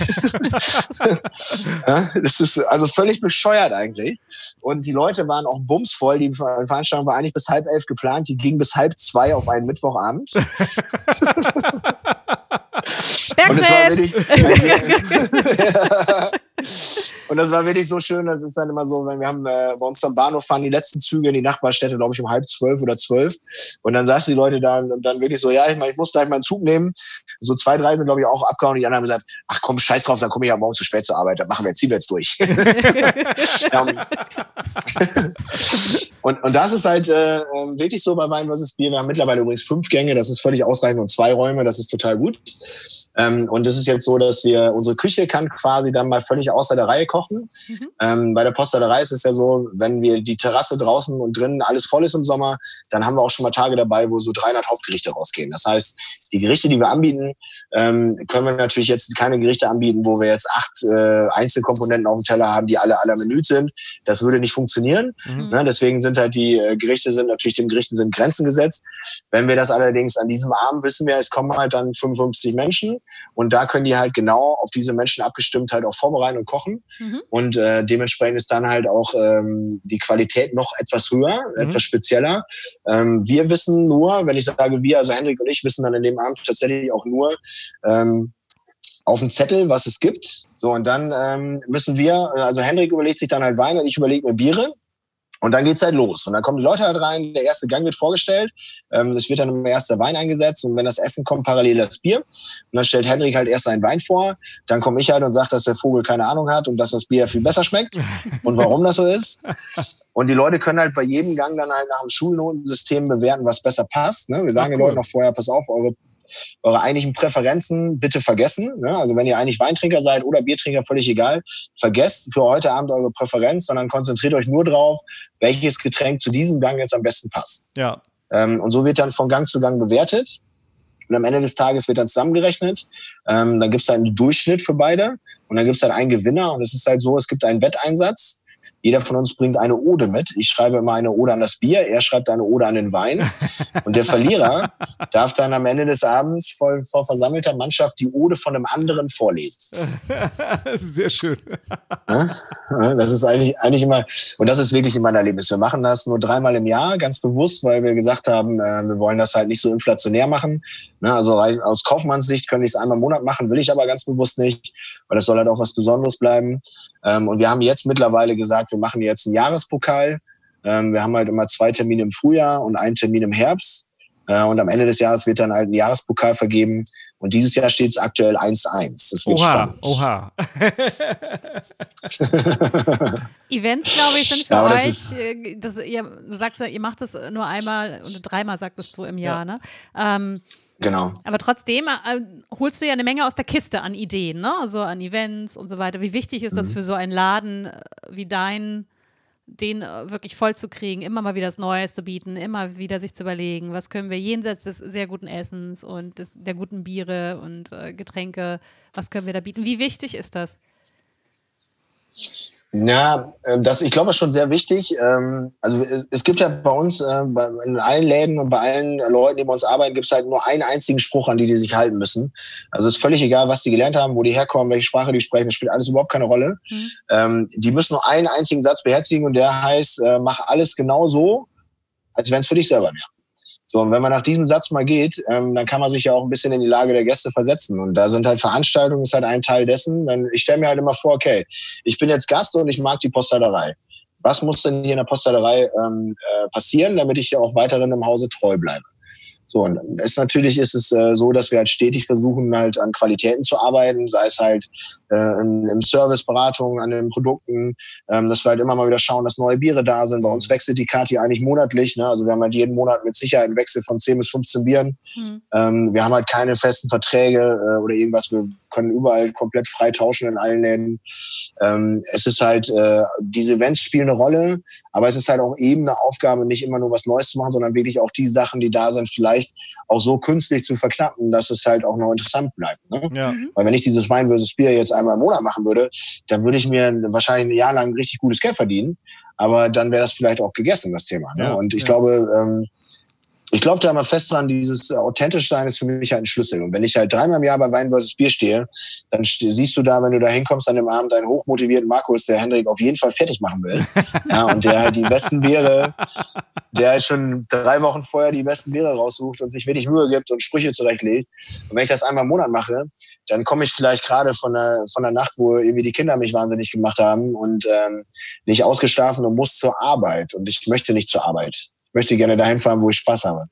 Ja, das ist also völlig bescheuert eigentlich. Und die Leute waren auch bumsvoll. Die Veranstaltung war eigentlich bis halb elf geplant. Die ging bis halb zwei auf einen Mittwochabend. Und es war wirklich, und das war wirklich so schön, das ist dann immer so, wenn wir haben äh, bei uns am Bahnhof fahren die letzten Züge in die Nachbarstädte, glaube ich, um halb zwölf oder zwölf. Und dann saßen die Leute da und dann wirklich so, ja, ich meine, ich muss gleich mal einen Zug nehmen. So zwei, drei sind, glaube ich, auch abgehauen. Und die anderen haben gesagt, ach komm, scheiß drauf, dann komme ich ja morgen zu spät zur Arbeit. Dann machen wir jetzt, ziehen wir jetzt durch. ja, und, und das ist halt äh, wirklich so bei Wein versus Bier. Wir haben mittlerweile übrigens fünf Gänge, das ist völlig ausreichend und zwei Räume, das ist total gut. Ähm, und es ist jetzt so, dass wir, unsere Küche kann quasi dann mal völlig außer der Reihe kochen. Mhm. Ähm, bei der Postalerei ist es ja so, wenn wir die Terrasse draußen und drinnen alles voll ist im Sommer, dann haben wir auch schon mal Tage dabei, wo so dreihundert Hauptgerichte rausgehen. Das heißt, die Gerichte, die wir anbieten, ähm, können wir natürlich jetzt keine Gerichte anbieten, wo wir jetzt acht äh, Einzelkomponenten auf dem Teller haben, die alle à la Menü sind. Das würde nicht funktionieren. Mhm. Ne? Deswegen sind halt die äh, Gerichte sind natürlich den Gerichten sind Grenzen gesetzt. Wenn wir das allerdings an diesem Abend wissen wir, es kommen halt dann fünfundfünfzig Menschen und da können die halt genau auf diese Menschen abgestimmt halt auch vorbereiten und kochen. Mhm. Mhm. Und äh, dementsprechend ist dann halt auch ähm, die Qualität noch etwas höher, mhm. etwas spezieller. Ähm, wir wissen nur, wenn ich sage wir, also Hendrik und ich wissen dann in dem Abend tatsächlich auch nur ähm, auf dem Zettel, was es gibt. So, und dann ähm, müssen wir, also Hendrik überlegt sich dann halt Wein und ich überlege mir Biere. Und dann geht's halt los. Und dann kommen die Leute halt rein, der erste Gang wird vorgestellt, ähm, es wird dann immer erst der Wein eingesetzt und wenn das Essen kommt, parallel das Bier. Und dann stellt Hendrik halt erst seinen Wein vor, dann komme ich halt und sage, dass der Vogel keine Ahnung hat und dass das Bier viel besser schmeckt und warum das so ist. Und die Leute können halt bei jedem Gang dann halt nach dem Schulnotensystem bewerten, was besser passt. Ne? Wir sagen Ach, den cool. Leuten noch vorher, pass auf, eure eure eigentlichen Präferenzen bitte vergessen. Ne? Also wenn ihr eigentlich Weintrinker seid oder Biertrinker, völlig egal. Vergesst für heute Abend eure Präferenz, sondern konzentriert euch nur drauf, welches Getränk zu diesem Gang jetzt am besten passt. Ja. Ähm, und so wird dann von Gang zu Gang bewertet. Und am Ende des Tages wird dann zusammengerechnet. Ähm, dann gibt es halt einen Durchschnitt für beide. Und dann gibt es halt einen Gewinner. Und es ist halt so, es gibt einen Wetteinsatz. Jeder von uns bringt eine Ode mit. Ich schreibe immer eine Ode an das Bier, er schreibt eine Ode an den Wein. Und der Verlierer darf dann am Ende des Abends vor, vor versammelter Mannschaft die Ode von einem anderen vorlesen. Sehr schön. Das ist eigentlich, eigentlich immer, und das ist wirklich immer ein Erlebnis. Wir machen das nur dreimal im Jahr, ganz bewusst, weil wir gesagt haben, wir wollen das halt nicht so inflationär machen. Also aus Kaufmannssicht könnte ich es einmal im Monat machen, will ich aber ganz bewusst nicht, weil das soll halt auch was Besonderes bleiben. Und wir haben jetzt mittlerweile gesagt, wir machen jetzt einen Jahrespokal. Wir haben halt immer zwei Termine im Frühjahr und einen Termin im Herbst. Und am Ende des Jahres wird dann halt ein Jahrespokal vergeben. Und dieses Jahr steht es aktuell eins eins. Das wird oha, spannend. Oha. Events, glaube ich, sind für ja, euch, das das, ihr, du sagst ja, ihr macht das nur einmal oder dreimal, sagtest du, im Jahr, ja. ne? Ähm, Genau. Aber trotzdem äh, holst du ja eine Menge aus der Kiste an Ideen, ne? Also an Events und so weiter. Wie wichtig ist das für so einen Laden äh, wie dein, den äh, wirklich voll zu kriegen, immer mal wieder das Neues zu bieten, immer wieder sich zu überlegen, was können wir jenseits des sehr guten Essens und des, der guten Biere und äh, Getränke, was können wir da bieten? Wie wichtig ist das? Ja, das, ich glaube, das ist schon sehr wichtig. Also es gibt ja bei uns, in allen Läden und bei allen Leuten, die bei uns arbeiten, gibt es halt nur einen einzigen Spruch, an die die sich halten müssen. Also es ist völlig egal, was die gelernt haben, wo die herkommen, welche Sprache die sprechen, das spielt alles überhaupt keine Rolle. Mhm. Die müssen nur einen einzigen Satz beherzigen und der heißt, mach alles genau so, als wenn es für dich selber wäre. So, und wenn man nach diesem Satz mal geht, ähm, dann kann man sich ja auch ein bisschen in die Lage der Gäste versetzen. Und da sind halt Veranstaltungen, ist halt ein Teil dessen. Wenn, ich stelle mir halt immer vor, okay, ich bin jetzt Gast und ich mag die Posthalerei. Was muss denn hier in der Posthalerei ähm, äh, passieren, damit ich ja auch weiterhin im Hause treu bleibe? So, und es natürlich ist es äh, so, dass wir halt stetig versuchen, halt an Qualitäten zu arbeiten, sei es halt äh, im, im Service, Beratung, an den Produkten, ähm, dass wir halt immer mal wieder schauen, dass neue Biere da sind. Bei uns wechselt die Karte eigentlich monatlich, ne? Also wir haben halt jeden Monat mit Sicherheit einen Wechsel von zehn bis fünfzehn Bieren. Mhm. Ähm, wir haben halt keine festen Verträge äh, oder irgendwas. Wir können überall komplett frei tauschen in allen Läden. Ähm, es ist halt, äh, diese Events spielen eine Rolle, aber es ist halt auch eben eine Aufgabe, nicht immer nur was Neues zu machen, sondern wirklich auch die Sachen, die da sind, vielleicht auch so künstlich zu verknappen, dass es halt auch noch interessant bleibt. Ne? Ja. Weil wenn ich dieses Wein versus Bier jetzt einmal im Monat machen würde, dann würde ich mir wahrscheinlich ein Jahr lang richtig gutes Geld verdienen, aber dann wäre das vielleicht auch gegessen, das Thema. Ne? Ja, und ich ja. glaube, ähm, ich glaube da immer fest dran, dieses authentisch sein ist für mich halt ein Schlüssel. Und wenn ich halt dreimal im Jahr bei Wein versus Bier stehe, dann siehst du da, wenn du da hinkommst an dem Abend, einen hochmotivierten Markus, der Hendrik auf jeden Fall fertig machen will. Ja, und der halt die besten Biere, der halt schon drei Wochen vorher die besten Biere raussucht und sich wenig Mühe gibt und Sprüche zurechtlegt. Und wenn ich das einmal im Monat mache, dann komme ich vielleicht gerade von der, von der Nacht, wo irgendwie die Kinder mich wahnsinnig gemacht haben und ähm, nicht ausgeschlafen und muss zur Arbeit. Und ich möchte nicht zur Arbeit. Ich möchte gerne dahin fahren, wo ich Spaß habe.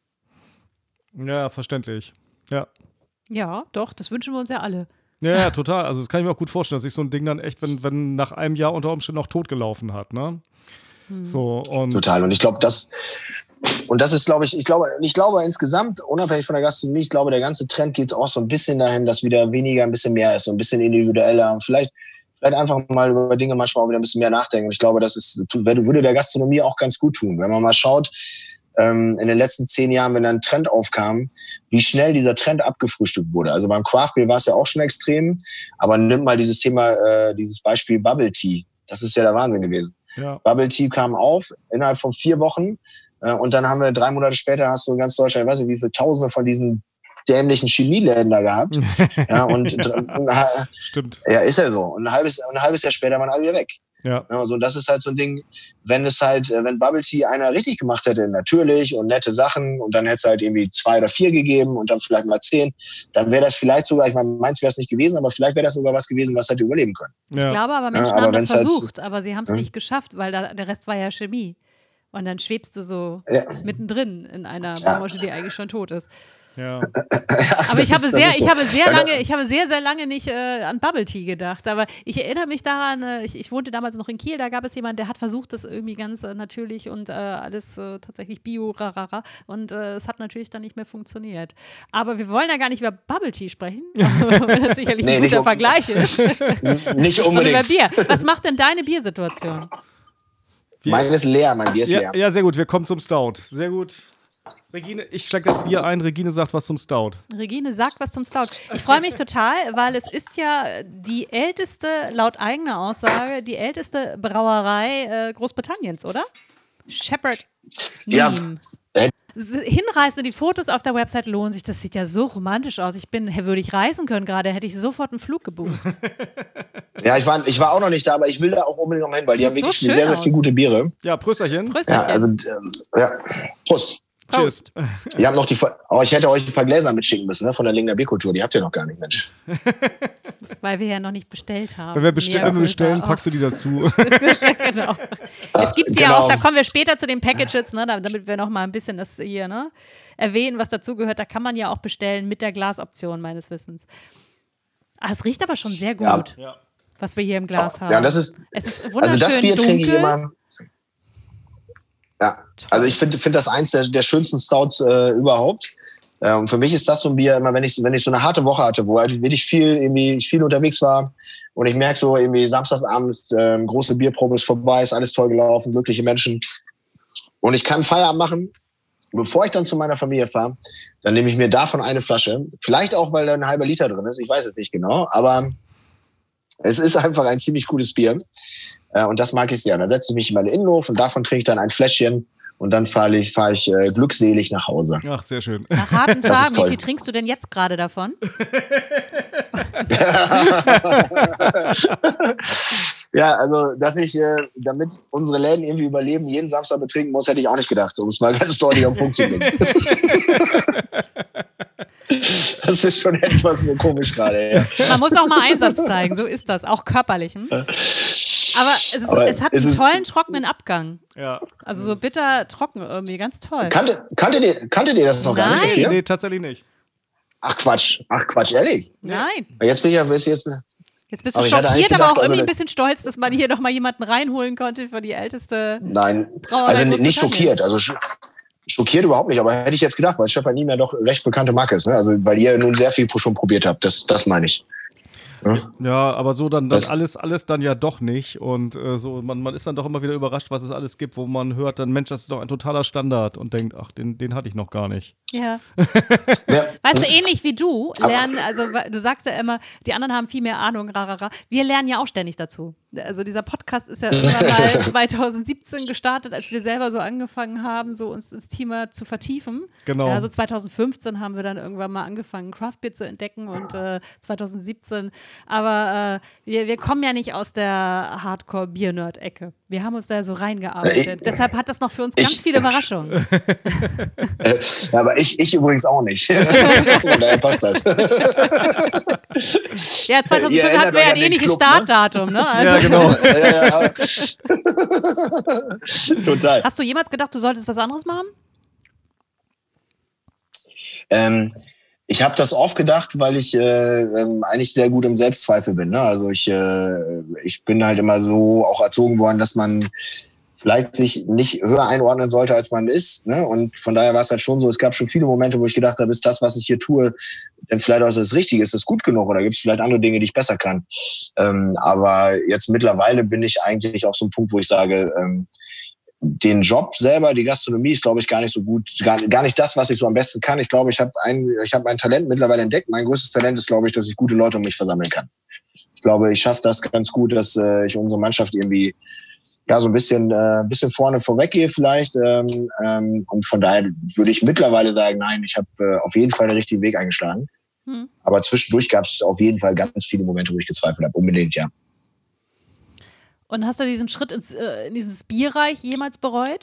Ja, verständlich. Ja. Ja, doch, das wünschen wir uns ja alle. Ja, ja, total. Also das kann ich mir auch gut vorstellen, dass sich so ein Ding dann echt, wenn, wenn nach einem Jahr unter Umständen noch totgelaufen hat, ne? Hm. So, und total. Und ich glaube, das und das ist, glaube ich, ich glaube, ich glaube insgesamt, unabhängig von der Gastronomie, ich glaube, der ganze Trend geht auch so ein bisschen dahin, dass wieder weniger ein bisschen mehr ist, so ein bisschen individueller und vielleicht Vielleicht einfach mal über Dinge manchmal auch wieder ein bisschen mehr nachdenken. Ich glaube, das ist, würde der Gastronomie auch ganz gut tun. Wenn man mal schaut, ähm, in den letzten zehn Jahren, wenn da ein Trend aufkam, wie schnell dieser Trend abgefrühstückt wurde. Also beim Craft Beer war es ja auch schon extrem, aber nimm mal dieses Thema, äh, dieses Beispiel Bubble Tea. Das ist ja der Wahnsinn gewesen. Ja. Bubble Tea kam auf innerhalb von vier Wochen äh, und dann haben wir drei Monate später hast du in ganz Deutschland, ich weiß nicht, wie viele Tausende von diesen dämlichen Chemieläden da gehabt. Ja, und Stimmt. Ja, ist ja so. Und ein halbes, ein halbes Jahr später waren alle wieder weg. Ja. Ja, also das ist halt so ein Ding, wenn es halt, wenn Bubble Tea einer richtig gemacht hätte, natürlich und nette Sachen und dann hätte es halt irgendwie zwei oder vier gegeben und dann vielleicht mal zehn, dann wäre das vielleicht sogar, ich meine, meins wäre es nicht gewesen, aber vielleicht wäre das sogar was gewesen, was hätte überleben können. Ja. Ich glaube aber, Menschen ja, aber haben das versucht, halt, aber sie haben es ja. nicht geschafft, weil da, der Rest war ja Chemie. Und dann schwebst du so ja. mittendrin in einer ja. Branche, die eigentlich schon tot ist. Ja. Aber ich habe, ist, sehr, so. ich, habe sehr lange, ich habe sehr, sehr lange nicht äh, an Bubble Tea gedacht. Aber ich erinnere mich daran, äh, ich, ich wohnte damals noch in Kiel, da gab es jemanden, der hat versucht, das irgendwie ganz äh, natürlich und äh, alles äh, tatsächlich bio, rarara. Und äh, es hat natürlich dann nicht mehr funktioniert. Aber wir wollen ja gar nicht über Bubble Tea sprechen, weil das sicherlich nee, ein guter um, Vergleich ist. Nicht unbedingt. Sondern über Bier. Was macht denn deine Biersituation? Meine ist leer, mein Bier ist ja, leer. Ja, sehr gut, wir kommen zum Stout. Sehr gut. Regine, ich steig das Bier ein, Regine sagt was zum Stout. Regine sagt was zum Stout. Ich freue mich total, weil es ist ja die älteste, laut eigener Aussage, die älteste Brauerei äh, Großbritanniens, oder? Shepherd Ja. Hinreißend, die Fotos auf der Website lohnen sich, das sieht ja so romantisch aus. Ich bin, würde ich reisen können gerade, hätte ich sofort einen Flug gebucht. Ja, ich war, ich war auch noch nicht da, aber ich will da auch unbedingt noch hin, weil die haben wirklich so sehr, sehr viele gute Biere. Ja, Prösterchen. Prösterchen. Ja, also, ähm, ja, Prost. Tschüss. Wir haben noch die, oh, ich hätte euch ein paar Gläser mitschicken müssen, ne, von der Lingener Bierkultur. Die habt ihr noch gar nicht, Mensch. Weil wir ja noch nicht bestellt haben. Wenn wir, bestell, wenn wir bestellen, packst du die dazu. Genau. Es gibt genau. ja auch, da kommen wir später zu den Packages, ne, damit wir noch mal ein bisschen das hier ne, erwähnen, was dazugehört. Da kann man ja auch bestellen mit der Glasoption meines Wissens. Ah, es riecht aber schon sehr gut, ja. was wir hier im Glas haben. Ja, das ist, es ist wunderschön also das Bier dunkel. trinke ich immer. Ja, also ich finde find das eins der, der schönsten Stouts äh, überhaupt. Äh, und für mich ist das so ein Bier, immer wenn ich, wenn ich so eine harte Woche hatte, wo halt wirklich viel, irgendwie, ich viel unterwegs war und ich merke so irgendwie samstagsabends, äh, große Bierprobe ist vorbei, ist alles toll gelaufen, glückliche Menschen und ich kann Feierabend machen. Bevor ich dann zu meiner Familie fahre, dann nehme ich mir davon eine Flasche. Vielleicht auch, weil da ein halber Liter drin ist, ich weiß es nicht genau, aber es ist einfach ein ziemlich gutes Bier. Und das mag ich sehr. Dann setze ich mich in meinen Innenhof und davon trinke ich dann ein Fläschchen und dann fahre ich, fahr ich äh, glückselig nach Hause. Ach, sehr schön. Nach harten Tagen, wie viel trinkst du denn jetzt gerade davon? Ja, also, dass ich, äh, damit unsere Läden irgendwie überleben, jeden Samstag betrinken muss, hätte ich auch nicht gedacht, um es mal ganz deutlich auf den Punkt zu bringen. Das ist schon etwas so komisch gerade. Ja. Man muss auch mal Einsatz zeigen, so ist das, auch körperlich. Hm? Aber, es, ist, Aber es hat einen tollen, trockenen Abgang. Ja. Also so bitter trocken irgendwie, ganz toll. Kannte, kanntet, ihr, kanntet ihr das noch Nein. gar nicht? Das Bier? Nee, tatsächlich nicht. Ach Quatsch, ach Quatsch, ehrlich? Nein. Jetzt bin ich ja, jetzt, Jetzt bist du aber schockiert, gedacht, aber auch also irgendwie ein bisschen stolz, dass man hier noch mal jemanden reinholen konnte für die älteste Nein, Brauerei also nicht Großbritanniens. schockiert, also schockiert überhaupt nicht, aber hätte ich jetzt gedacht, weil Shepherd nie mehr doch recht bekannte Marke ist, ne? Also weil ihr nun sehr viel schon probiert habt, das, das meine ich. Ja. Ja, aber so dann, dann Das- alles, alles dann ja doch nicht. Und äh, so, man, man ist dann doch immer wieder überrascht, was es alles gibt, wo man hört, dann Mensch, das ist doch ein totaler Standard und denkt, ach, den, den hatte ich noch gar nicht. Ja. Ja. Weißt du, ähnlich wie du lernen, also du sagst ja immer, die anderen haben viel mehr Ahnung, rarara. Wir lernen ja auch ständig dazu. Also dieser Podcast ist ja irgendwann mal zwanzig siebzehn gestartet, als wir selber so angefangen haben, so uns ins Thema zu vertiefen. Genau. Ja, also zwanzig fünfzehn haben wir dann irgendwann mal angefangen, Craftbeer zu entdecken und äh, zwanzig siebzehn. Aber äh, wir, wir kommen ja nicht aus der Hardcore-Bier-Nerd-Ecke. Wir haben uns da so reingearbeitet. Ich- Deshalb hat das noch für uns ganz ich- viele Überraschungen. Äh, ja, aber ich, ich übrigens auch nicht. Von daher passt das. Ja, zwanzig Ihr fünfzehn hatten erinnert wir euch ja an ein den ähnliches Club, ne? Startdatum, ne? Also, Ja, genau. Ja, ja, ja. Total. Hast du jemals gedacht, du solltest was anderes machen? Ähm, ich habe das oft gedacht, weil ich äh, ähm, eigentlich sehr gut im Selbstzweifel bin. Ne? Also ich, äh, ich bin halt immer so auch erzogen worden, dass man vielleicht sich nicht höher einordnen sollte, als man ist. Ne? Und von daher war es halt schon so, es gab schon viele Momente, wo ich gedacht habe, ist das, was ich hier tue, denn vielleicht auch das Richtige, ist das gut genug oder gibt es vielleicht andere Dinge, die ich besser kann. Ähm, aber jetzt mittlerweile bin ich eigentlich auf so einem Punkt, wo ich sage, ähm, den Job selber, die Gastronomie ist, glaube ich, gar nicht so gut, gar, gar nicht das, was ich so am besten kann. Ich glaube, ich habe ein, ich habe mein Talent mittlerweile entdeckt. Mein größtes Talent ist, glaube ich, dass ich gute Leute um mich versammeln kann. Ich glaube, ich schaffe das ganz gut, dass äh, ich unsere Mannschaft irgendwie ja, so ein bisschen, äh, bisschen vorne vorweggehe vielleicht. Ähm, ähm, und von daher würde ich mittlerweile sagen, nein, ich habe äh, auf jeden Fall den richtigen Weg eingeschlagen. Hm. Aber zwischendurch gab es auf jeden Fall ganz viele Momente, wo ich gezweifelt habe. Unbedingt, ja. Und hast du diesen Schritt ins, äh, in dieses Bierreich jemals bereut?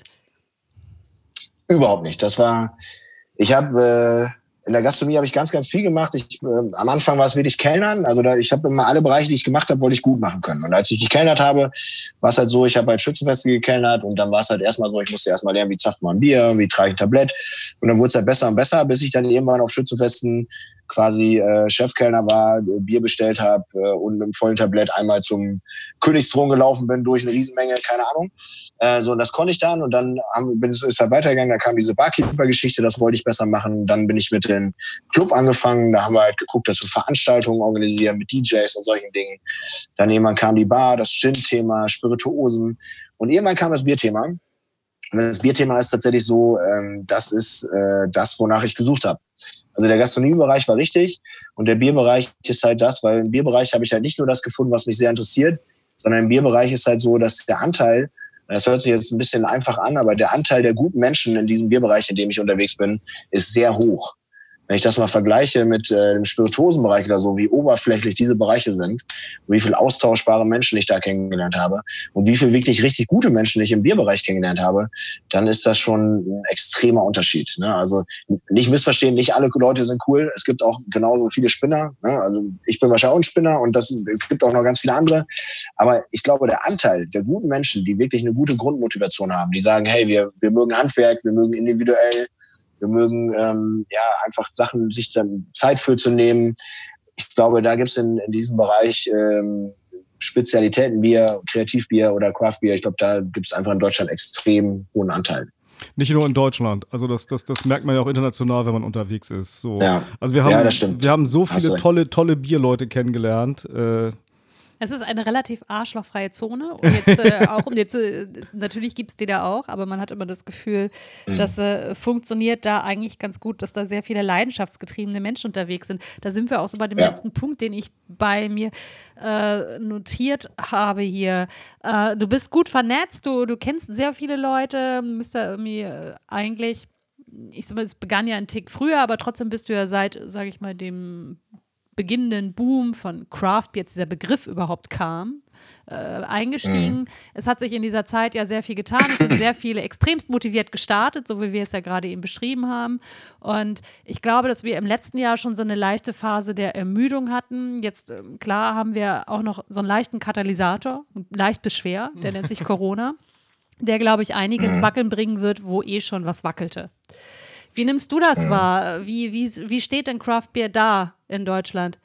Überhaupt nicht. Das war, ich habe... Äh, In der Gastronomie habe ich ganz, ganz viel gemacht. Ich, äh, am Anfang war es wirklich Kellnern. Also da, ich habe immer alle Bereiche, die ich gemacht habe, wollte ich gut machen können. Und als ich gekellnert habe, war es halt so, ich habe halt Schützenfeste gekellnert und dann war es halt erstmal so, ich musste erstmal lernen, wie zapft man ein Bier, wie trage ich ein Tablett. Und dann wurde es halt besser und besser, bis ich dann irgendwann auf Schützenfesten quasi äh, Chefkellner war, äh, Bier bestellt habe äh, und mit einem vollen Tablett einmal zum Königsthron gelaufen bin durch eine Riesenmenge, keine Ahnung. Äh, so, und das konnte ich dann und dann haben, bin, ist halt weitergegangen, da kam diese Barkeeper-Geschichte, das wollte ich besser machen. Dann bin ich mit dem Club angefangen, da haben wir halt geguckt, dass wir Veranstaltungen organisieren mit D Js und solchen Dingen. Dann irgendwann kam die Bar, das Gin-Thema, Spirituosen und irgendwann kam das Bierthema. Und das Bierthema ist tatsächlich so, ähm, das ist äh, das, wonach ich gesucht habe. Also der Gastronomiebereich war richtig und der Bierbereich ist halt das, weil im Bierbereich habe ich halt nicht nur das gefunden, was mich sehr interessiert, sondern im Bierbereich ist halt so, dass der Anteil, das hört sich jetzt ein bisschen einfach an, aber der Anteil der guten Menschen in diesem Bierbereich, in dem ich unterwegs bin, ist sehr hoch. Wenn ich das mal vergleiche mit äh, dem Spirituosenbereich oder so, wie oberflächlich diese Bereiche sind, wie viel austauschbare Menschen ich da kennengelernt habe und wie viel wirklich richtig gute Menschen ich im Bierbereich kennengelernt habe, dann ist das schon ein extremer Unterschied. Ne? Also nicht missverstehen, nicht alle Leute sind cool. Es gibt auch genauso viele Spinner. Ne? Also ich bin wahrscheinlich auch ein Spinner und das, es gibt auch noch ganz viele andere. Aber ich glaube, der Anteil der guten Menschen, die wirklich eine gute Grundmotivation haben, die sagen, hey, wir, wir mögen Handwerk, wir mögen individuell, wir mögen ähm, ja einfach Sachen, sich dann Zeit für zu nehmen. Ich glaube, da gibt es in, in diesem Bereich ähm, Spezialitätenbier, Kreativbier oder Craftbier. Ich glaube, da gibt es einfach in Deutschland extrem hohen Anteil. Nicht nur in Deutschland. Also das, das, das merkt man ja auch international, wenn man unterwegs ist. So. Ja. Also wir haben, ja, das stimmt. Wir haben so viele tolle, tolle Bierleute kennengelernt. Äh, Es ist eine relativ arschlochfreie Zone. Und jetzt äh, auch, und jetzt, äh, natürlich gibt es die da auch, aber man hat immer das Gefühl, mhm. dass äh, funktioniert da eigentlich ganz gut, dass da sehr viele leidenschaftsgetriebene Menschen unterwegs sind. Da sind wir auch so bei dem ja. letzten Punkt, den ich bei mir äh, notiert habe hier. Äh, du bist gut vernetzt, du, du kennst sehr viele Leute, bist da irgendwie äh, eigentlich, ich sag mal, es begann ja ein Tick früher, aber trotzdem bist du ja seit, sage ich mal, dem beginnenden Boom von Craft Beer, jetzt dieser Begriff überhaupt kam, äh, eingestiegen. Mhm. Es hat sich in dieser Zeit ja sehr viel getan. Es sind sehr viele extremst motiviert gestartet, so wie wir es ja gerade eben beschrieben haben. Und ich glaube, dass wir im letzten Jahr schon so eine leichte Phase der Ermüdung hatten. Jetzt, äh, klar, haben wir auch noch so einen leichten Katalysator, leicht bis schwer, der nennt sich Corona, der, glaube ich, einige mhm. ins Wackeln bringen wird, wo eh schon was wackelte. Wie nimmst du das wahr? Wie, wie, wie steht denn Craft Beer da in Deutschland?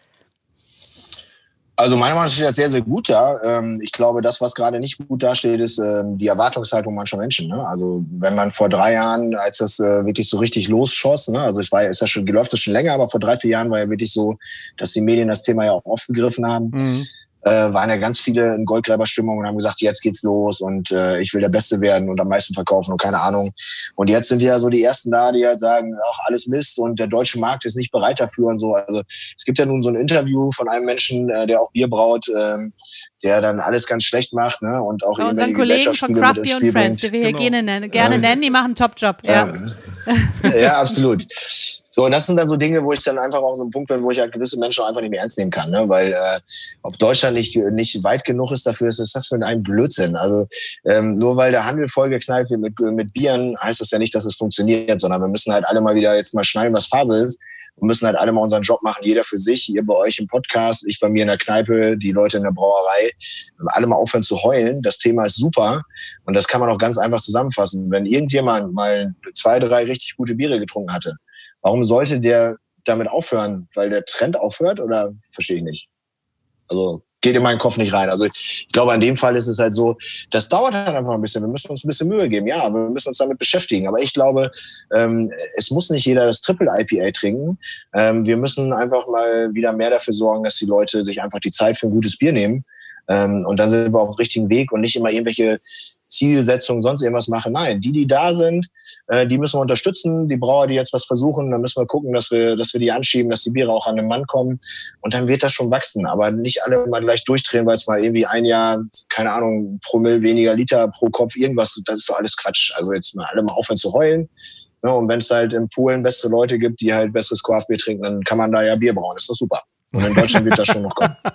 Also meiner Meinung nach steht das sehr, sehr gut da. Ich glaube, das, was gerade nicht gut dasteht, ist die Erwartungshaltung mancher Menschen. Also wenn man vor drei Jahren, als das wirklich so richtig losschoss, also es war, ist das schon, läuft das schon länger, aber vor drei, vier Jahren war ja wirklich so, dass die Medien das Thema ja auch aufgegriffen haben. Mhm. Äh, waren ja ganz viele in Goldgräberstimmung und haben gesagt, jetzt geht's los und äh, ich will der Beste werden und am meisten verkaufen und keine Ahnung. Und jetzt sind ja so die Ersten da, die halt sagen, ach, alles Mist und der deutsche Markt ist nicht bereit dafür und so. Also es gibt ja nun so ein Interview von einem Menschen, äh, der auch Bier braut, ähm, der dann alles ganz schlecht macht, ne? Und auch bei unseren Kollegen von Craft Beer und Friends, die wir hier genau. gerne nennen, gerne ja. nennen, die machen einen Top-Job. Ja. Ja. ja, absolut. So, und das sind dann so Dinge, wo ich dann einfach auch so ein Punkt bin, wo ich halt gewisse Menschen einfach nicht mehr ernst nehmen kann, ne? Weil äh, ob Deutschland nicht nicht weit genug ist dafür, ist, ist das für ein Blödsinn. Also ähm, nur weil der Handel vollgeknallt wird mit mit Bieren, heißt das ja nicht, dass es funktioniert, sondern wir müssen halt alle mal wieder jetzt mal schnallen, was Phase ist. Wir müssen halt alle mal unseren Job machen, jeder für sich, ihr bei euch im Podcast, ich bei mir in der Kneipe, die Leute in der Brauerei. Alle mal aufhören zu heulen. Das Thema ist super und das kann man auch ganz einfach zusammenfassen. Wenn irgendjemand mal zwei, drei richtig gute Biere getrunken hatte, warum sollte der damit aufhören? Weil der Trend aufhört oder verstehe ich nicht. Also geht in meinen Kopf nicht rein. Also ich glaube, an dem Fall ist es halt so, das dauert halt einfach ein bisschen. Wir müssen uns ein bisschen Mühe geben. Ja, wir müssen uns damit beschäftigen. Aber ich glaube, ähm, es muss nicht jeder das Triple I P A trinken. Ähm, wir müssen einfach mal wieder mehr dafür sorgen, dass die Leute sich einfach die Zeit für ein gutes Bier nehmen. Ähm, und dann sind wir auf dem richtigen Weg und nicht immer irgendwelche Zielsetzung, sonst irgendwas mache. Nein, die, die da sind, äh, die müssen wir unterstützen. Die Brauer, die jetzt was versuchen, dann müssen wir gucken, dass wir, dass wir die anschieben, dass die Biere auch an den Mann kommen. Und dann wird das schon wachsen. Aber nicht alle mal gleich durchdrehen, weil es mal irgendwie ein Jahr, keine Ahnung, Promille weniger Liter pro Kopf, irgendwas, das ist doch alles Quatsch. Also jetzt mal alle mal aufhören zu heulen. Ja, und wenn es halt in Polen bessere Leute gibt, die halt besseres Craft-Bier trinken, dann kann man da ja Bier brauen. Das ist doch super. Und in Deutschland wird das schon noch kommen.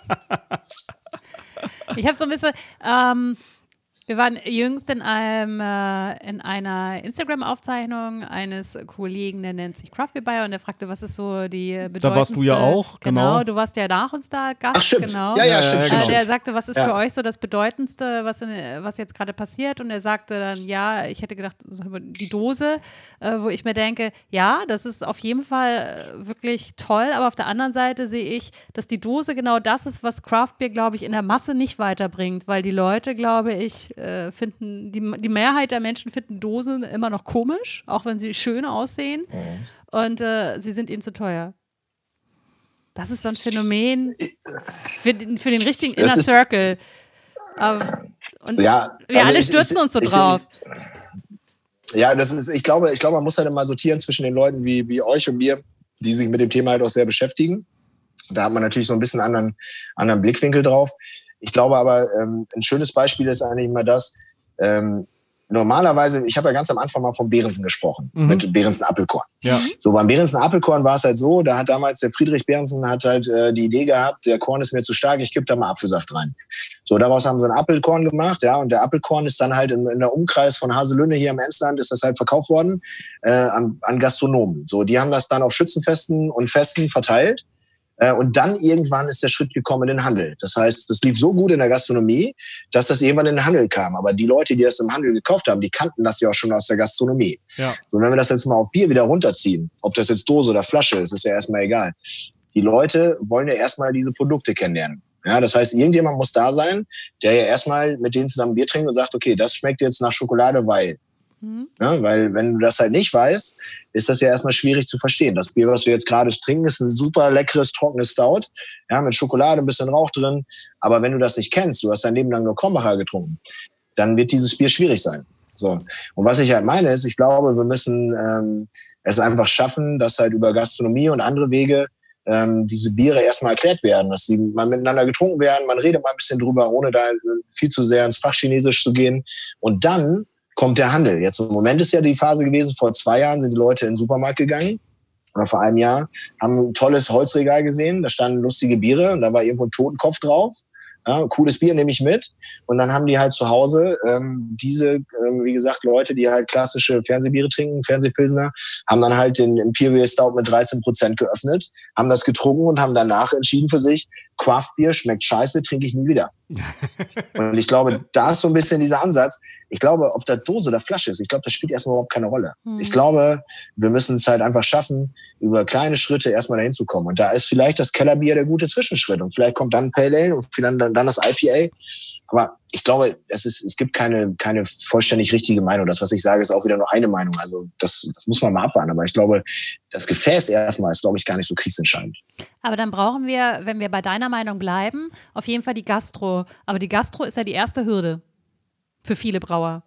Ich habe so ein bisschen, ähm, wir waren jüngst in, einem, äh, in einer Instagram-Aufzeichnung eines Kollegen, der nennt sich Craft Beer Bayer, und der fragte, was ist so die bedeutendste... Da warst du ja auch, genau. Genau, du warst ja nach uns da, Gast. Ach, stimmt. Genau. Ja, ja, stimmt, äh, stimmt. Der sagte, was ist ja. für euch so das Bedeutendste, was, in, was jetzt gerade passiert? Und er sagte dann, ja, ich hätte gedacht, die Dose, äh, wo ich mir denke, ja, das ist auf jeden Fall wirklich toll, aber auf der anderen Seite sehe ich, dass die Dose genau das ist, was Craft Beer, glaube ich, in der Masse nicht weiterbringt, weil die Leute, glaube ich, äh, finden, die, die Mehrheit der Menschen finden Dosen immer noch komisch, auch wenn sie schön aussehen, mhm. und äh, sie sind ihnen zu teuer. Das ist so ein Phänomen für den, für den richtigen Inner ist, Circle. Aber, und ja, wir also alle ich, stürzen ich, uns so ich, drauf. Ich, ja, das ist, ich glaube, ich glaube, man muss halt immer sortieren zwischen den Leuten wie, wie euch und mir, die sich mit dem Thema halt auch sehr beschäftigen. Da hat man natürlich so ein bisschen anderen, anderen Blickwinkel drauf. Ich glaube aber, ähm, ein schönes Beispiel ist eigentlich immer das, ähm, normalerweise, ich habe ja ganz am Anfang mal von Behrensen gesprochen, mhm. mit Behrensen Apfelkorn. Ja. So, beim Behrensen Apfelkorn war es halt so, da hat damals der Friedrich Behrensen hat halt äh, die Idee gehabt, der Korn ist mir zu stark, ich kipp da mal Apfelsaft rein. So, daraus haben sie einen Apfelkorn gemacht, ja, und der Apfelkorn ist dann halt in, in der Umkreis von Haselünne hier im Emsland ist das halt verkauft worden äh, an, an Gastronomen. So, die haben das dann auf Schützenfesten und Festen verteilt. Und dann irgendwann ist der Schritt gekommen in den Handel. Das heißt, das lief so gut in der Gastronomie, dass das irgendwann in den Handel kam. Aber die Leute, die das im Handel gekauft haben, die kannten das ja auch schon aus der Gastronomie. Ja. So, wenn wir das jetzt mal auf Bier wieder runterziehen, ob das jetzt Dose oder Flasche ist, ist ja erstmal egal. Die Leute wollen ja erstmal diese Produkte kennenlernen. Ja, das heißt, irgendjemand muss da sein, der ja erstmal mit denen zusammen Bier trinkt und sagt, okay, das schmeckt jetzt nach Schokolade, weil... Mhm. Ja, weil wenn du das halt nicht weißt, ist das ja erstmal schwierig zu verstehen. Das Bier, was wir jetzt gerade trinken, ist ein super leckeres, trockenes Stout, ja, mit Schokolade, ein bisschen Rauch drin. Aber wenn du das nicht kennst, du hast dein Leben lang nur Krombacher getrunken, dann wird dieses Bier schwierig sein. So. Und was ich halt meine ist, ich glaube, wir müssen ähm, es einfach schaffen, dass halt über Gastronomie und andere Wege ähm, diese Biere erstmal erklärt werden, dass sie mal miteinander getrunken werden, man redet mal ein bisschen drüber, ohne da viel zu sehr ins Fachchinesisch zu gehen. Und dann kommt der Handel. Jetzt im Moment ist ja die Phase gewesen, vor zwei Jahren sind die Leute in den Supermarkt gegangen, oder vor einem Jahr, haben ein tolles Holzregal gesehen, da standen lustige Biere und da war irgendwo ein Totenkopf drauf. Ja, cooles Bier nehme ich mit. Und dann haben die halt zu Hause ähm, diese, ähm, wie gesagt, Leute, die halt klassische Fernsehbiere trinken, Fernsehpilsner, haben dann halt den Imperial Stout mit dreizehn Prozent geöffnet, haben das getrunken und haben danach entschieden für sich, Craft-Bier schmeckt scheiße, trinke ich nie wieder. Und ich glaube, da ist so ein bisschen dieser Ansatz. Ich glaube, ob das Dose oder Flasche ist, ich glaube, das spielt erstmal überhaupt keine Rolle. Mhm. Ich glaube, wir müssen es halt einfach schaffen, über kleine Schritte erstmal dahin zu kommen. Und da ist vielleicht das Kellerbier der gute Zwischenschritt. Und vielleicht kommt dann Pale Ale und vielleicht dann, dann das I P A. Aber ich glaube, es ist, es gibt keine, keine vollständig richtige Meinung. Das, was ich sage, ist auch wieder nur eine Meinung. Also das, das muss man mal abwarten. Aber ich glaube, das Gefäß erstmal ist, glaube ich, gar nicht so kriegsentscheidend. Aber dann brauchen wir, wenn wir bei deiner Meinung bleiben, auf jeden Fall die Gastro. Aber die Gastro ist ja die erste Hürde für viele Brauer.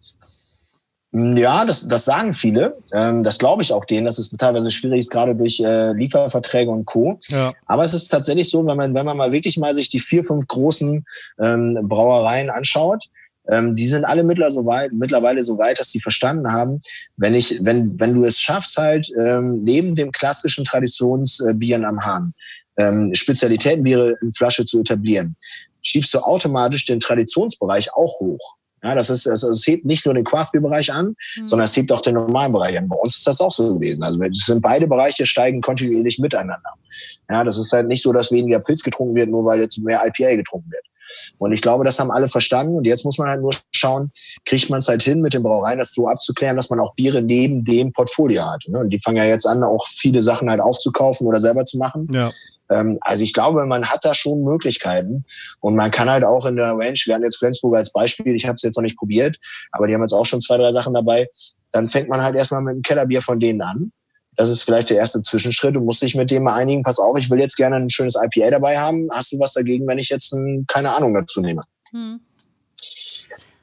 Ja, das, das sagen viele. Ähm, das glaube ich auch denen, dass es teilweise schwierig ist, gerade durch äh, Lieferverträge und Co. Ja. Aber es ist tatsächlich so, wenn man, wenn man mal wirklich mal sich die vier, fünf großen ähm, Brauereien anschaut, ähm, die sind alle mittlerweile so weit, mittlerweile so weit, dass die verstanden haben, wenn ich, wenn, wenn du es schaffst, halt ähm, neben dem klassischen Traditionsbieren am Hahn ähm, Spezialitätenbiere in Flasche zu etablieren, schiebst du automatisch den Traditionsbereich auch hoch. Ja, das ist, also es hebt nicht nur den Craft-Bier-Bereich an, mhm. sondern es hebt auch den normalen Bereich an. Bei uns ist das auch so gewesen. Also es sind beide Bereiche steigen kontinuierlich miteinander. Ja, das ist halt nicht so, dass weniger Pilz getrunken wird, nur weil jetzt mehr I P A getrunken wird. Und ich glaube, das haben alle verstanden. Und jetzt muss man halt nur schauen, kriegt man es halt hin, mit den Brauereien das so abzuklären, dass man auch Biere neben dem Portfolio hat. Und die fangen ja jetzt an, auch viele Sachen halt aufzukaufen oder selber zu machen. Ja. Also ich glaube, man hat da schon Möglichkeiten und man kann halt auch in der Range, wir hatten jetzt Flensburg als Beispiel, ich habe es jetzt noch nicht probiert, aber die haben jetzt auch schon zwei, drei Sachen dabei, dann fängt man halt erstmal mit einem Kellerbier von denen an. Das ist vielleicht der erste Zwischenschritt. Du musst dich mit dem mal einigen, pass auf, ich will jetzt gerne ein schönes I P A dabei haben. Hast du was dagegen, wenn ich jetzt ein, keine Ahnung dazu nehme? Hm.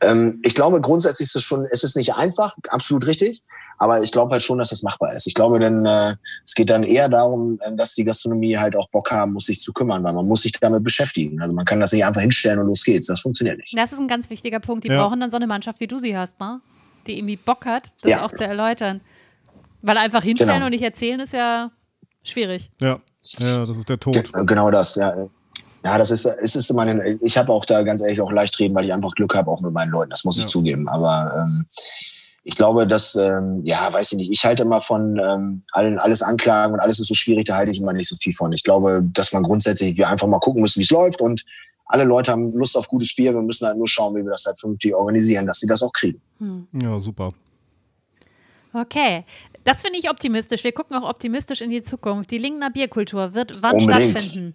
Ähm, ich glaube, grundsätzlich ist es schon, es ist nicht einfach, absolut richtig, aber ich glaube halt schon, dass das machbar ist. Ich glaube, denn äh, es geht dann eher darum, äh, dass die Gastronomie halt auch Bock haben muss, sich zu kümmern, weil man muss sich damit beschäftigen. Also man kann das nicht einfach hinstellen und los geht's. Das funktioniert nicht. Das ist ein ganz wichtiger Punkt. Die Ja. brauchen dann so eine Mannschaft, wie du sie hast, ne? Die irgendwie Bock hat, das Ja. auch zu erläutern. Weil einfach hinstellen Genau. und nicht erzählen ist ja schwierig. Ja, ja, das ist der Tod. Ge- Genau das, ja. Ja, das ist, es ist immer, eine, ich habe auch da ganz ehrlich auch leicht reden, weil ich einfach Glück habe, auch mit meinen Leuten. Das muss Ja. ich zugeben. Aber ähm, ich glaube, dass, ähm, ja, weiß ich nicht, ich halte immer von ähm, allen, alles Anklagen und alles ist so schwierig, da halte ich immer nicht so viel von. Ich glaube, dass man grundsätzlich, wir einfach mal gucken müssen, wie es läuft und alle Leute haben Lust auf gutes Bier. Wir müssen halt nur schauen, wie wir das halt vernünftig organisieren, dass sie das auch kriegen. Ja, super. Okay, das finde ich optimistisch. Wir gucken auch optimistisch in die Zukunft. Die Lingener Bierkultur wird wann Unbedingt. stattfinden?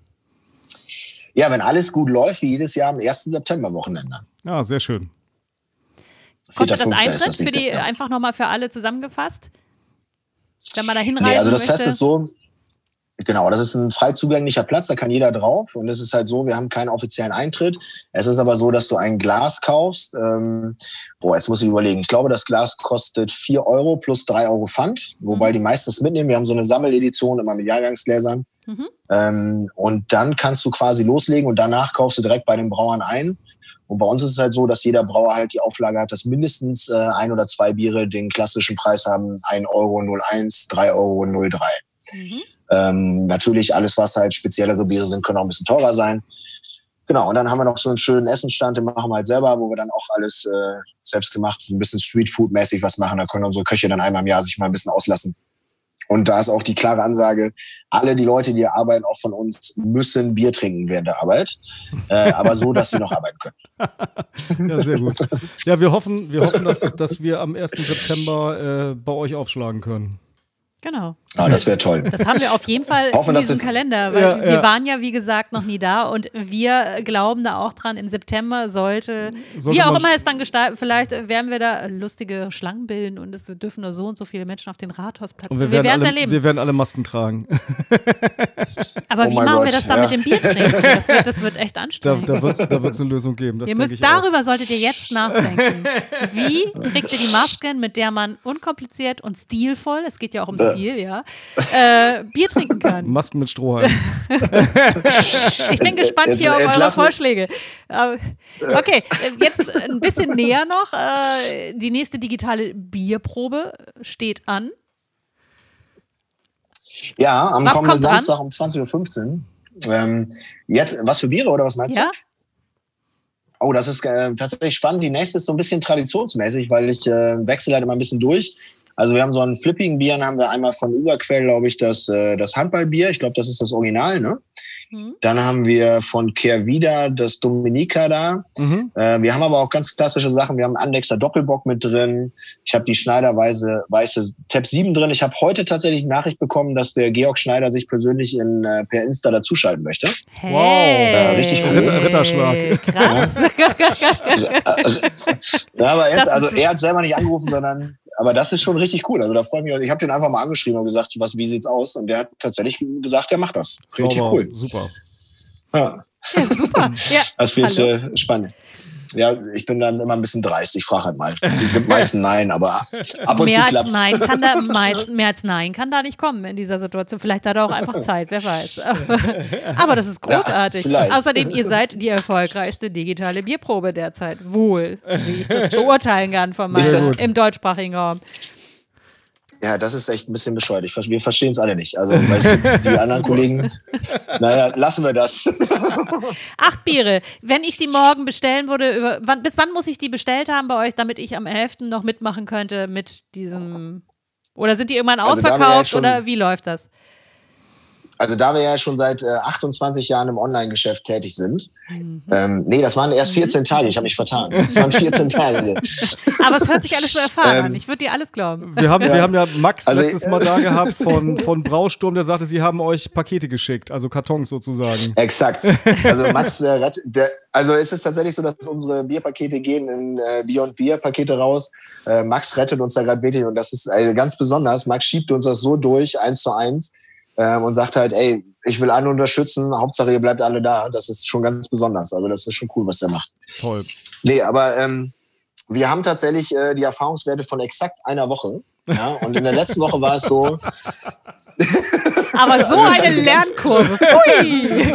Ja, wenn alles gut läuft, wie jedes Jahr am ersten September-Wochenende. Ja, sehr schön. Kostet das Vierter, fünfter ist Eintritt das für nächste die, Jahr. einfach nochmal für alle zusammengefasst? Wenn man da hinreisen Nee, also das möchte? Fest ist so, genau, das ist ein frei zugänglicher Platz, da kann jeder drauf und es ist halt so, wir haben keinen offiziellen Eintritt. Es ist aber so, dass du ein Glas kaufst. Ähm, boah, jetzt muss ich überlegen. Ich glaube, das Glas kostet vier Euro plus drei Euro Pfand, wobei Mhm. die meisten es mitnehmen. Wir haben so eine Sammeledition immer mit Jahrgangsgläsern. Mhm. Ähm, und dann kannst du quasi loslegen und danach kaufst du direkt bei den Brauern ein. Und bei uns ist es halt so, dass jeder Brauer halt die Auflage hat, dass mindestens äh, ein oder zwei Biere den klassischen Preis haben, ein Euro null eins, drei Euro null drei. Mhm. Ähm, natürlich alles, was halt speziellere Biere sind, können auch ein bisschen teurer sein. Genau, und dann haben wir noch so einen schönen Essensstand, den machen wir halt selber, wo wir dann auch alles äh, selbst gemacht, so ein bisschen Streetfood-mäßig was machen. Da können unsere Köche dann einmal im Jahr sich mal ein bisschen auslassen. Und da ist auch die klare Ansage, alle die Leute, die hier arbeiten, auch von uns, müssen Bier trinken während der Arbeit. Äh, aber so, dass sie noch arbeiten können. Ja, sehr gut. Ja, wir hoffen, wir hoffen, dass, dass wir am ersten September äh, bei euch aufschlagen können. Genau. Ah, das wäre toll. Das haben wir auf jeden Fall Hoffen, in dass diesem das- Kalender, weil Ja, wir ja. waren ja, wie gesagt, noch nie da und wir glauben da auch dran, im September sollte, Sollte wie auch man- immer es dann gestalten, vielleicht werden wir da lustige Schlangen bilden und es dürfen nur so und so viele Menschen auf den Rathausplatz. Und Wir, wir, werden werden es alle, erleben. wir werden alle Masken tragen. Aber Oh wie mein machen wir Gott, das dann ja. mit dem Bier trinken? Das wird, das wird echt Da, anstrengend. da wird es da wird's eine Lösung geben. Das Ihr denke müsst, ich auch. darüber solltet ihr jetzt nachdenken. Wie kriegt ihr die Masken, mit der man unkompliziert und stilvoll, es geht ja auch um Stil, ja, äh, Bier trinken kann? Masken mit Strohhalm. Ich bin gespannt Jetzt- hier auf jetzt eure lass mich- Vorschläge. Äh, Okay, äh, jetzt ein bisschen näher noch. Äh, Die nächste digitale Bierprobe steht an. Ja, am Was kommenden kommt dran? Samstag um zwanzig Uhr fünfzehn. Ähm, jetzt, was für Biere oder was meinst du? Ja? Oh, das ist äh, tatsächlich spannend. Die nächste ist so ein bisschen traditionsmäßig, weil ich äh, wechsle halt immer ein bisschen durch. Also wir haben so einen flippigen Bier, dann haben wir einmal von Überquell, glaube ich, das, äh, das Handballbier. Ich glaube, das ist das Original, ne? Hm. Dann haben wir von Kehrwieder das Dominika da. Mhm. Äh, wir haben aber auch ganz klassische Sachen. Wir haben einen Andexer Doppelbock mit drin. Ich habe die Schneiderweise weiße Tab sieben drin. Ich habe heute tatsächlich eine Nachricht bekommen, dass der Georg Schneider sich persönlich in, äh, per Insta dazuschalten möchte. Hey. Wow. Ja, richtig cool. Ritter- Ritterschlag. Krass. Ja, aber Das jetzt, also ist- er hat selber nicht angerufen, sondern, aber das ist schon richtig cool. Also da freue ich mich. Ich habe den einfach mal angeschrieben und gesagt, was, wie sieht's aus? Und der hat tatsächlich gesagt, er macht das. Richtig Sauber. cool. Super. Ja, Ja, super. Ja, das wird hallo. äh, spannend. Ja, ich bin dann immer ein bisschen dreist. Ich frage halt mal. Die gibt meistens Nein, aber ab und Mehr zu als klappt's. Nein kann da meist, mehr als Nein kann da nicht kommen in dieser Situation. Vielleicht hat er auch einfach Zeit, wer weiß. Aber das ist großartig. Ja, vielleicht. Außerdem, ihr seid die erfolgreichste digitale Bierprobe derzeit. Wohl, wie ich das beurteilen kann von Ist meinem das- im deutschsprachigen Raum. Ja, das ist echt ein bisschen bescheuert. Ich, ver- wir verstehen es alle nicht. Also, weil es gibt die anderen Kollegen, naja, lassen wir das. Acht Biere. Wenn ich die morgen bestellen würde, über, wann, bis wann muss ich die bestellt haben bei euch, damit ich am elften noch mitmachen könnte mit diesem. Oder sind die irgendwann Also da wir ja ausverkauft schon- oder wie läuft das? Also da wir ja schon seit äh, achtundzwanzig Jahren im Online-Geschäft tätig sind, Mhm. ähm, nee, das waren erst vierzehn Tage, ich habe mich vertan. Das waren vierzehn Tage. Aber es hört sich alles so erfahren Ähm, an. Ich würde dir alles glauben. Wir haben, wir haben ja Max Also, letztes Mal da gehabt von, von Brausturm, der sagte, sie haben euch Pakete geschickt, also Kartons sozusagen. Exakt. Also Max, äh, rett, der, also es ist tatsächlich so, dass unsere Bierpakete gehen in äh, Beyond Beer Pakete raus. Äh, Max rettet uns da gerade wirklich und das ist äh, ganz besonders. Max schiebt uns das so durch, eins zu eins. ähm, und sagt halt, ey, ich will alle unterstützen, Hauptsache ihr bleibt alle da. Das ist schon ganz besonders. Also das ist schon cool, was der macht. Toll. Nee, aber ähm, wir haben tatsächlich äh, die Erfahrungswerte von exakt einer Woche. Ja, und in der letzten Woche war es so. Aber so eine Lernkurve. Pfui!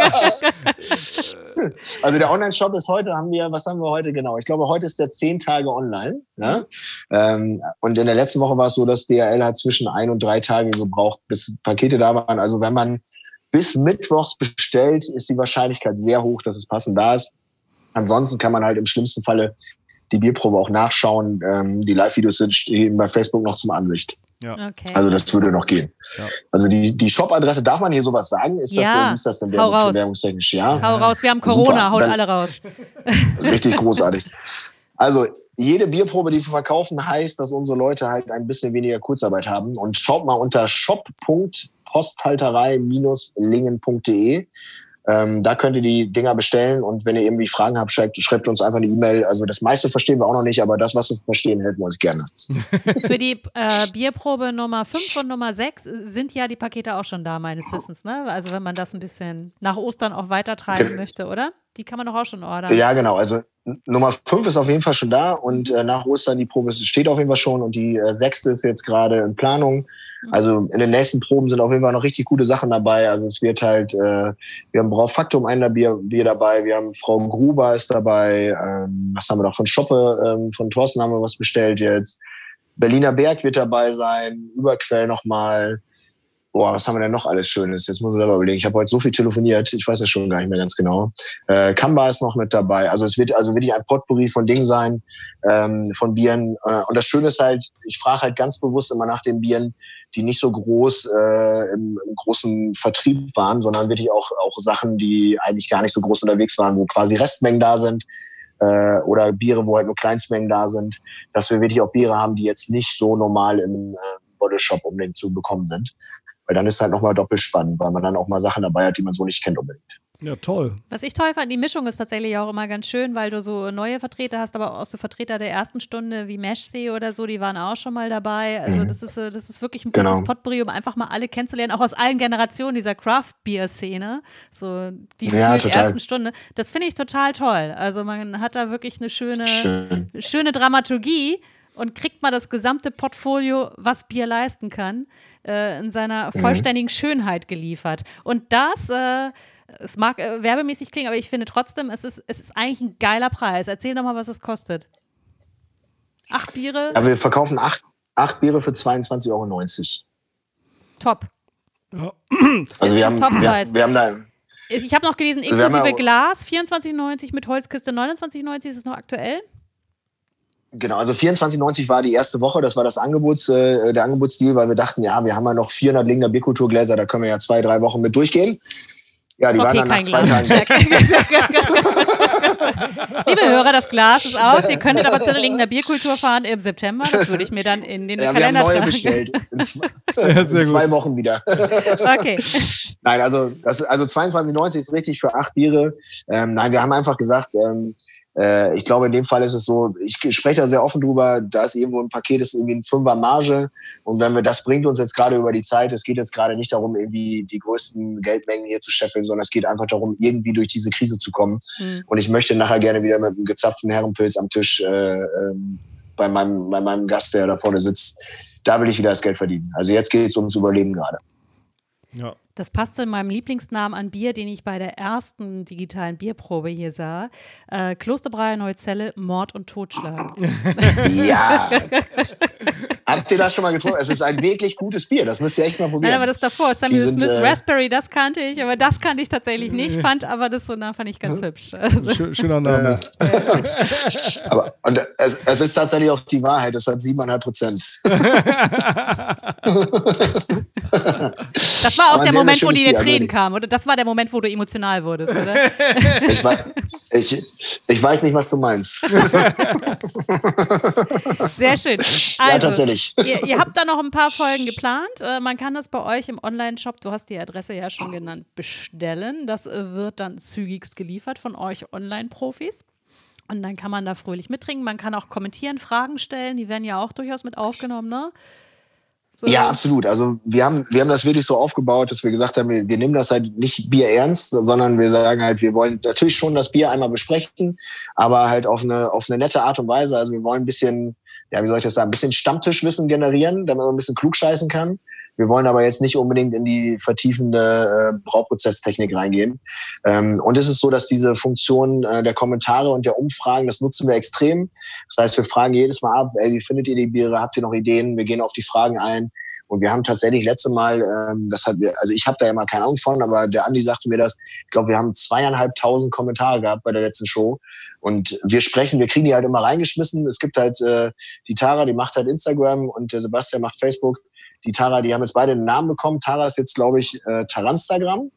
Also der Online-Shop ist heute, haben wir, was haben wir heute genau? Ich glaube, heute ist der zehn Tage online. Ja? Ähm, und in der letzten Woche war es so, dass D H L hat zwischen ein und drei Tage gebraucht, bis Pakete da waren. Also wenn man bis Mittwochs bestellt, ist die Wahrscheinlichkeit sehr hoch, dass es passend da ist. Ansonsten kann man halt im schlimmsten Falle die Bierprobe auch nachschauen. Ähm, die Live-Videos sind stehen bei Facebook noch zum Ansicht. Ja. Okay. Also das würde noch gehen. Ja. Also die, die Shop-Adresse, darf man hier sowas sagen? Ist das Ja. denn, ist das denn Hau raus. werbungstechnisch? Ja. Hau raus, wir haben Corona, Super. haut Dann- alle raus. Richtig großartig. Also jede Bierprobe, die wir verkaufen, heißt, dass unsere Leute halt ein bisschen weniger Kurzarbeit haben. Und schaut mal unter shop punkt posthalterei lingen punkt de. Ähm, da könnt ihr die Dinger bestellen und wenn ihr irgendwie Fragen habt, schreibt, schreibt uns einfach eine E-Mail. Also das meiste verstehen wir auch noch nicht, aber das, was wir verstehen, helfen wir uns gerne. Für die äh, Bierprobe Nummer fünf und Nummer sechs sind ja die Pakete auch schon da, meines Wissens, ne? Also wenn man das ein bisschen nach Ostern auch weitertreiben Ge- möchte, oder? Die kann man doch auch schon ordern. Ja, genau. Also n- Nummer fünf ist auf jeden Fall schon da und äh, nach Ostern die Probe steht auf jeden Fall schon und die äh, sechste ist jetzt gerade in Planung. Also in den nächsten Proben sind auf jeden Fall noch richtig gute Sachen dabei. Also es wird halt, äh, wir haben Braufaktum ein Bier, Bier dabei, wir haben Frau Gruber ist dabei, ähm, was haben wir noch von Schoppe, ähm, von Thorsten haben wir was bestellt jetzt. Berliner Berg wird dabei sein, Überquell nochmal. Boah, was haben wir denn noch alles Schönes? Jetzt muss ich selber überlegen. Ich habe heute so viel telefoniert, ich weiß es schon gar nicht mehr ganz genau. Äh, Kamba ist noch mit dabei. Also es wird also wirklich ein Potpourri von Dingen sein, ähm, von Bieren. Äh, und das Schöne ist halt, ich frage halt ganz bewusst immer nach den Bieren, die nicht so groß äh, im, im großen Vertrieb waren, sondern wirklich auch, auch Sachen, die eigentlich gar nicht so groß unterwegs waren, wo quasi Restmengen da sind. Äh, oder Biere, wo halt nur Kleinstmengen da sind. Dass wir wirklich auch Biere haben, die jetzt nicht so normal im äh, Bottleshop unbedingt zu bekommen sind. Weil dann ist halt nochmal doppelt spannend, weil man dann auch mal Sachen dabei hat, die man so nicht kennt unbedingt. Ja, toll. Was ich toll fand, die Mischung ist tatsächlich auch immer ganz schön, weil du so neue Vertreter hast, aber auch so Vertreter der ersten Stunde wie Meshsee oder so, die waren auch schon mal dabei. Also das ist, äh, das ist wirklich ein gutes Genau. Potpourri, um einfach mal alle kennenzulernen, auch aus allen Generationen dieser Craft-Beer-Szene, so die Ja, gefühlt total. ersten Stunde. Das finde ich total toll. Also man hat da wirklich eine schöne, Schön. schöne Dramaturgie und kriegt mal das gesamte Portfolio, was Bier leisten kann, äh, in seiner vollständigen Schönheit geliefert. Und das, äh, es mag äh, werbemäßig klingen, aber ich finde trotzdem, es ist, es ist eigentlich ein geiler Preis. Erzähl doch mal, was es kostet. Acht Biere, Ja, wir verkaufen acht, acht Biere für zweiundzwanzig Euro neunzig. top. Also Ist wir ein haben, Toppreis. wir, wir haben da, Ich habe noch gelesen, Wir haben inklusive ja- Glas, vierundzwanzig neunzig mit Holzkiste, neunundzwanzig neunzig, ist es noch aktuell? genau, also vierundzwanzig neunzig war die erste Woche, das war das Angebots, äh, der Angebotsdeal, weil wir dachten, ja, wir haben ja noch vierhundert Lingner Bierkulturgläser, da können wir ja zwei, drei Wochen mit durchgehen. Ja, die Okay, waren dann nach kein zwei Glas. Tagen weg. Liebe Hörer, das Glas ist aus. Ihr könntet aber zu der Lingner Bierkultur fahren im September. Das würde ich mir dann in den Ja, wir haben Kalender neue tragen. bestellt. In, zwei, Ja, sehr in zwei gut. Wochen wieder. Okay. Nein, also, das, also zweiundzwanzig neunzig ist richtig für acht Biere. Ähm, nein, wir haben einfach gesagt, ähm, äh, ich glaube, in dem Fall ist es so, ich spreche da sehr offen drüber, da ist irgendwo ein Paket, ist irgendwie ein Fünfer Marge. Und wenn wir, das bringt uns jetzt gerade über die Zeit, es geht jetzt gerade nicht darum, irgendwie die größten Geldmengen hier zu scheffeln, sondern es geht einfach darum, irgendwie durch diese Krise zu kommen. Hm. Und ich möchte nachher gerne wieder mit einem gezapften Herrenpilz am Tisch äh, ähm, bei, meinem, bei meinem Gast, der da vorne sitzt. Da will ich wieder das Geld verdienen. Also jetzt geht es ums Überleben gerade. Ja. Das passt zu meinem Lieblingsnamen an Bier, den ich bei der ersten digitalen Bierprobe hier sah. Äh, Klosterbrauerei Neuzelle, Mord und Totschlag. Ja. Habt ihr das schon mal getrunken? Es ist ein wirklich gutes Bier. Das müsst ihr echt mal probieren. Nein, aber das davor, Samuel Die sind, Smith äh, Raspberry, das kannte ich, aber das kannte ich tatsächlich nicht, fand aber das so nah fand ich ganz hübsch. Also, Schö- Schöner Name. Aber und es, es ist tatsächlich auch die Wahrheit. Es hat siebeneinhalb Prozent. das war auch Aber der sehr, Moment, sehr wo schönes die Bier, Tränen also kamen, oder? Das war der Moment, wo du emotional wurdest, oder? Ich, weiß, ich, ich weiß nicht, was du meinst. Sehr schön. Ja, Also, tatsächlich. ihr, ihr habt da noch ein paar Folgen geplant. Äh, man kann das bei euch im Online-Shop, du hast die Adresse ja schon genannt, bestellen. Das äh, wird dann zügigst geliefert von euch Online-Profis. Und dann kann man da fröhlich mittrinken. Man kann auch kommentieren, Fragen stellen. Die werden ja auch durchaus mit aufgenommen, ne? So. Ja, absolut. Also wir haben, wir haben das wirklich so aufgebaut, dass wir gesagt haben, wir, wir nehmen das halt nicht Bier ernst, sondern wir sagen halt, wir wollen natürlich schon das Bier einmal besprechen, aber halt auf eine, auf eine nette Art und Weise. Also wir wollen ein bisschen, ja, wie soll ich das sagen, ein bisschen Stammtischwissen generieren, damit man ein bisschen klugscheißen kann. Wir wollen aber jetzt nicht unbedingt in die vertiefende äh, Brauprozesstechnik reingehen. Ähm, und es ist so, dass diese Funktion äh, der Kommentare und der Umfragen, das nutzen wir extrem. Das heißt, wir fragen jedes Mal ab, ey, wie findet ihr die Biere? Habt ihr noch Ideen? Wir gehen auf die Fragen ein. Und wir haben tatsächlich letzte Mal, ähm, das hat, also ich habe da ja mal keine Ahnung von, aber der Andi sagte mir das, ich glaube, wir haben zweieinhalbtausend Kommentare gehabt bei der letzten Show. Und wir sprechen, wir kriegen die halt immer reingeschmissen. Es gibt halt äh, die Tara, die macht halt Instagram und der Sebastian macht Facebook. Die Tara, die haben jetzt beide einen Namen bekommen. Tara ist jetzt, glaube ich, äh, Taranstagram.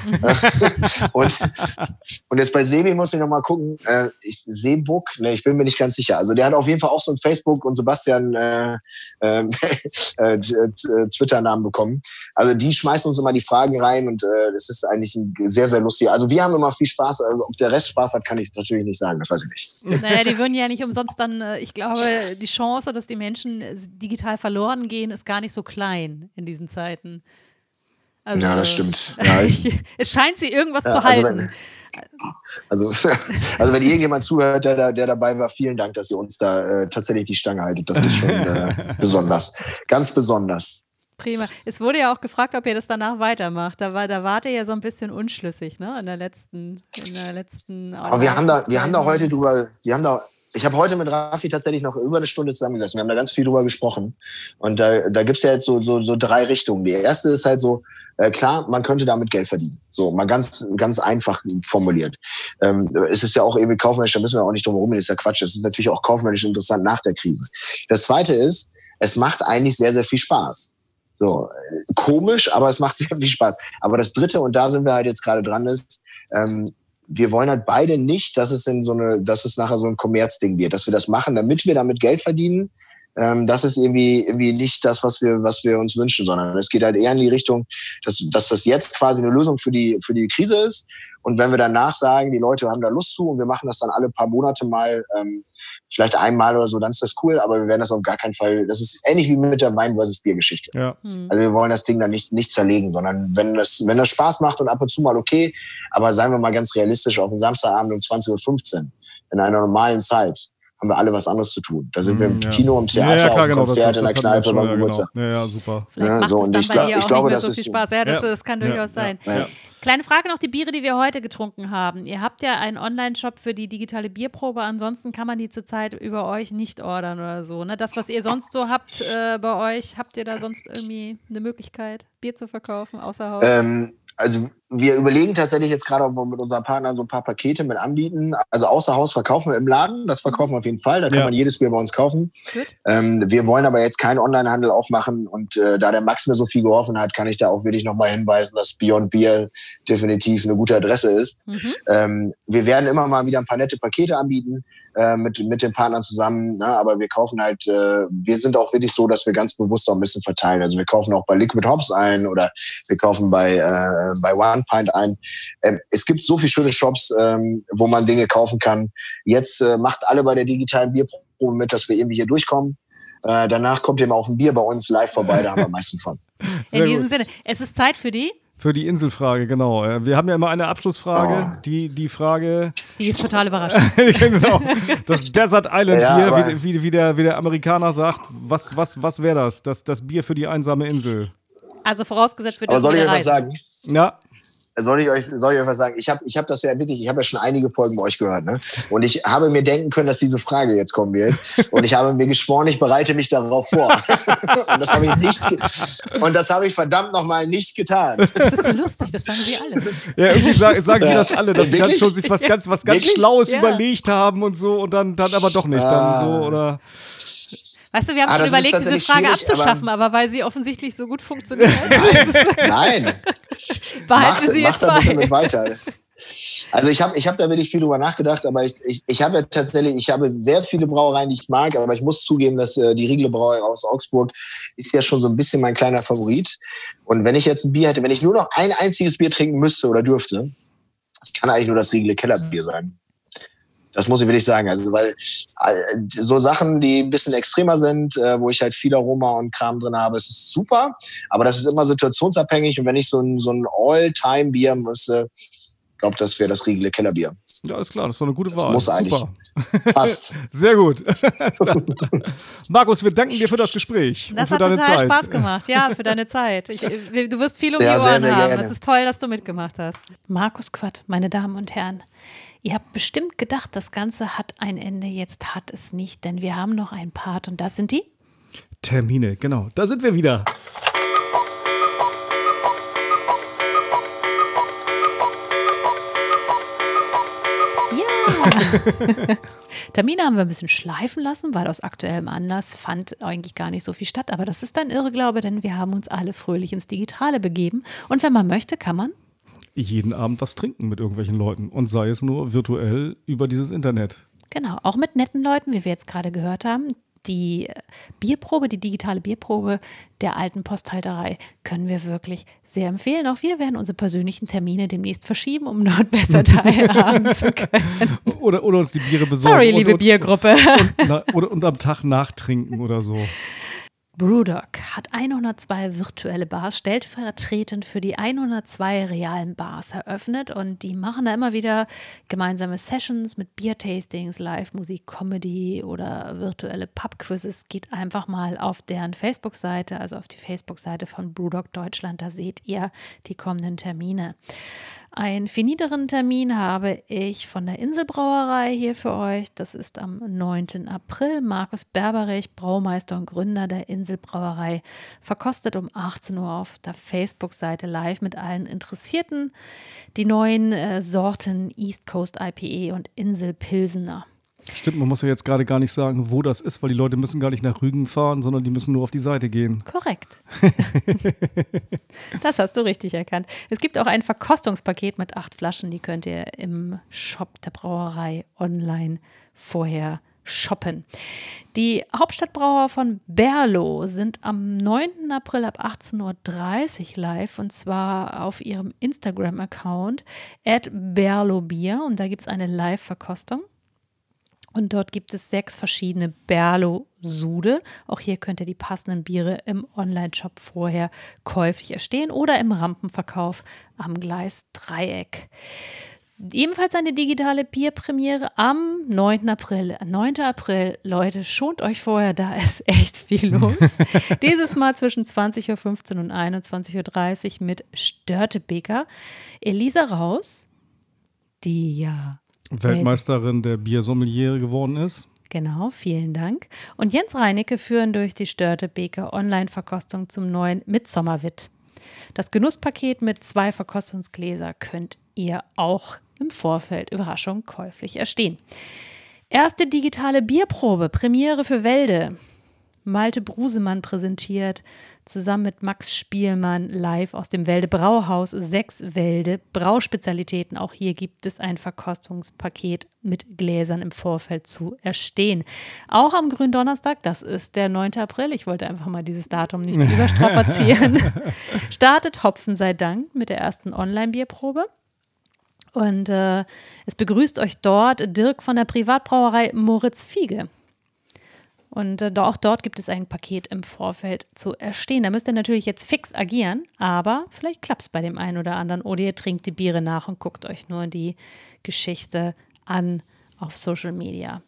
und, und jetzt bei Sebi muss ich noch mal gucken. Äh, ich, Seebuck, ne, ich bin mir nicht ganz sicher. Also der hat auf jeden Fall auch so ein Facebook und Sebastian äh, äh, äh, Twitter-Namen bekommen. Also die schmeißen uns immer die Fragen rein und äh, das ist eigentlich ein sehr, sehr lustig. Also wir haben immer viel Spaß. Also ob der Rest Spaß hat, kann ich natürlich nicht sagen. Das weiß ich nicht. Naja, die würden ja nicht umsonst dann, ich glaube, die Chance, dass die Menschen digital verloren gehen, ist gar nicht so klein in diesen Zeiten. Also, ja, das stimmt. Ja, es scheint sie irgendwas ja, zu halten. Also wenn, also, also wenn irgendjemand zuhört, der, da, der dabei war, vielen Dank, dass ihr uns da äh, tatsächlich die Stange haltet. Das ist schon äh, besonders. Ganz besonders. Prima. Es wurde ja auch gefragt, ob ihr das danach weitermacht. Da, war, da wart ihr ja so ein bisschen unschlüssig, ne? In der letzten, in der letzten. Aber wir haben da, wir haben da heute drüber, wir haben da, ich habe heute mit Raffi tatsächlich noch über eine Stunde zusammengesessen. Wir haben da ganz viel drüber gesprochen. Und da, da gibt's ja jetzt so, so, so drei Richtungen. Die erste ist halt so, äh, klar, man könnte damit Geld verdienen. So, mal ganz, ganz einfach formuliert. Ähm, es ist ja auch irgendwie kaufmännisch, da müssen wir auch nicht drum herum, das ist ja Quatsch. Es ist natürlich auch kaufmännisch interessant nach der Krise. Das zweite ist, es macht eigentlich sehr, sehr viel Spaß. So, komisch, aber es macht sehr viel Spaß. Aber das dritte, und da sind wir halt jetzt gerade dran, ist, ähm, wir wollen halt beide nicht, dass es in so eine, dass es nachher so ein Kommerzding wird, dass wir das machen, damit wir damit Geld verdienen. Ähm, das ist irgendwie, irgendwie nicht das, was wir, was wir uns wünschen, sondern es geht halt eher in die Richtung, dass, dass das jetzt quasi eine Lösung für die, für die Krise ist. Und wenn wir danach sagen, die Leute haben da Lust zu und wir machen das dann alle paar Monate mal, ähm, vielleicht einmal oder so, dann ist das cool, aber wir werden das auf gar keinen Fall, das ist ähnlich wie mit der Wein versus Bier Geschichte. Ja. Also wir wollen das Ding dann nicht, nicht zerlegen, sondern wenn das, wenn das Spaß macht und ab und zu mal okay, aber seien wir mal ganz realistisch, auf dem Samstagabend um zwanzig Uhr fünfzehn in einer normalen Zeit haben wir alle was anderes zu tun. Da sind wir im ja. Kino, im Theater, ja, ja, klar, auf dem genau, Konzert, das, in das der Kneipe, schon, beim ja, Geburtstag. genau. Ja, ja, super. Vielleicht ja, macht so, es und dann ich bei glaub, dir ich auch glaube, nicht mehr das so ist viel Spaß. Ja, das, ja. das kann durchaus Ja, sein. ja. Ja. Kleine Frage noch, die Biere, die wir heute getrunken haben. Ihr habt ja einen Online-Shop für die digitale Bierprobe, ansonsten kann man die zurzeit über euch nicht ordern oder so. Ne? Das, was ihr sonst so habt äh, bei euch, habt ihr da sonst irgendwie eine Möglichkeit, Bier zu verkaufen, außer Haus? Ähm, also wir überlegen tatsächlich jetzt gerade, ob wir mit unseren Partnern so ein paar Pakete mit anbieten. Also außer Haus verkaufen wir im Laden, das verkaufen wir auf jeden Fall, da kann Ja. man jedes Bier bei uns kaufen. Gut. Ähm, wir wollen aber jetzt keinen Onlinehandel aufmachen und äh, da der Max mir so viel geholfen hat, kann ich da auch wirklich nochmal hinweisen, dass Beyond Beer definitiv eine gute Adresse ist. Mhm. Ähm, wir werden immer mal wieder ein paar nette Pakete anbieten äh, mit, mit den Partnern zusammen, ne? Aber wir kaufen halt, äh, wir sind auch wirklich so, dass wir ganz bewusst auch ein bisschen verteilen. Also wir kaufen auch bei Liquid Hops ein oder wir kaufen bei, äh, bei One Pint ein. Ähm, es gibt so viele schöne Shops, ähm, wo man Dinge kaufen kann. Jetzt äh, macht alle bei der digitalen Bierprobe mit, dass wir irgendwie hier durchkommen. Äh, danach kommt ihr mal auf ein Bier bei uns live vorbei, da haben wir am meisten von. Sehr In diesem gut. Sinne, es ist Zeit für die. Für die Inselfrage, genau. Äh, Wir haben ja immer eine Abschlussfrage. Oh. Die, die Frage, Die ist total überraschend. genau, das Desert Island Ja, Bier, aber- wie, wie, wie, der, wie der Amerikaner sagt, was, was, was wäre das? das? Das Bier für die einsame Insel. Also vorausgesetzt, wir Aber dürfen soll ich wieder euch was reisen. sagen? Ja, Soll ich euch, soll ich euch was sagen? Ich habe ich hab das ja wirklich, ich habe ja schon einige Folgen bei euch gehört, ne? Und ich habe mir denken können, dass diese Frage jetzt kommen wird. Und ich habe mir geschworen, ich bereite mich darauf vor. Und das habe ich nicht, ge- und das habe ich verdammt nochmal nicht getan. Das ist so lustig, das sagen sie alle. ja irgendwie sagen, sagen die das alle, dass sie ganz Wirklich? schon sich was ganz, was ganz Wirklich? Schlaues Ja. überlegt haben und so und dann, dann aber doch nicht. Dann so, oder Weißt du, wir haben Ah, schon das ist überlegt, diese tatsächlich Frage schwierig, abzuschaffen, aber, weil sie offensichtlich so gut funktioniert, Nein, behalten wir macht, sie macht jetzt da bitte bei. mit weiter. Also ich habe ich hab da wirklich viel drüber nachgedacht, aber ich, ich, ich habe ja tatsächlich, ich habe sehr viele Brauereien, die ich mag, aber ich muss zugeben, dass äh, die Riegele Brauerei aus Augsburg ist ja schon so ein bisschen mein kleiner Favorit. Und wenn ich jetzt ein Bier hätte, wenn ich nur noch ein einziges Bier trinken müsste oder dürfte, das kann eigentlich nur das Riegele Kellerbier sein. Das muss ich wirklich sagen. Also, weil so Sachen, die ein bisschen extremer sind, äh, wo ich halt viel Aroma und Kram drin habe, ist es super. Aber das ist immer situationsabhängig. Und wenn ich so ein, so ein All-Time-Bier müsste, ich glaube, das wäre das Riegele Kellerbier. Ja, ist klar, das ist doch eine gute Das Wahl. muss eigentlich. Super. Passt. Sehr gut. Markus, wir danken dir für das Gespräch. Das und für hat deine total Zeit. Spaß gemacht. Ja, für deine Zeit. Ich, du wirst viel um Ja, die sehr, Ohren sehr haben. gerne. Es ist toll, dass du mitgemacht hast. Markus Quatt, meine Damen und Herren. Ihr habt bestimmt gedacht, das Ganze hat ein Ende. Jetzt hat es nicht, denn wir haben noch einen Part und das sind die Termine, genau. Da sind wir wieder. Ja. Termine haben wir ein bisschen schleifen lassen, weil aus aktuellem Anlass fand eigentlich gar nicht so viel statt. Aber das ist ein Irrglaube, denn wir haben uns alle fröhlich ins Digitale begeben. Und wenn man möchte, kann man jeden Abend was trinken mit irgendwelchen Leuten und sei es nur virtuell über dieses Internet. Genau, auch mit netten Leuten, wie wir jetzt gerade gehört haben. Die Bierprobe, die digitale Bierprobe der alten Posthalterei können wir wirklich sehr empfehlen. Auch wir werden unsere persönlichen Termine demnächst verschieben, um dort besser teilhaben zu können. Oder, oder uns die Biere besorgen. Sorry, liebe und, und, Biergruppe. Und, na, oder und am Tag nachtrinken oder so. Brewdog hat hundertzwei virtuelle Bars stellvertretend für die hundertzwei realen Bars eröffnet und die machen da immer wieder gemeinsame Sessions mit Biertastings, Live-Musik, Comedy oder virtuelle Pub-Quizzes. Geht einfach mal auf deren Facebook-Seite, also auf die Facebook-Seite von Brewdog Deutschland, da seht ihr die kommenden Termine. Einen finiteren Termin habe ich von der Inselbrauerei hier für euch. Das ist am neunten April. Markus Berberich, Braumeister und Gründer der Inselbrauerei, verkostet um achtzehn Uhr auf der Facebook-Seite live mit allen Interessierten die neuen äh, Sorten East Coast I P A und Insel Pilsener. Stimmt, man muss ja jetzt gerade gar nicht sagen, wo das ist, weil die Leute müssen gar nicht nach Rügen fahren, sondern die müssen nur auf die Seite gehen. Korrekt. Das hast du richtig erkannt. Es gibt auch ein Verkostungspaket mit acht Flaschen, die könnt ihr im Shop der Brauerei online vorher shoppen. Die Hauptstadtbrauer von Berlo sind am neunten April ab achtzehn Uhr dreißig live und zwar auf ihrem Instagram-Account at berlobier und da gibt es eine Live-Verkostung. Und dort gibt es sechs verschiedene Berlo-Sude. Auch hier könnt ihr die passenden Biere im Online-Shop vorher käuflich erstehen oder im Rampenverkauf am Gleis Dreieck. Ebenfalls eine digitale Bierpremiere am neunten April. neunten April, Leute, schont euch vorher, da ist echt viel los. Dieses Mal zwischen zwanzig Uhr fünfzehn und einundzwanzig Uhr dreißig mit Störtebeker. Elisa Raus, die ja Weltmeisterin der Biersommeliere geworden ist. Genau, vielen Dank. Und Jens Reinecke führen durch die Störtebeker Online-Verkostung zum neuen Mitsommerwitt. Das Genusspaket mit zwei Verkostungsgläser könnt ihr auch im Vorfeld Überraschung käuflich erstehen. Erste digitale Bierprobe, Premiere für Wälde. Malte Brusemann präsentiert, zusammen mit Max Spielmann live aus dem Wälde Brauhaus, sechs Wälde Brauspezialitäten. Auch hier gibt es ein Verkostungspaket mit Gläsern im Vorfeld zu erstehen. Auch am Gründonnerstag, das ist der neunten April, ich wollte einfach mal dieses Datum nicht überstrapazieren, startet Hopfen sei Dank mit der ersten Online-Bierprobe. Und äh, es begrüßt euch dort Dirk von der Privatbrauerei Moritz Fiege. Und äh, auch dort gibt es ein Paket im Vorfeld zu erstehen. Da müsst ihr natürlich jetzt fix agieren, aber vielleicht klappt es bei dem einen oder anderen. Oder ihr trinkt die Biere nach und guckt euch nur die Geschichte an auf Social Media.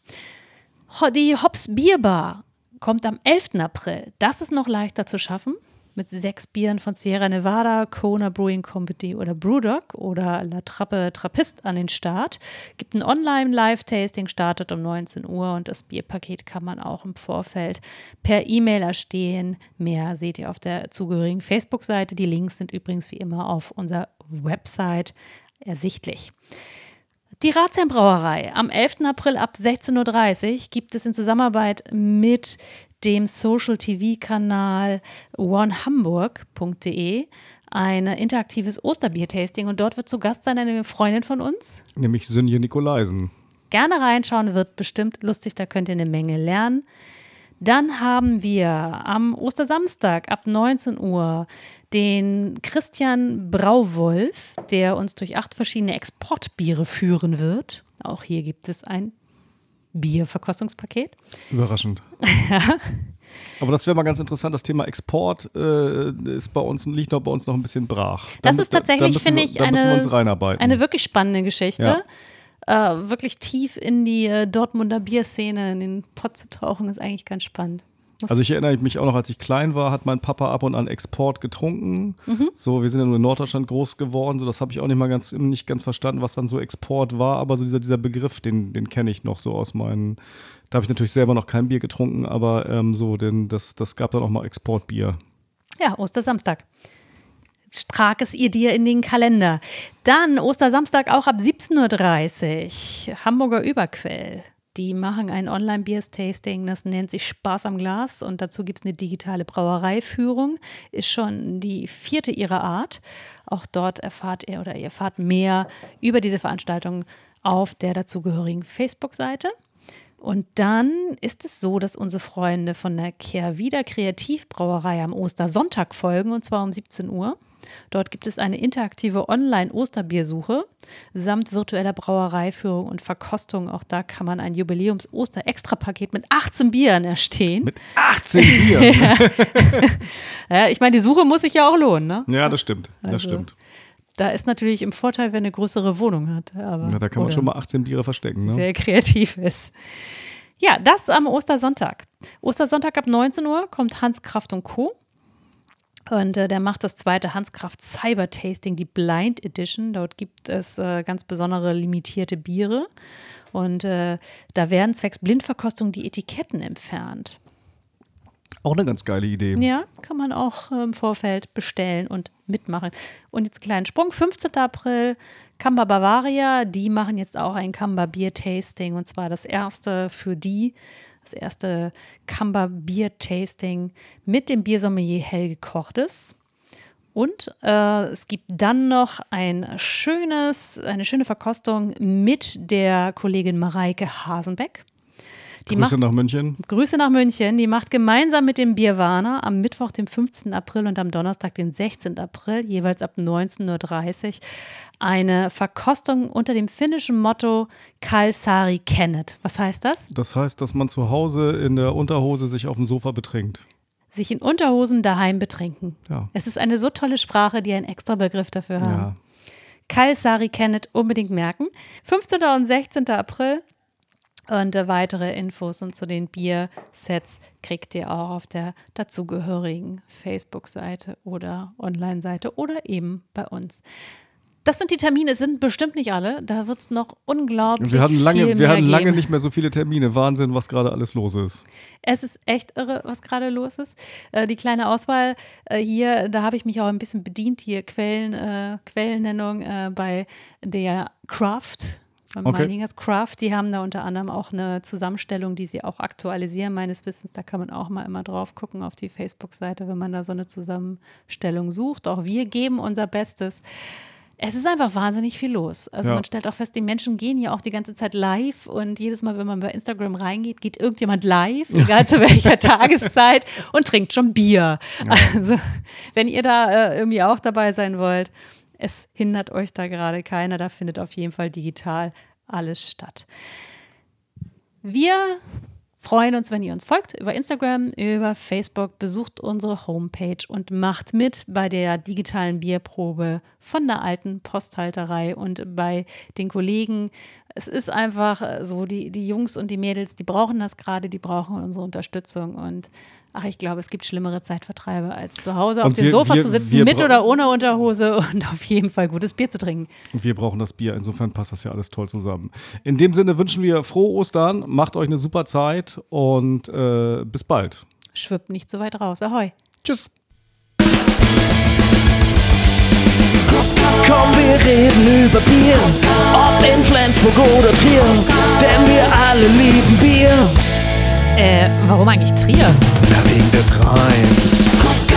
Die Hops Bierbar kommt am elften April. Das ist noch leichter zu schaffen. Mit sechs Bieren von Sierra Nevada, Kona Brewing Company oder Brewdog oder La Trappe Trappist an den Start. Gibt ein Online-Live-Tasting, startet um neunzehn Uhr und das Bierpaket kann man auch im Vorfeld per E-Mail erstehen. Mehr seht ihr auf der zugehörigen Facebook-Seite. Die Links sind übrigens wie immer auf unserer Website ersichtlich. Die Ratsherrn Brauerei am elften April ab sechzehn Uhr dreißig gibt es in Zusammenarbeit mit dem Social-T V-Kanal one hamburg punkt de ein interaktives Osterbier-Tasting und dort wird zu Gast sein eine Freundin von uns. Nämlich Sünje Nikolaisen. Gerne reinschauen, wird bestimmt lustig, da könnt ihr eine Menge lernen. Dann haben wir am Ostersamstag ab neunzehn Uhr den Christian Brauwolf, der uns durch acht verschiedene Exportbiere führen wird. Auch hier gibt es ein Bierverkostungspaket. Überraschend. Ja. Aber das wäre mal ganz interessant. Das Thema Export äh, ist bei uns, liegt noch bei uns noch ein bisschen brach. Das da, ist tatsächlich, finde ich, eine, eine wirklich spannende Geschichte. Ja. Äh, wirklich tief in die äh, Dortmunder Bierszene, in den Pott zu tauchen, ist eigentlich ganz spannend. Also ich erinnere mich auch noch, als ich klein war, hat mein Papa ab und an Export getrunken. Mhm. So, wir sind ja nur in Norddeutschland groß geworden, so das habe ich auch nicht mal ganz, nicht ganz verstanden, was dann so Export war, aber so dieser, dieser Begriff, den, den kenne ich noch so aus meinen, da habe ich natürlich selber noch kein Bier getrunken, aber ähm, so, denn das, das gab dann auch mal Exportbier. Ja, Ostersamstag. Trag es ihr dir in den Kalender. Dann Ostersamstag auch ab siebzehn Uhr dreißig, Hamburger Überquell. Die machen ein Online-Biers-Tasting, das nennt sich Spaß am Glas und dazu gibt es eine digitale Brauereiführung, ist schon die vierte ihrer Art. Auch dort erfahrt ihr oder ihr erfahrt mehr über diese Veranstaltung auf der dazugehörigen Facebook-Seite. Und dann ist es so, dass unsere Freunde von der Kehrwieder Kreativbrauerei am Ostersonntag folgen und zwar um siebzehn Uhr. Dort gibt es eine interaktive Online-Osterbiersuche samt virtueller Brauereiführung und Verkostung. Auch da kann man ein Jubiläums-Oster-Extra-Paket mit achtzehn Bieren erstehen. Mit achtzehn Bieren? Ja. Ja, ich meine, die Suche muss sich ja auch lohnen, ne? Ja, das stimmt. Das also, stimmt. Da ist natürlich im Vorteil, wenn eine größere Wohnung hat. Aber, ja, da kann man schon mal achtzehn Biere verstecken. Ne? Sehr kreativ ist. Ja, das am Ostersonntag. Ostersonntag ab neunzehn Uhr kommt Hans Kraft und Co. Und äh, der macht das zweite Hans Kraft Cyber Tasting, die Blind Edition. Dort gibt es äh, ganz besondere limitierte Biere. Und äh, da werden zwecks Blindverkostung die Etiketten entfernt. Auch eine ganz geile Idee. Ja, kann man auch äh, im Vorfeld bestellen und mitmachen. Und jetzt einen kleinen Sprung, fünfzehnten April, Kamba Bavaria, die machen jetzt auch ein Kamba Bier Tasting und zwar das erste für die, das erste Kamba Bier Tasting mit dem Biersommelier Helge Cordes. Und äh, es gibt dann noch ein schönes, eine schöne Verkostung mit der Kollegin Mareike Hasenbeck. Die Grüße macht, nach München. Grüße nach München. Die macht gemeinsam mit dem Bierwarner am Mittwoch, den fünfzehnten April und am Donnerstag, den sechzehnten April, jeweils ab neunzehn Uhr dreißig, eine Verkostung unter dem finnischen Motto Kalsari Kennet. Was heißt das? Das heißt, dass man zu Hause in der Unterhose sich auf dem Sofa betrinkt. Sich in Unterhosen daheim betrinken. Ja. Es ist eine so tolle Sprache, die einen extra Begriff dafür haben. Ja. Kalsari Kennet unbedingt merken. fünfzehnten und sechzehnten April. Und äh, weitere Infos und zu den Biersets kriegt ihr auch auf der dazugehörigen Facebook-Seite oder Online-Seite oder eben bei uns. Das sind die Termine, es sind bestimmt nicht alle. Da wird es noch unglaublich wir hatten lange, viel wir mehr hatten lange geben. nicht mehr so viele Termine. Wahnsinn, was gerade alles los ist. Es ist echt irre, was gerade los ist. Äh, die kleine Auswahl äh, hier, da habe ich mich auch ein bisschen bedient. Hier Quellen, äh, Quellennennung äh, bei der Craft. Beim Okay. Meiningers Craft, die haben da unter anderem auch eine Zusammenstellung, die sie auch aktualisieren, meines Wissens. Da kann man auch mal immer drauf gucken auf die Facebook-Seite, wenn man da so eine Zusammenstellung sucht. Auch wir geben unser Bestes. Es ist einfach wahnsinnig viel los. Also Ja. man stellt auch fest, die Menschen gehen hier auch die ganze Zeit live und jedes Mal, wenn man bei Instagram reingeht, geht irgendjemand live, egal zu welcher Tageszeit und trinkt schon Bier. Ja. Also wenn ihr da äh, irgendwie auch dabei sein wollt, es hindert euch da gerade keiner, da findet auf jeden Fall digital alles statt. Wir freuen uns, wenn ihr uns folgt über Instagram, über Facebook, besucht unsere Homepage und macht mit bei der digitalen Bierprobe von der alten Posthalterei und bei den Kollegen. Es ist einfach so, die, die Jungs und die Mädels, die brauchen das gerade, die brauchen unsere Unterstützung und ach, ich glaube, es gibt schlimmere Zeitvertreibe, als zu Hause auf Und dem wir- Sofa wir- zu sitzen, wir mit bra- oder ohne Unterhose und auf jeden Fall gutes Bier zu trinken. Und wir brauchen das Bier. Insofern passt das ja alles toll zusammen. In dem Sinne wünschen wir frohe Ostern, macht euch eine super Zeit und äh, bis bald. Schwimmt nicht so weit raus. Ahoi. Tschüss. Komm, wir reden über Bier, ob in Flensburg oder Trier, denn wir alle lieben Bier. Äh, warum eigentlich Trier? Na, wegen des Reims.